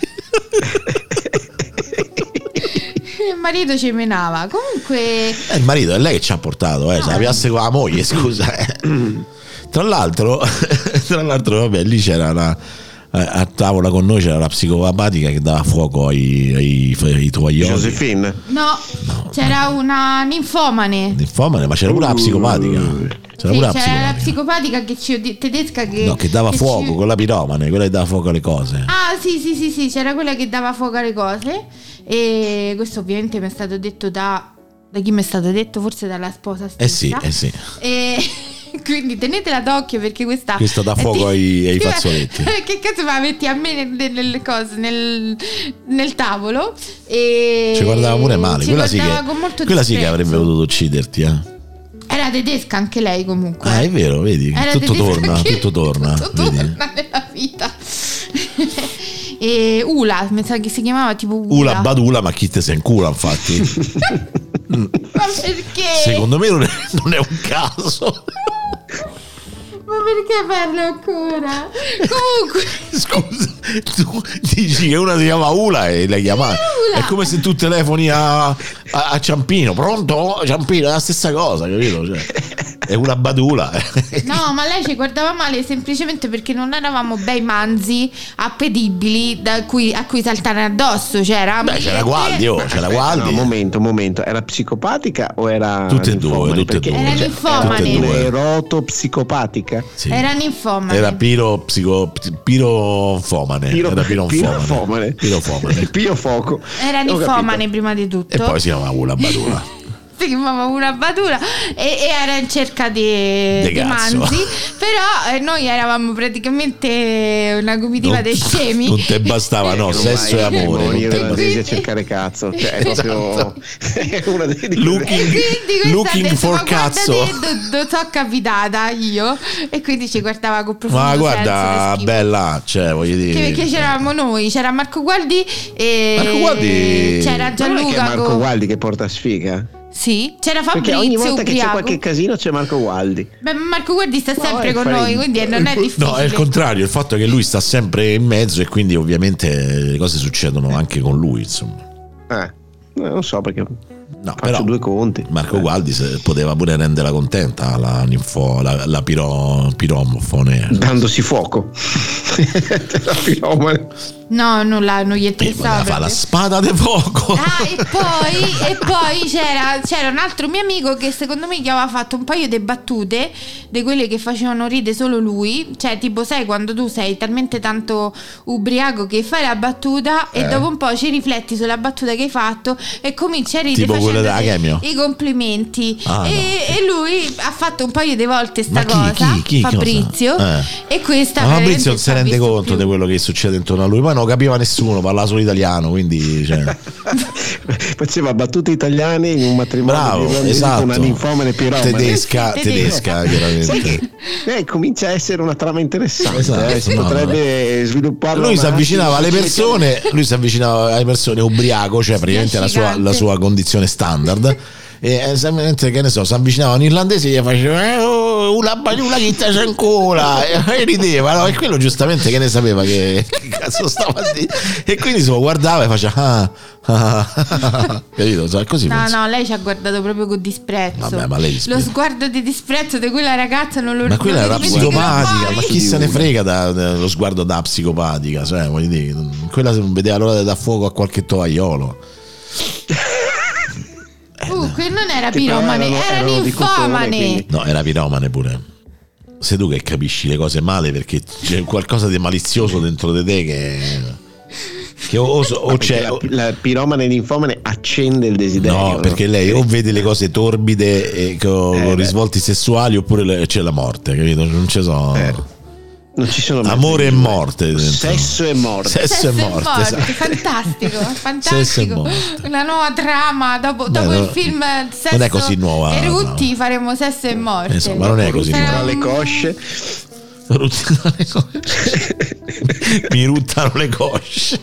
Speaker 4: Il marito ci menava. Comunque
Speaker 2: Eh, il marito è lei che ci ha portato, eh, se la piasse con la moglie, scusa. eh. Tra l'altro, tra l'altro, vabbè, lì c'era una. eh, A tavola con noi c'era la psicopatica che dava fuoco ai, ai, ai tovaglioli.
Speaker 5: Josephine.
Speaker 4: no, c'era una ninfomane.
Speaker 2: Ninfomane, ma c'era pure la psicopatica. C'era
Speaker 4: Sì,
Speaker 2: pure la
Speaker 4: c'era la
Speaker 2: psicopatica.
Speaker 4: psicopatica che ci odi- tedesca che,
Speaker 2: No, che dava
Speaker 4: che
Speaker 2: fuoco
Speaker 4: ci-
Speaker 2: con la piromane, quella che dava fuoco alle cose.
Speaker 4: Ah sì sì sì sì, c'era quella che dava fuoco alle cose. E questo ovviamente mi è stato detto da Da chi mi è stato detto? Forse dalla sposa stessa.
Speaker 2: Eh sì, eh sì.
Speaker 4: E quindi tenetela d'occhio perché questa
Speaker 2: Questa dà fuoco ai- ai fazzoletti.
Speaker 4: Che cazzo fa? Metti a me nelle, nelle cose nel, nel tavolo e
Speaker 2: Ci guardava pure male.
Speaker 4: ci
Speaker 2: Quella sì,
Speaker 4: guardava
Speaker 2: che,
Speaker 4: con molto
Speaker 2: quella sì che
Speaker 4: disprezzo.
Speaker 2: avrebbe potuto ucciderti, eh.
Speaker 4: Era tedesca anche lei comunque.
Speaker 2: Ah, è vero, vedi?
Speaker 4: Era
Speaker 2: Tutto
Speaker 4: tedesca
Speaker 2: torna,
Speaker 4: anche-
Speaker 2: tutto torna.
Speaker 4: tutto
Speaker 2: vedi?
Speaker 4: torna nella vita. E Ula, mi sa che si chiamava tipo Ula.
Speaker 2: Ula badula, ma chi te se incula, infatti.
Speaker 4: Ma perché?
Speaker 2: Secondo me non è, non è un caso.
Speaker 4: Ma perché parlo ancora? Comunque,
Speaker 2: scusa, tu dici che una si chiama Ula e lei chiama. È come se tu telefoni a, a, a Ciampino. Pronto? Ciampino, è la stessa cosa, capito? Cioè, è una badula.
Speaker 4: no, ma lei ci guardava male semplicemente perché non eravamo bei manzi appetibili da cui, a cui saltare addosso. Cioè,
Speaker 2: Beh, c'era Gualdi, oh, c'era Gualdi.
Speaker 5: No, momento, momento, era psicopatica o era
Speaker 2: tutte e due, tutte e due.
Speaker 4: Era
Speaker 2: Cioè,
Speaker 4: ninfomane.
Speaker 2: tutte e due.
Speaker 5: Erotopsicopatica?
Speaker 2: Sì.
Speaker 4: Era ninfomane.
Speaker 2: Era piro psico pirofomane.
Speaker 5: Piro,
Speaker 2: Era pirofomane.
Speaker 5: pirofomane.
Speaker 2: Pirofomane.
Speaker 5: Pio fuoco.
Speaker 4: Era
Speaker 5: Ho
Speaker 4: ninfomane
Speaker 5: capito.
Speaker 4: prima di tutto.
Speaker 2: E poi si chiamava Ula Badula.
Speaker 4: Si chiamava una badura e, e era in cerca di,
Speaker 2: De
Speaker 4: di
Speaker 2: cazzo.
Speaker 4: manzi. Però eh, noi eravamo praticamente una comitiva
Speaker 2: Non-
Speaker 4: dei scemi.
Speaker 2: Non te bastava, no,
Speaker 5: Non
Speaker 2: sesso e
Speaker 5: vai a
Speaker 2: amore. Non
Speaker 5: morire
Speaker 2: te
Speaker 5: olandesi
Speaker 2: bastava.
Speaker 5: a cercare cazzo. Cioè, è proprio è una delle
Speaker 2: Looking,
Speaker 4: Quindi questa
Speaker 2: looking
Speaker 4: ha detto,
Speaker 2: for
Speaker 4: ma guarda
Speaker 2: cazzo.
Speaker 4: te, do- do- so capitata io. E quindi ci guardava con profondo
Speaker 2: Ma
Speaker 4: senso
Speaker 2: guarda,
Speaker 4: di schifo.
Speaker 2: bella, cioè, voglio
Speaker 4: Che
Speaker 2: dire.
Speaker 4: perché c'eravamo noi, c'era Marco Gualdi e
Speaker 2: Marco Gualdi-
Speaker 4: c'era
Speaker 5: Ma non è che è
Speaker 4: Gianluca.
Speaker 5: Marco
Speaker 4: con-
Speaker 5: Gualdi che porta sfiga?
Speaker 4: Sì, c'era
Speaker 5: Perché ogni
Speaker 4: Fabrizio
Speaker 5: volta che c'è
Speaker 4: ubriaco.
Speaker 5: qualche casino c'è Marco Gualdi.
Speaker 4: Beh, Marco Gualdi sta
Speaker 5: No,
Speaker 4: sempre
Speaker 5: è
Speaker 4: con
Speaker 5: friend.
Speaker 4: noi, quindi non è difficile.
Speaker 2: No, è il contrario, il fatto è che lui sta sempre in mezzo e quindi ovviamente le cose succedono anche con lui, insomma.
Speaker 5: Eh, non so perché
Speaker 2: No,
Speaker 5: faccio
Speaker 2: però
Speaker 5: due conti.
Speaker 2: Marco Gualdi se- poteva pure renderla contenta la ninfo, la, la piro, piromofone.
Speaker 5: Dandosi fuoco. La piromane.
Speaker 4: No, non, la, non gli
Speaker 2: E
Speaker 4: interessava.
Speaker 2: fa la
Speaker 4: proprio.
Speaker 2: spada di fuoco.
Speaker 4: Ah, e poi, e poi c'era, c'era un altro mio amico che secondo me gli aveva fatto un paio di battute, di quelle che facevano ridere solo lui. Cioè, tipo, sai, quando tu sei talmente tanto ubriaco che fai la battuta e
Speaker 2: Eh.
Speaker 4: dopo un po' ci rifletti sulla battuta che hai fatto e cominci a ridere
Speaker 2: Tipo quelle della
Speaker 4: facendoti
Speaker 2: Chemio?
Speaker 4: i complimenti.
Speaker 2: Ah,
Speaker 4: e,
Speaker 2: no.
Speaker 4: e lui ha fatto un paio di volte sta
Speaker 2: Ma chi,
Speaker 4: cosa,
Speaker 2: chi, chi,
Speaker 4: Fabrizio,
Speaker 2: cosa? Eh.
Speaker 4: e questa
Speaker 2: Ma Fabrizio non
Speaker 4: veramente
Speaker 2: si
Speaker 4: ci ha
Speaker 2: rende
Speaker 4: visto
Speaker 2: conto
Speaker 4: più.
Speaker 2: di quello che succede intorno a lui, poi non capiva nessuno, parlava solo italiano, quindi cioè,
Speaker 5: Faceva battute italiane in un matrimonio
Speaker 2: bravo,
Speaker 5: irlandese
Speaker 2: esatto.
Speaker 5: con una ninfomane piromane.
Speaker 2: Tedesca,
Speaker 4: Sì,
Speaker 2: tedesca,
Speaker 5: Sai
Speaker 2: chiaramente.
Speaker 5: che eh, comincia a essere una trama interessante,
Speaker 2: Esatto,
Speaker 5: eh, si
Speaker 2: no,
Speaker 5: potrebbe svilupparla.
Speaker 2: Lui si
Speaker 5: un
Speaker 2: avvicinava alle
Speaker 5: attimo,
Speaker 2: persone, lui si avvicinava alle persone ubriaco, cioè praticamente la sua, la sua condizione standard. E esattamente, che ne so, si avvicinava un irlandese e gli faceva eh, oh, una bagnula che ti c'è ancora e rideva, no? E quello giustamente che ne sapeva che, che cazzo stava a dire, e quindi se lo guardava e faceva ah, ah, ah, capito? Cioè, così
Speaker 4: No,
Speaker 2: penso.
Speaker 4: no, lei ci ha guardato proprio con disprezzo.
Speaker 2: Vabbè, ma lei
Speaker 4: Lo sguardo di disprezzo di quella ragazza non lo
Speaker 2: Ma quella
Speaker 4: non
Speaker 2: era
Speaker 4: lo dimenticherò
Speaker 2: psicopatica,
Speaker 4: mai.
Speaker 2: ma chi se ne frega da, da- lo sguardo da psicopatica, cioè voglio dire, quella se non vedeva l'ora di dar fuoco a qualche tovagliolo.
Speaker 4: Uh, che non era
Speaker 5: Che però
Speaker 4: piromane,
Speaker 5: erano-
Speaker 4: era
Speaker 5: erano di cotone,
Speaker 4: ninfomane.
Speaker 5: quindi.
Speaker 2: No, era piromane pure. Sei tu che capisci le cose male perché c'è qualcosa di malizioso dentro di te che, che o, o- o
Speaker 5: Perché
Speaker 2: c'è
Speaker 5: la,
Speaker 2: o-
Speaker 5: la piromane ninfomane accende il desiderio.
Speaker 2: no, perché lei o vede le cose torbide e con,
Speaker 5: Eh,
Speaker 2: con
Speaker 5: beh.
Speaker 2: risvolti sessuali oppure le- c'è la morte, capito? Non ci so.
Speaker 5: Eh. Non ci sono
Speaker 2: Amore e
Speaker 5: mezzi.
Speaker 2: morte dentro.
Speaker 5: Sesso e morte.
Speaker 2: Sesso
Speaker 4: Sesso
Speaker 2: e morte, esatto.
Speaker 4: fantastico,
Speaker 2: Sesso e
Speaker 4: fantastico.
Speaker 2: morte.
Speaker 4: Una nuova trama dopo,
Speaker 2: Beh,
Speaker 4: dopo
Speaker 2: no,
Speaker 4: il film Sesso
Speaker 2: non è così nuova,
Speaker 4: e Rutti
Speaker 2: no.
Speaker 4: faremo Sesso e morte.
Speaker 2: Insomma, non è così
Speaker 4: Sarà
Speaker 5: Tra
Speaker 2: nuova.
Speaker 5: le
Speaker 4: un-
Speaker 5: cosce.
Speaker 2: Ruttano le cosce. Mi ruttano le cosce.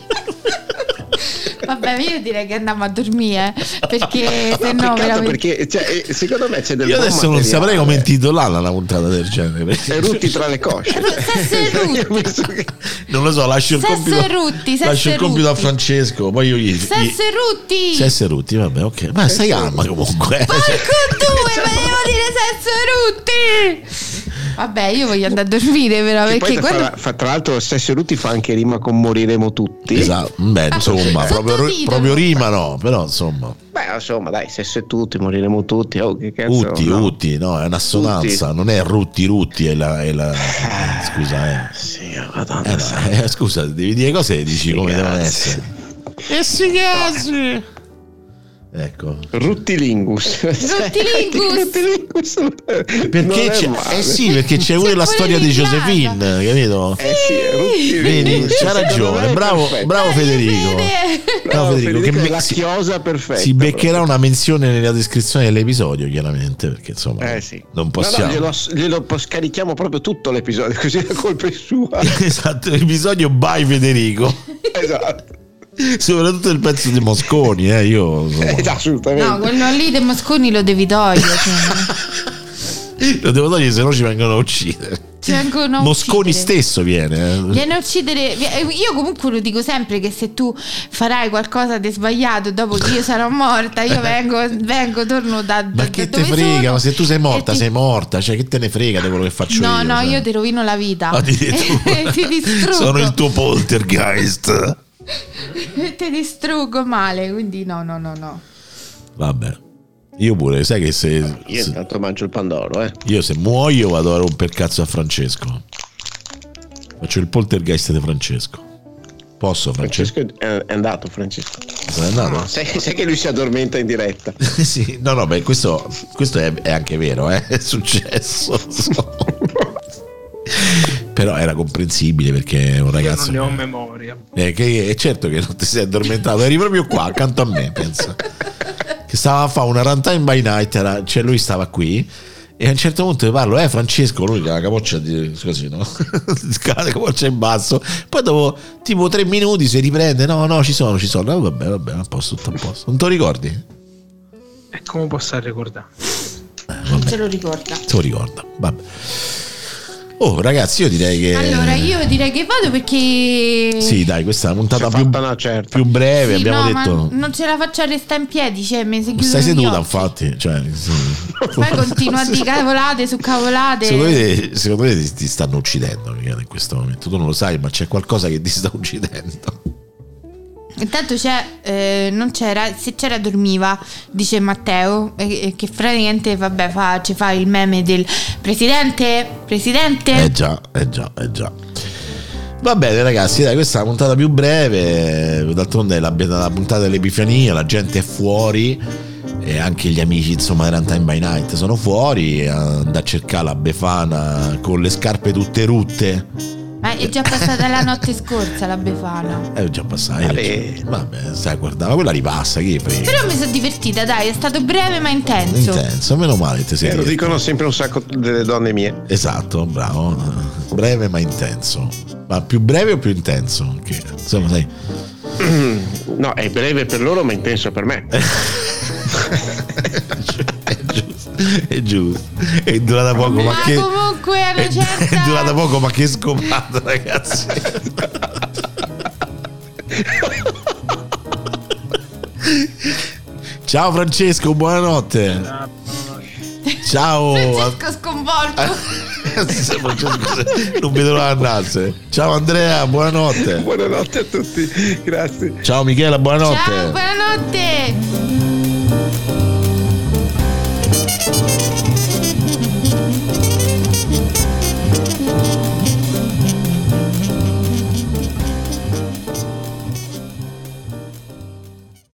Speaker 4: Vabbè, io direi che andiamo a dormire, eh, perché se no
Speaker 5: Peccato
Speaker 4: veramente...
Speaker 5: perché cioè, eh, secondo me c'è del
Speaker 2: Io
Speaker 5: buon
Speaker 2: adesso non
Speaker 5: materiale.
Speaker 2: saprei come intitolarla una puntata del genere. perché-
Speaker 5: E Rutti tra le cosce.
Speaker 4: Sesso e Rutti.
Speaker 5: Io penso che-
Speaker 2: Non lo so, lascio il
Speaker 4: Sesso
Speaker 2: compito.
Speaker 4: e Rutti, sesso
Speaker 2: lascio
Speaker 4: e
Speaker 2: il compito a
Speaker 4: Rutti.
Speaker 2: Francesco. Poi io gli. gli-
Speaker 4: Sesso e Rutti!
Speaker 2: Sesso e Rutti, vabbè, ok. Ma stai calma comunque.
Speaker 4: Porco due, ma devo dire Sesso e Rutti! Vabbè, io voglio andare a dormire però,
Speaker 5: Che
Speaker 4: perché
Speaker 5: poi
Speaker 4: quello...
Speaker 5: fa, fa- tra l'altro Sesso e Rutti fa anche rima con moriremo tutti.
Speaker 2: Esatto, beh, insomma, proprio,
Speaker 4: Sottotitolo.
Speaker 2: proprio rima no, però insomma.
Speaker 5: Beh, insomma, dai, Sesso e tutti, moriremo tutti. Oh, che cazzo,
Speaker 2: Utti,
Speaker 5: no?
Speaker 2: Utti, no, è un'assonanza,
Speaker 5: Utti.
Speaker 2: non è Rutti, Rutti, è la. È la scusa, eh.
Speaker 5: Sì, madonna.
Speaker 2: Eh, no, eh, scusa, devi dire cose e dici come devono
Speaker 5: Ragazzi.
Speaker 2: essere. E si cazzi! Ecco.
Speaker 5: Ruttilingus.
Speaker 4: Ruttilingus.
Speaker 2: Perché c'è, eh sì, perché c'è pure
Speaker 4: C'è
Speaker 2: la
Speaker 4: pure
Speaker 2: storia di
Speaker 4: l'Irlanda.
Speaker 2: Josephine, capito?
Speaker 5: Eh sì, Ruttilingus.
Speaker 2: Vedi, c'ha
Speaker 5: Secondo
Speaker 2: ragione,
Speaker 5: me è
Speaker 2: bravo,
Speaker 5: perfetto.
Speaker 2: bravo Federico.
Speaker 4: Vede.
Speaker 2: Bravo
Speaker 5: No,
Speaker 2: Federico, che
Speaker 5: Federico è
Speaker 2: me-
Speaker 5: la
Speaker 2: si,
Speaker 5: chiosa perfetta.
Speaker 2: si beccherà una menzione nella descrizione dell'episodio, chiaramente, perché insomma
Speaker 5: Eh sì.
Speaker 2: non
Speaker 5: No,
Speaker 2: possiamo.
Speaker 5: no, glielo, glielo po- scarichiamo proprio tutto l'episodio, così la colpa è sua.
Speaker 2: Esatto, episodio by Federico.
Speaker 5: Esatto.
Speaker 2: Soprattutto il pezzo di Mosconi, eh, io insomma,
Speaker 5: Eh, assolutamente.
Speaker 4: No, quello lì dei Mosconi lo devi togliere. Cioè.
Speaker 2: lo devo togliere se no ci vengono a uccidere.
Speaker 4: ti vengono a
Speaker 2: Mosconi
Speaker 4: uccidere.
Speaker 2: stesso viene. eh.
Speaker 4: Viene a uccidere. Io comunque lo dico sempre che se tu farai qualcosa di sbagliato dopo che io sarò morta, io vengo, vengo torno da, da
Speaker 2: Ma che
Speaker 4: da
Speaker 2: te
Speaker 4: dove
Speaker 2: frega?
Speaker 4: sono
Speaker 2: Ma se tu sei morta,
Speaker 4: e ti-
Speaker 2: sei morta. Cioè, che te ne frega di quello che faccio
Speaker 4: No,
Speaker 2: io?
Speaker 4: no,
Speaker 2: cioè.
Speaker 4: io ti rovino la vita.
Speaker 2: Addirittura.
Speaker 4: Ti distruggo.
Speaker 2: Sono il tuo poltergeist.
Speaker 4: Ti distruggo male, quindi no, no, no, no.
Speaker 2: Vabbè. Io pure, sai che se,
Speaker 5: Io
Speaker 2: se
Speaker 5: intanto mangio il pandoro, eh.
Speaker 2: io se muoio vado a rompere cazzo a Francesco. Faccio il poltergeist di Francesco. Posso, Francesco?
Speaker 5: Francesco è, è andato, Francesco.
Speaker 2: Se n'è andato?
Speaker 5: No, sai, sai che lui si addormenta in diretta.
Speaker 2: Sì, no, no, beh, questo, questo è, è anche vero, eh? È successo. Però era comprensibile perché è un
Speaker 6: Io
Speaker 2: ragazzo.
Speaker 6: non ne ho
Speaker 2: che-
Speaker 6: memoria.
Speaker 2: Eh, che è certo che non ti sei addormentato, eri proprio qua accanto a me, pensa. Che stava a fare una runtime by night, era, cioè lui stava qui e a un certo punto io parlo, eh Francesco, lui che ha la capoccia di così, no? Scala la capoccia in basso, poi dopo tipo tre minuti si riprende, no, no, ci sono, ci sono, oh, vabbè, vabbè, a posto, tutto a posto. Non te lo ricordi?
Speaker 6: E come posso ricordare?
Speaker 4: Non se lo ricorda.
Speaker 2: Se lo ricorda, vabbè. Oh ragazzi, io direi che
Speaker 4: Allora, io direi che vado perché.
Speaker 2: sì, dai, questa è una puntata
Speaker 5: Si è
Speaker 2: più,
Speaker 5: fatta una certa.
Speaker 2: più breve,
Speaker 4: Sì,
Speaker 2: abbiamo
Speaker 4: no,
Speaker 2: detto.
Speaker 4: ma non ce la faccio a restare in piedi, cioè mi si
Speaker 2: Stai
Speaker 4: chiudono gli
Speaker 2: seduta,
Speaker 4: occhi.
Speaker 2: infatti, cioè, sì.
Speaker 4: Poi continua a dire cavolate su cavolate.
Speaker 2: Secondo me, secondo me ti, ti stanno uccidendo Michele, in questo momento. Tu non lo sai, ma c'è qualcosa che ti sta uccidendo.
Speaker 4: Intanto c'è, eh, non c'era, se c'era dormiva, dice Matteo, eh, eh, che praticamente vabbè fa, ci fa il meme del presidente, presidente.
Speaker 2: Eh già, eh già, eh già. Va bene ragazzi, dai, questa è la puntata più breve. D'altronde è la, la puntata dell'Epifania, la gente è fuori e anche gli amici insomma di Runtime by Night sono fuori. Andare a cercare la Befana con le scarpe tutte rutte.
Speaker 4: Ma è già passata la notte scorsa la Befana.
Speaker 2: È già passata.
Speaker 5: Vabbè.
Speaker 2: Vabbè, stai guardando, quella ripassa, che frega.
Speaker 4: Però mi sono divertita, dai, è stato breve ma intenso.
Speaker 2: Intenso, meno male te sei
Speaker 5: Eh, lo
Speaker 2: divertito.
Speaker 5: dicono sempre un sacco delle donne mie.
Speaker 2: Esatto, bravo. Breve ma intenso. Ma più breve o più intenso? Che, insomma, sai.
Speaker 5: No, è breve per loro, ma intenso per me.
Speaker 2: È giusto, è giusto. È durata poco, ma,
Speaker 4: Ma
Speaker 2: che.
Speaker 4: comunque a una
Speaker 2: È,
Speaker 4: certa.
Speaker 2: è durata poco, ma che scopata, ragazzi. Ciao Francesco, buonanotte. Ciao.
Speaker 4: Francesco sconvolto.
Speaker 2: Francesco, non vedo l'ora di andarsene. Ciao Andrea, buonanotte.
Speaker 5: Buonanotte a tutti, grazie.
Speaker 2: Ciao Michela, buonanotte.
Speaker 4: Ciao, buonanotte.